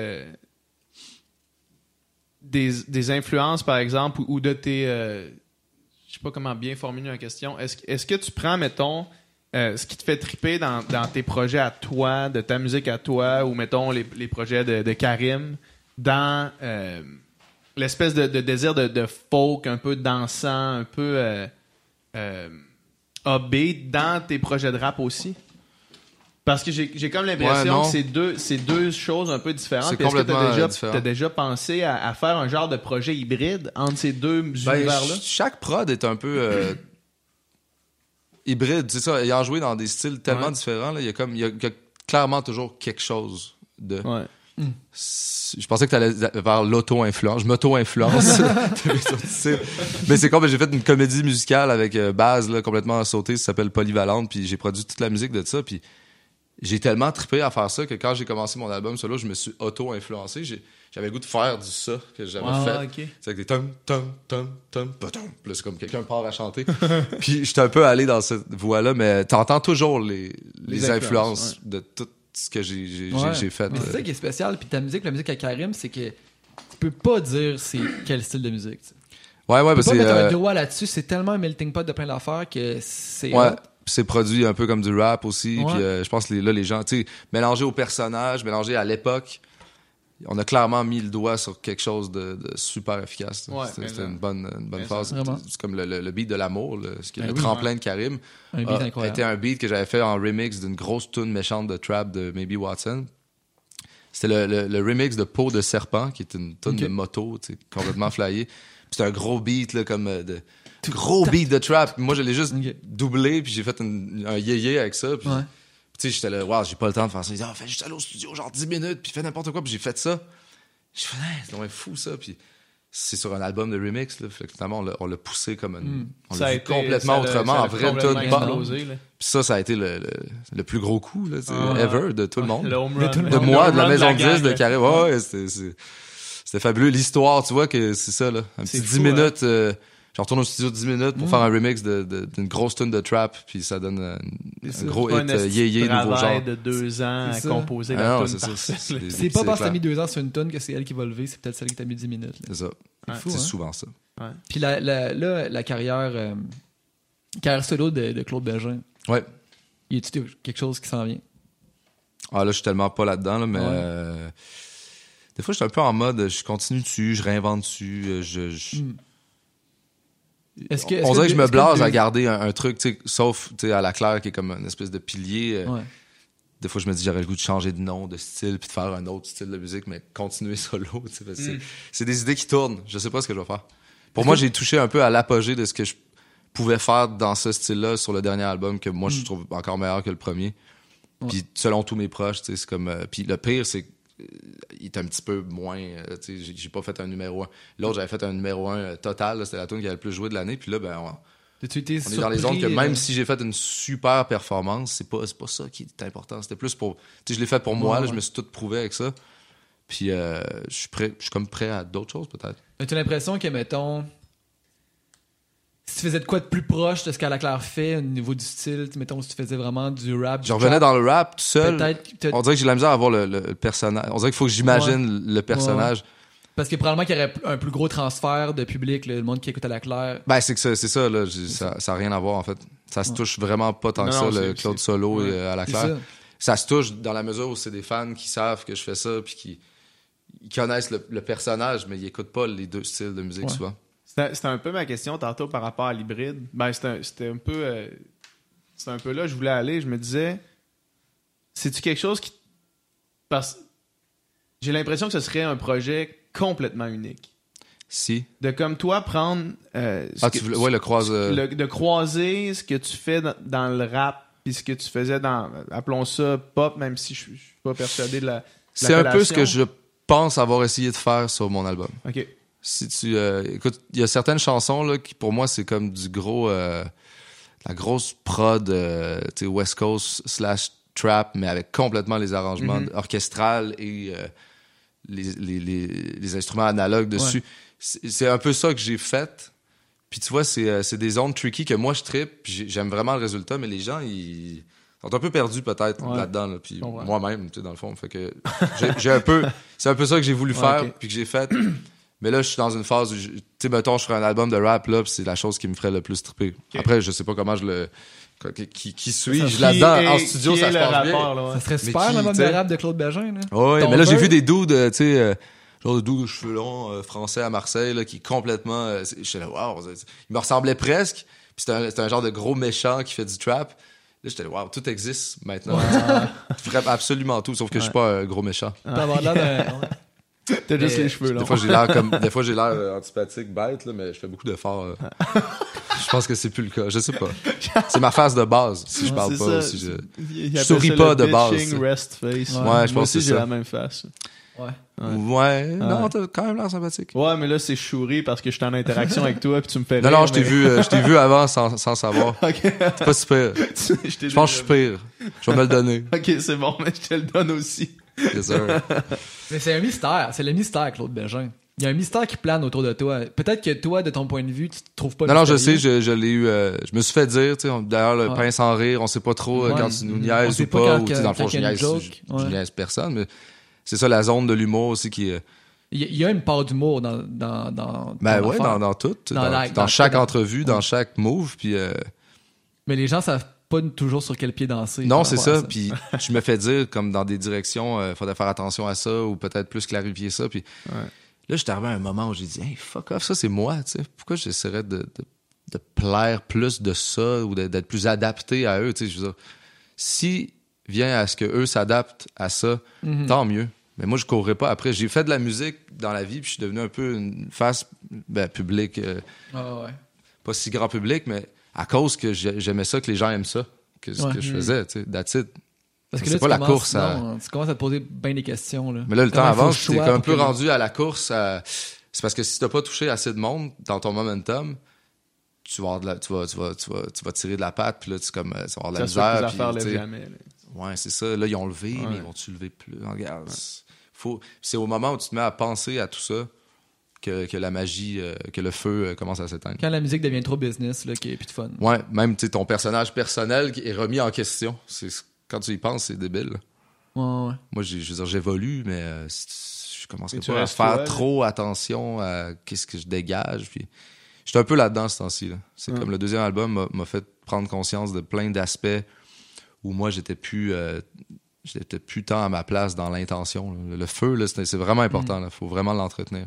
des influences, par exemple, ou de tes... je sais pas comment bien formuler la question. Est-ce que tu prends, mettons, ce qui te fait triper dans tes projets à toi, de ta musique à toi, ou mettons les projets de Karim, dans l'espèce de désir de folk un peu dansant, un peu upbeat dans tes projets de rap aussi? Parce que j'ai comme l'impression Ouais, que c'est deux choses un peu différentes. C'est Puis est-ce que complètement différent. t'as déjà pensé à faire un genre de projet hybride entre ces deux Ben, univers-là? chaque prod est un peu hybride, c'est ça. Ayant joué dans des styles tellement Ouais. différents, là, il y a clairement toujours quelque chose de... Ouais. Je pensais que tu allais vers l'auto-influence. Je m'auto-influence. Mais c'est comme j'ai fait une comédie musicale avec Baz là, complètement sauté, ça s'appelle Polyvalente, puis j'ai produit toute la musique de ça, puis j'ai tellement trippé à faire ça que quand j'ai commencé mon album solo, je me suis auto-influencé. J'avais le goût de faire du ça que j'avais fait. OK. C'est avec des tom, tom, tom, tom, tom. Puis là, c'est comme quelqu'un part à chanter. Puis j'étais un peu allé dans cette voie-là, mais t'entends toujours les influences de tout ce que j'ai fait. Mais c'est ça qui est spécial. Puis ta musique, la musique à Karim, c'est que tu peux pas dire c'est quel style de musique. Tu sais. Ouais, Tu peux parce pas que mettre un doigt là-dessus. C'est tellement un melting pot de plein d'affaires que c'est... ouais, hot. puis c'est produit un peu comme du rap aussi. Ouais. Puis je pense que les gens, tu sais, mélangé au personnage, mélangé à l'époque, on a clairement mis le doigt sur quelque chose de super efficace. Ouais, C'était une bonne phase. Vraiment. C'est comme le beat de l'amour, ce qui est Ben le oui. tremplin de Karim. Un beat incroyable. C'était un beat que j'avais fait en remix d'une grosse tune méchante de trap de Maybe Watson. C'était le remix de Peau de serpent, qui est une tune Ok. de moto, tu sais, complètement flyée. Puis c'était un gros beat, là, comme gros beat de trap. Moi, je l'ai juste Ok. doublé, puis j'ai fait un yéyé avec ça. Puis, Ouais. tu sais, j'étais là, wow, j'ai pas le temps de faire ça. Ils disaient, fais juste aller au studio, genre 10 minutes, puis fais n'importe quoi. Puis j'ai fait ça. Je fais, c'est vraiment fou, ça. Puis c'est sur un album de remix, là. Fait que finalement, on l'a poussé comme on Ça l'a a vu été- complètement ça a- autrement, ça a en vrai complètement tune pop. explosé, là. Puis ça a été le plus gros coup, là, tu sais, Ah. ever, de tout le monde. Le home run. De moi, de la maison de gang, 10, de là. Karim. Ouais, c'était fabuleux. L'histoire, tu vois que c'est ça, là. Un C'est petit fou, 10 minutes. Je retourne au studio 10 minutes pour faire un remix d'une grosse tune de trap, puis ça donne un gros hit yé nouveau genre. De 2 ans à composer Ah la non, tune. C'est pas parce que t'as mis 2 ans sur une tune que c'est elle qui va lever, c'est peut-être celle qui t'a mis 10 minutes. Là. C'est ça. C'est fou, C'est hein? souvent ça. Ouais. Puis la carrière solo de Claude Bégin, Ouais. y a-tu quelque chose qui s'en vient? Ah là, je suis tellement pas là-dedans, là, mais des fois, je suis un peu en mode, je continue dessus, je réinvente dessus, on dirait que je me blase à garder un truc, tu sais, sauf à la claire qui est comme une espèce de pilier. Des fois, je me dis, j'aurais le goût de changer de nom, de style, puis de faire un autre style de musique, mais continuer solo. C'est des idées qui tournent. Je sais pas ce que je vais faire. Pour moi, j'ai touché un peu à l'apogée de ce que je pouvais faire dans ce style-là sur le dernier album, que moi, je trouve encore meilleur que le premier. Puis selon tous mes proches, c'est comme... puis le pire, c'est il est un petit peu moins... j'ai pas fait un numéro 1. L'autre, j'avais fait un numéro 1 total. Là, c'était la tune qui avait le plus joué de l'année. Puis là, on est dans les zones que même si j'ai fait une super performance, c'est pas ça qui est important. C'était plus pour... je l'ai fait pour moi. Là, je me suis tout prouvé avec ça. Puis je suis comme prêt à d'autres choses, peut-être. Mais t'as l'impression que, mettons... Si tu faisais de quoi de plus proche de ce qu'À la Claire fait au niveau du style, mettons, si tu faisais vraiment du rap... Je revenais dans le rap tout seul. Peut-être... On dirait que j'ai de la misère à avoir le personnage. On dirait qu'il faut que j'imagine le personnage. Ouais. Parce que probablement qu'il y aurait un plus gros transfert de public, le monde qui écoute À la Claire. Ben, c'est ça, là. Ça a rien à voir, en fait. Ça se touche vraiment pas tant que ça, le Claude Solo et À la Claire. Ça se touche dans la mesure où c'est des fans qui savent que je fais ça puis qui connaissent le personnage, mais ils écoutent pas les deux styles de musique souvent. C'était un peu ma question tantôt par rapport à l'hybride. Ben, c'était un peu... c'était un peu là, je voulais aller. Je me disais, c'est-tu quelque chose qui... Parce j'ai l'impression que ce serait un projet complètement unique. Si. De comme toi prendre... le croise... de croiser ce que tu fais dans le rap puis ce que tu faisais dans... Appelons ça pop, même si je suis pas persuadé de la... C'est un peu ce que je pense avoir essayé de faire sur mon album. OK. Si tu écoute, il y a certaines chansons là qui pour moi c'est comme du gros la grosse prod tu sais West Coast / trap mais avec complètement les arrangements orchestrales et les instruments analogues dessus. C'est un peu ça que j'ai fait. Puis tu vois c'est des zones tricky que moi je trippe, puis j'aime vraiment le résultat, mais les gens ils sont un peu perdus peut-être là-dedans là, puis moi-même tu sais dans le fond, fait que j'ai un peu c'est un peu ça que j'ai voulu faire puis que j'ai fait. Mais là, je suis dans une phase où, tu sais, mettons, je ferais un album de rap, là, pis c'est la chose qui me ferait le plus triper. Okay. Après, je sais pas comment je le... Qui suis-je là-dedans? En studio, ça se passe bien. Là, ça serait super, l'album de rap de Claude Bégin, là. Oui, mais là, j'ai vu des dudes, tu sais, genre de dudes aux cheveux longs, français à Marseille, là, qui complètement... je suis là, wow, il me ressemblait presque. Puis c'était un genre de gros méchant qui fait du trap. Là, j'étais là, wow, tout existe maintenant. Je ferais absolument tout, sauf que je suis pas un gros méchant. T'as l'air d'un... T'as juste les cheveux longs. Des fois j'ai l'air antipathique, bête, là, mais je fais beaucoup d'efforts. Je pense que c'est plus le cas. Je sais pas. C'est ma face de base. Si je parle pas, si je souris pas de base. Rest face. Ouais, je pense que c'est j'ai la même face. Ouais. Non, t'as quand même l'air sympathique. Ouais, mais là c'est chouri parce que je suis en interaction avec toi puis tu me fais rire. Non, je t'ai vu avant sans savoir. OK. T'es pas super. Je pense que je suis pire. Je vais me le donner. OK, c'est bon, mais je te le donne aussi. Yes, sir. Mais c'est un mystère. C'est le mystère, Claude Bégin. Il y a un mystère qui plane autour de toi. Peut-être que toi, de ton point de vue, tu te trouves pas... Non, je sais, je l'ai eu... je me suis fait dire, tu sais, d'ailleurs, le pain sans rire, on sait pas trop quand tu nous niaises ou pas, ou tu sais, dans le fond, je niaise personne, mais c'est ça, la zone de l'humour aussi qui est... Il y a une part d'humour dans ben ouais, dans tout. Dans chaque entrevue, dans chaque move, puis... Mais les gens savent pas toujours sur quel pied danser. Non, c'est ça. Puis je me fais dire, comme dans des directions, faudrait faire attention à ça ou peut-être plus clarifier ça. Puis là, j'étais arrivé à un moment où j'ai dit, hey, fuck off, ça c'est moi. Tu sais, pourquoi j'essaierais de plaire plus de ça ou d'être plus adapté à eux. Tu sais, je veux dire, si vient à ce que eux s'adaptent à ça, tant mieux. Mais moi, je courrais pas après. J'ai fait de la musique dans la vie, puis je suis devenu un peu une face publique. Pas si grand public, mais à cause que j'aimais ça, que les gens aiment ça, que ce que je faisais, tu sais, that's it. Parce que c'est là, pas la course tu commences à te poser bien des questions. Là. Mais là, le temps avance, t'es un peu rendu à la course. C'est parce que si t'as pas touché assez de monde dans ton momentum, tu vas tirer de la patte, puis là, tu vas avoir de la misère. Puis, jamais, ouais, c'est ça. Là, ils ont levé, mais ils vont-tu lever plus? Regarde. C'est au moment où tu te mets à penser à tout ça que la magie, que le feu commence à s'éteindre. Quand la musique devient trop business, là, qu'il n'y a plus de fun. Ouais, même ton personnage personnel qui est remis en question. Quand tu y penses, c'est débile. Ouais. Moi, je veux dire, j'évolue, mais je commencerai tu pas à restes faire toi, trop attention à qu'est-ce que je dégage. Puis, j'étais un peu là-dedans ce temps-ci. Là. C'est comme le deuxième album m'a fait prendre conscience de plein d'aspects où moi, j'étais plus tant à ma place dans l'intention. Là. Le feu, là, c'est vraiment important. Il faut vraiment l'entretenir.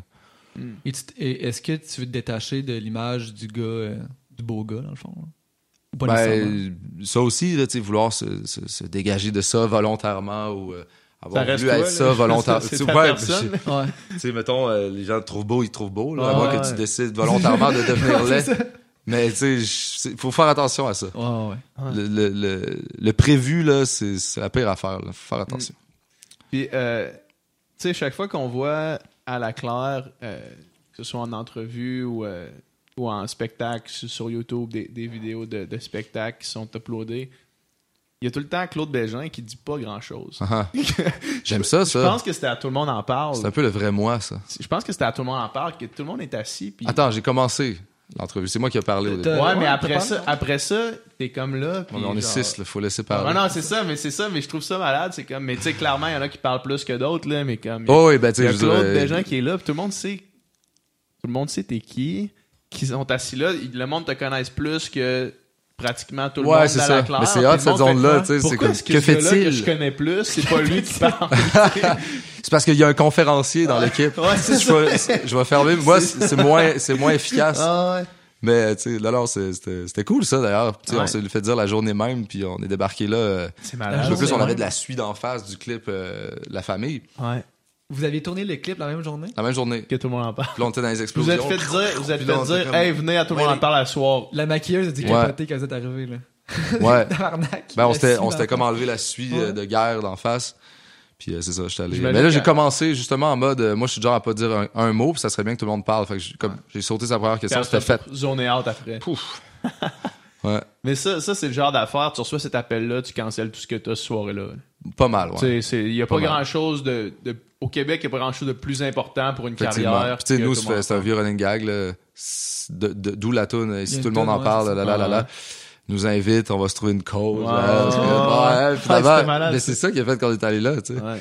Et est-ce que tu veux te détacher de l'image du gars, du beau gars, dans le fond? Là? Ou pas nécessairement? Ça aussi, là, vouloir se dégager de ça volontairement ou avoir reste voulu toi, être là. ça volontairement. C'est ta personne. Ouais. Tu sais, mettons, les gens te trouvent beau, ils te trouvent beau. Là, à Ouais, moins ouais. que tu décides volontairement de devenir laid. C'est ça. Mais tu sais, il faut faire attention à ça. Ouais. Le prévu, là, c'est la pire affaire. Faut faire attention. Puis, tu sais, chaque fois qu'on voit à la claire, que ce soit en entrevue ou en spectacle sur YouTube, des vidéos de spectacles qui sont uploadées, il y a tout le temps Claude Bégin qui dit pas grand-chose. J'aime ça. Je pense que c'était à Tout le monde en parle. C'est un peu le vrai moi, ça. Je pense que c'était à Tout le monde en parle, que tout le monde est assis. Puis... Attends, j'ai commencé l'entrevue. C'est moi qui ai parlé au début. Ouais, mais Ouais, après ça, t'es comme là. Puis On est genre... 6, il faut laisser parler. Ah non, c'est ça, mais je trouve ça malade. C'est comme, mais tu sais, clairement, il y en a qui parlent plus que d'autres, là, mais comme. Oh, oui, ben tu Il y sais, a je veux Claude dire, Bégin qui est là, puis tout le monde sait t'es qui sont assis là. Le monde te connaisse plus que pratiquement tout le monde c'est dans ça. la classe. Mais c'est hot, cette zone-là, tu sais, c'est Pourquoi comme, est-ce que que ce gars-là fait-il? que je connais plus, c'est pas lui qui parle? C'est parce qu'il y a un conférencier dans l'équipe. Ouais, c'est Je vais fermer. Moi, c'est moins efficace. Ah ouais. Mais tu sais, là, c'était cool ça d'ailleurs. Tu sais, Ouais. on s'est fait dire la journée même, puis on est débarqué là. C'est La malade. En plus, on journée avait même. de la suite en face du clip La Famille. Ouais. Vous aviez tourné le clip la même journée? La même journée. Que tout le monde en parle. Puis là, on était dans les Vous explosions. êtes fait Puis là, on était dire, comme- hey, venez à tout le monde en parle à soir. La maquilleuse a dit Ouais. capoter quand vous êtes arrivé, là. Ouais. Tabarnak. Ben, on La s'était suie comme dans- enlevé la suie Ouais. de guerre d'en face. Puis c'est ça, j'étais allé. J'imagine Mais là, j'ai que- commencé justement en mode, moi, je suis du genre à pas dire un mot, puis ça serait bien que tout le monde parle. Fait que j'ai sauté sa première question, c'était fait. Zoné out après. Pouf. Ouais. Mais ça c'est le genre d'affaire, tu reçois cet appel-là, tu cancelles tout ce que t'as ce soir-là. Pas mal, ouais. Il y a Pas pas mal. grand-chose au Québec, il n'y a pas grand-chose de plus important pour une Effectivement. carrière. Puis tu sais, que nous, tout le monde c'est un vieux running gag, là. D'où la toune, Il y si a tout le une monde en toune, parle, ouais, là. Nous invite, on va se trouver une cause. Ouais. Parce que, Ouais, finalement, c'était malade, mais ça. c'est ça qui a fait qu'on est allé là, tu sais. Ouais.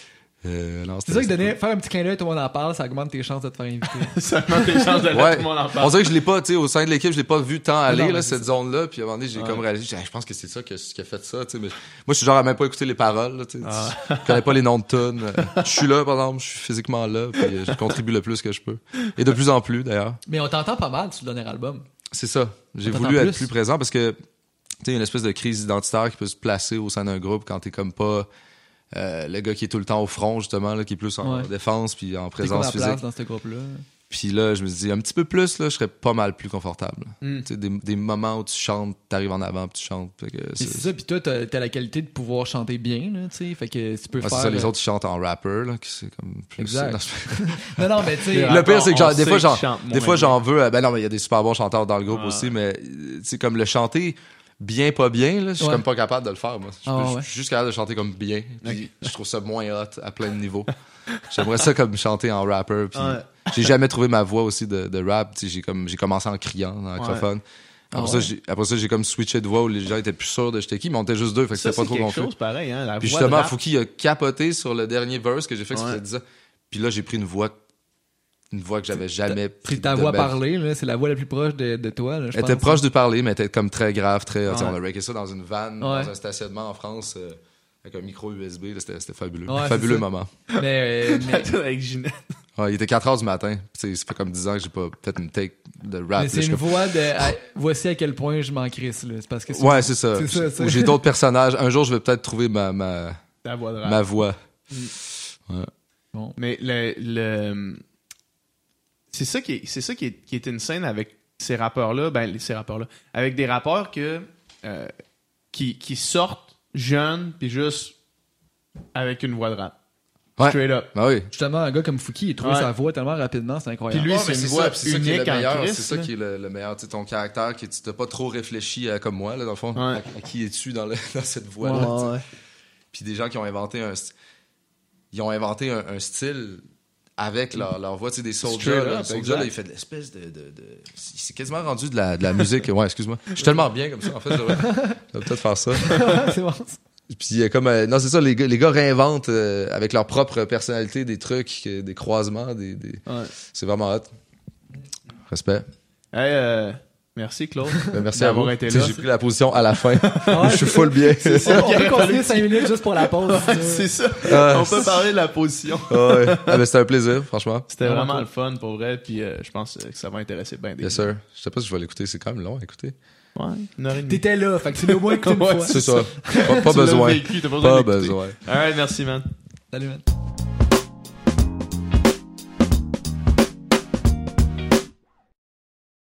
C'est Non, ça qui donnait, faire un petit clin d'œil, tout le monde en parle, ça augmente tes chances de te faire inviter. Seulement tes chances de Ouais. tout le monde en On parle. dirait que je l'ai pas, tu sais, au sein de l'équipe, je l'ai pas vu tant aller, non, là, mais cette c'est zone-là. Puis à un moment donné, j'ai Ouais. comme réalisé, je pense que c'est ça qui a fait ça, tu sais. Mais moi, je suis genre à même pas écouter les paroles, là, tu sais. Je connais pas les noms de tunes. Je suis là, par exemple, je suis physiquement là, puis je contribue le plus que je peux. Et de plus en plus, d'ailleurs. Mais on t'entend pas mal sur le dernier album. C'est ça. J'ai On t'entend voulu être plus. plus présent parce que, tu sais, il y a une espèce de crise identitaire qui peut se placer au sein d'un groupe quand t'es comme pas le gars qui est tout le temps au front, justement, là, qui est plus en Ouais. défense puis en C'est quoi présence la place physique. dans ce groupe-là? Puis là, je me dis, un petit peu plus, là, je serais pas mal plus confortable. Mm. Tu sais, des moments où tu chantes, t'arrives en avant puis tu chantes. Fait que C'est ça, puis toi, t'as la qualité de pouvoir chanter bien, là, tu sais, fait que tu peux Ouais, faire... c'est ça, les autres, ils chantent en rapper, là, qui c'est comme plus... Exact. Non, Non, mais tu sais... Le pire, c'est que On des sait fois, qu'ils chantent moins j'en veux. Ben non, mais il y a des super bons chanteurs dans le groupe Ouais. aussi, mais c'est comme le chanter bien, pas bien, là, je suis Ouais. comme pas capable de le faire, moi. Ah, Je ouais. suis juste capable de chanter comme bien. Puis je trouve ça moins hot à plein de niveaux. J'aimerais ça comme chanter en rapper. Puis Ouais. j'ai jamais trouvé ma voix aussi de rap. Tu sais, j'ai commencé en criant dans le microphone. Ah Après, ça, j'ai comme switché de voix où les gens étaient plus sûrs de j'étais qui, mais on était juste deux, fait que Ça, c'était pas c'est trop quelque confus. chose pareil, hein. La Puis voix justement, de rap. Fouki a capoté sur le dernier verse que j'ai fait, que Ouais. ça faisait 10 ans. Puis là, j'ai pris une voix que j'avais jamais pris. C'est ta de voix ma vie. parlée, là, c'est la voix la plus proche de toi, là, je Elle était pense. proche de parler, mais elle était comme très grave, très. Tu sais, Ouais. on a racké ça dans une van, Ouais. dans un stationnement en France, avec un micro USB. Là, c'était fabuleux. Ouais, Fabuleux c'est ça. moment. Mais Avec Ginette. Ouais, il était 4h du matin. Tu sais, ça fait comme 10 ans que j'ai pas fait une take de rap. mais c'est Là, je une suis comme- voix de... voici à quel point je m'en crisse, là. C'est parce que Ouais, c'est ça. C'est ça, c'est- Ou j'ai d'autres personnages. Un jour, je vais peut-être trouver ma Ta voix de rap. voix. Bon. Mais c'est ça qui est insane avec ces rappeurs-là, ces rappeurs-là, avec des rappeurs qui sortent jeunes puis juste avec une voix de rap. Ouais. Straight up. Ben oui. Justement, un gars comme Fouki, il trouve Ouais. sa voix tellement rapidement, c'est incroyable. Puis lui, Ouais, c'est mais une voix ça, puis c'est ça qui est unique le en meilleur. Christ, C'est ça là. qui est le meilleur. Tu sais, ton caractère, tu t'as pas trop réfléchi comme moi, là, dans le fond. Ouais. À qui es-tu dans cette voix-là? tu sais. Ouais. Puis des gens qui ont inventé un style avec leur voix, tu sais, des Soulja. Straight up, Soulja, là, il fait de l'espèce de... C'est quasiment rendu de la musique. Ouais, excuse-moi. Je suis tellement bien comme ça, en fait. Je devrais peut-être faire ça. C'est bon. Puis comme... non, c'est ça, les gars réinventent avec leur propre personnalité des trucs, des croisements, Ouais. C'est vraiment hot. Respect. Hey, merci, Claude. Merci à vous. d'avoir été Tu sais, là. j'ai pris la position à la fin. Ouais, Je suis full bien. On peut continuer 5 minutes juste pour la pause. Ouais, c'est ça. On peut parler de la position. Ouais. Ah, ben, c'était un plaisir, franchement. C'était Vraiment vraiment cool. le fun pour vrai, puis je pense que ça va intéresser bien des Yes, sir. Je sais pas si je vais l'écouter, c'est quand même long à écouter. Ouais, 1h30. T'étais là, fait que tu l'as au moins écouté une Ouais, fois. C'est ça. Pas Tu l'as besoin. vécu, t'as pas Pas besoin d'écouter. besoin. Alright, merci, man. Salut, man.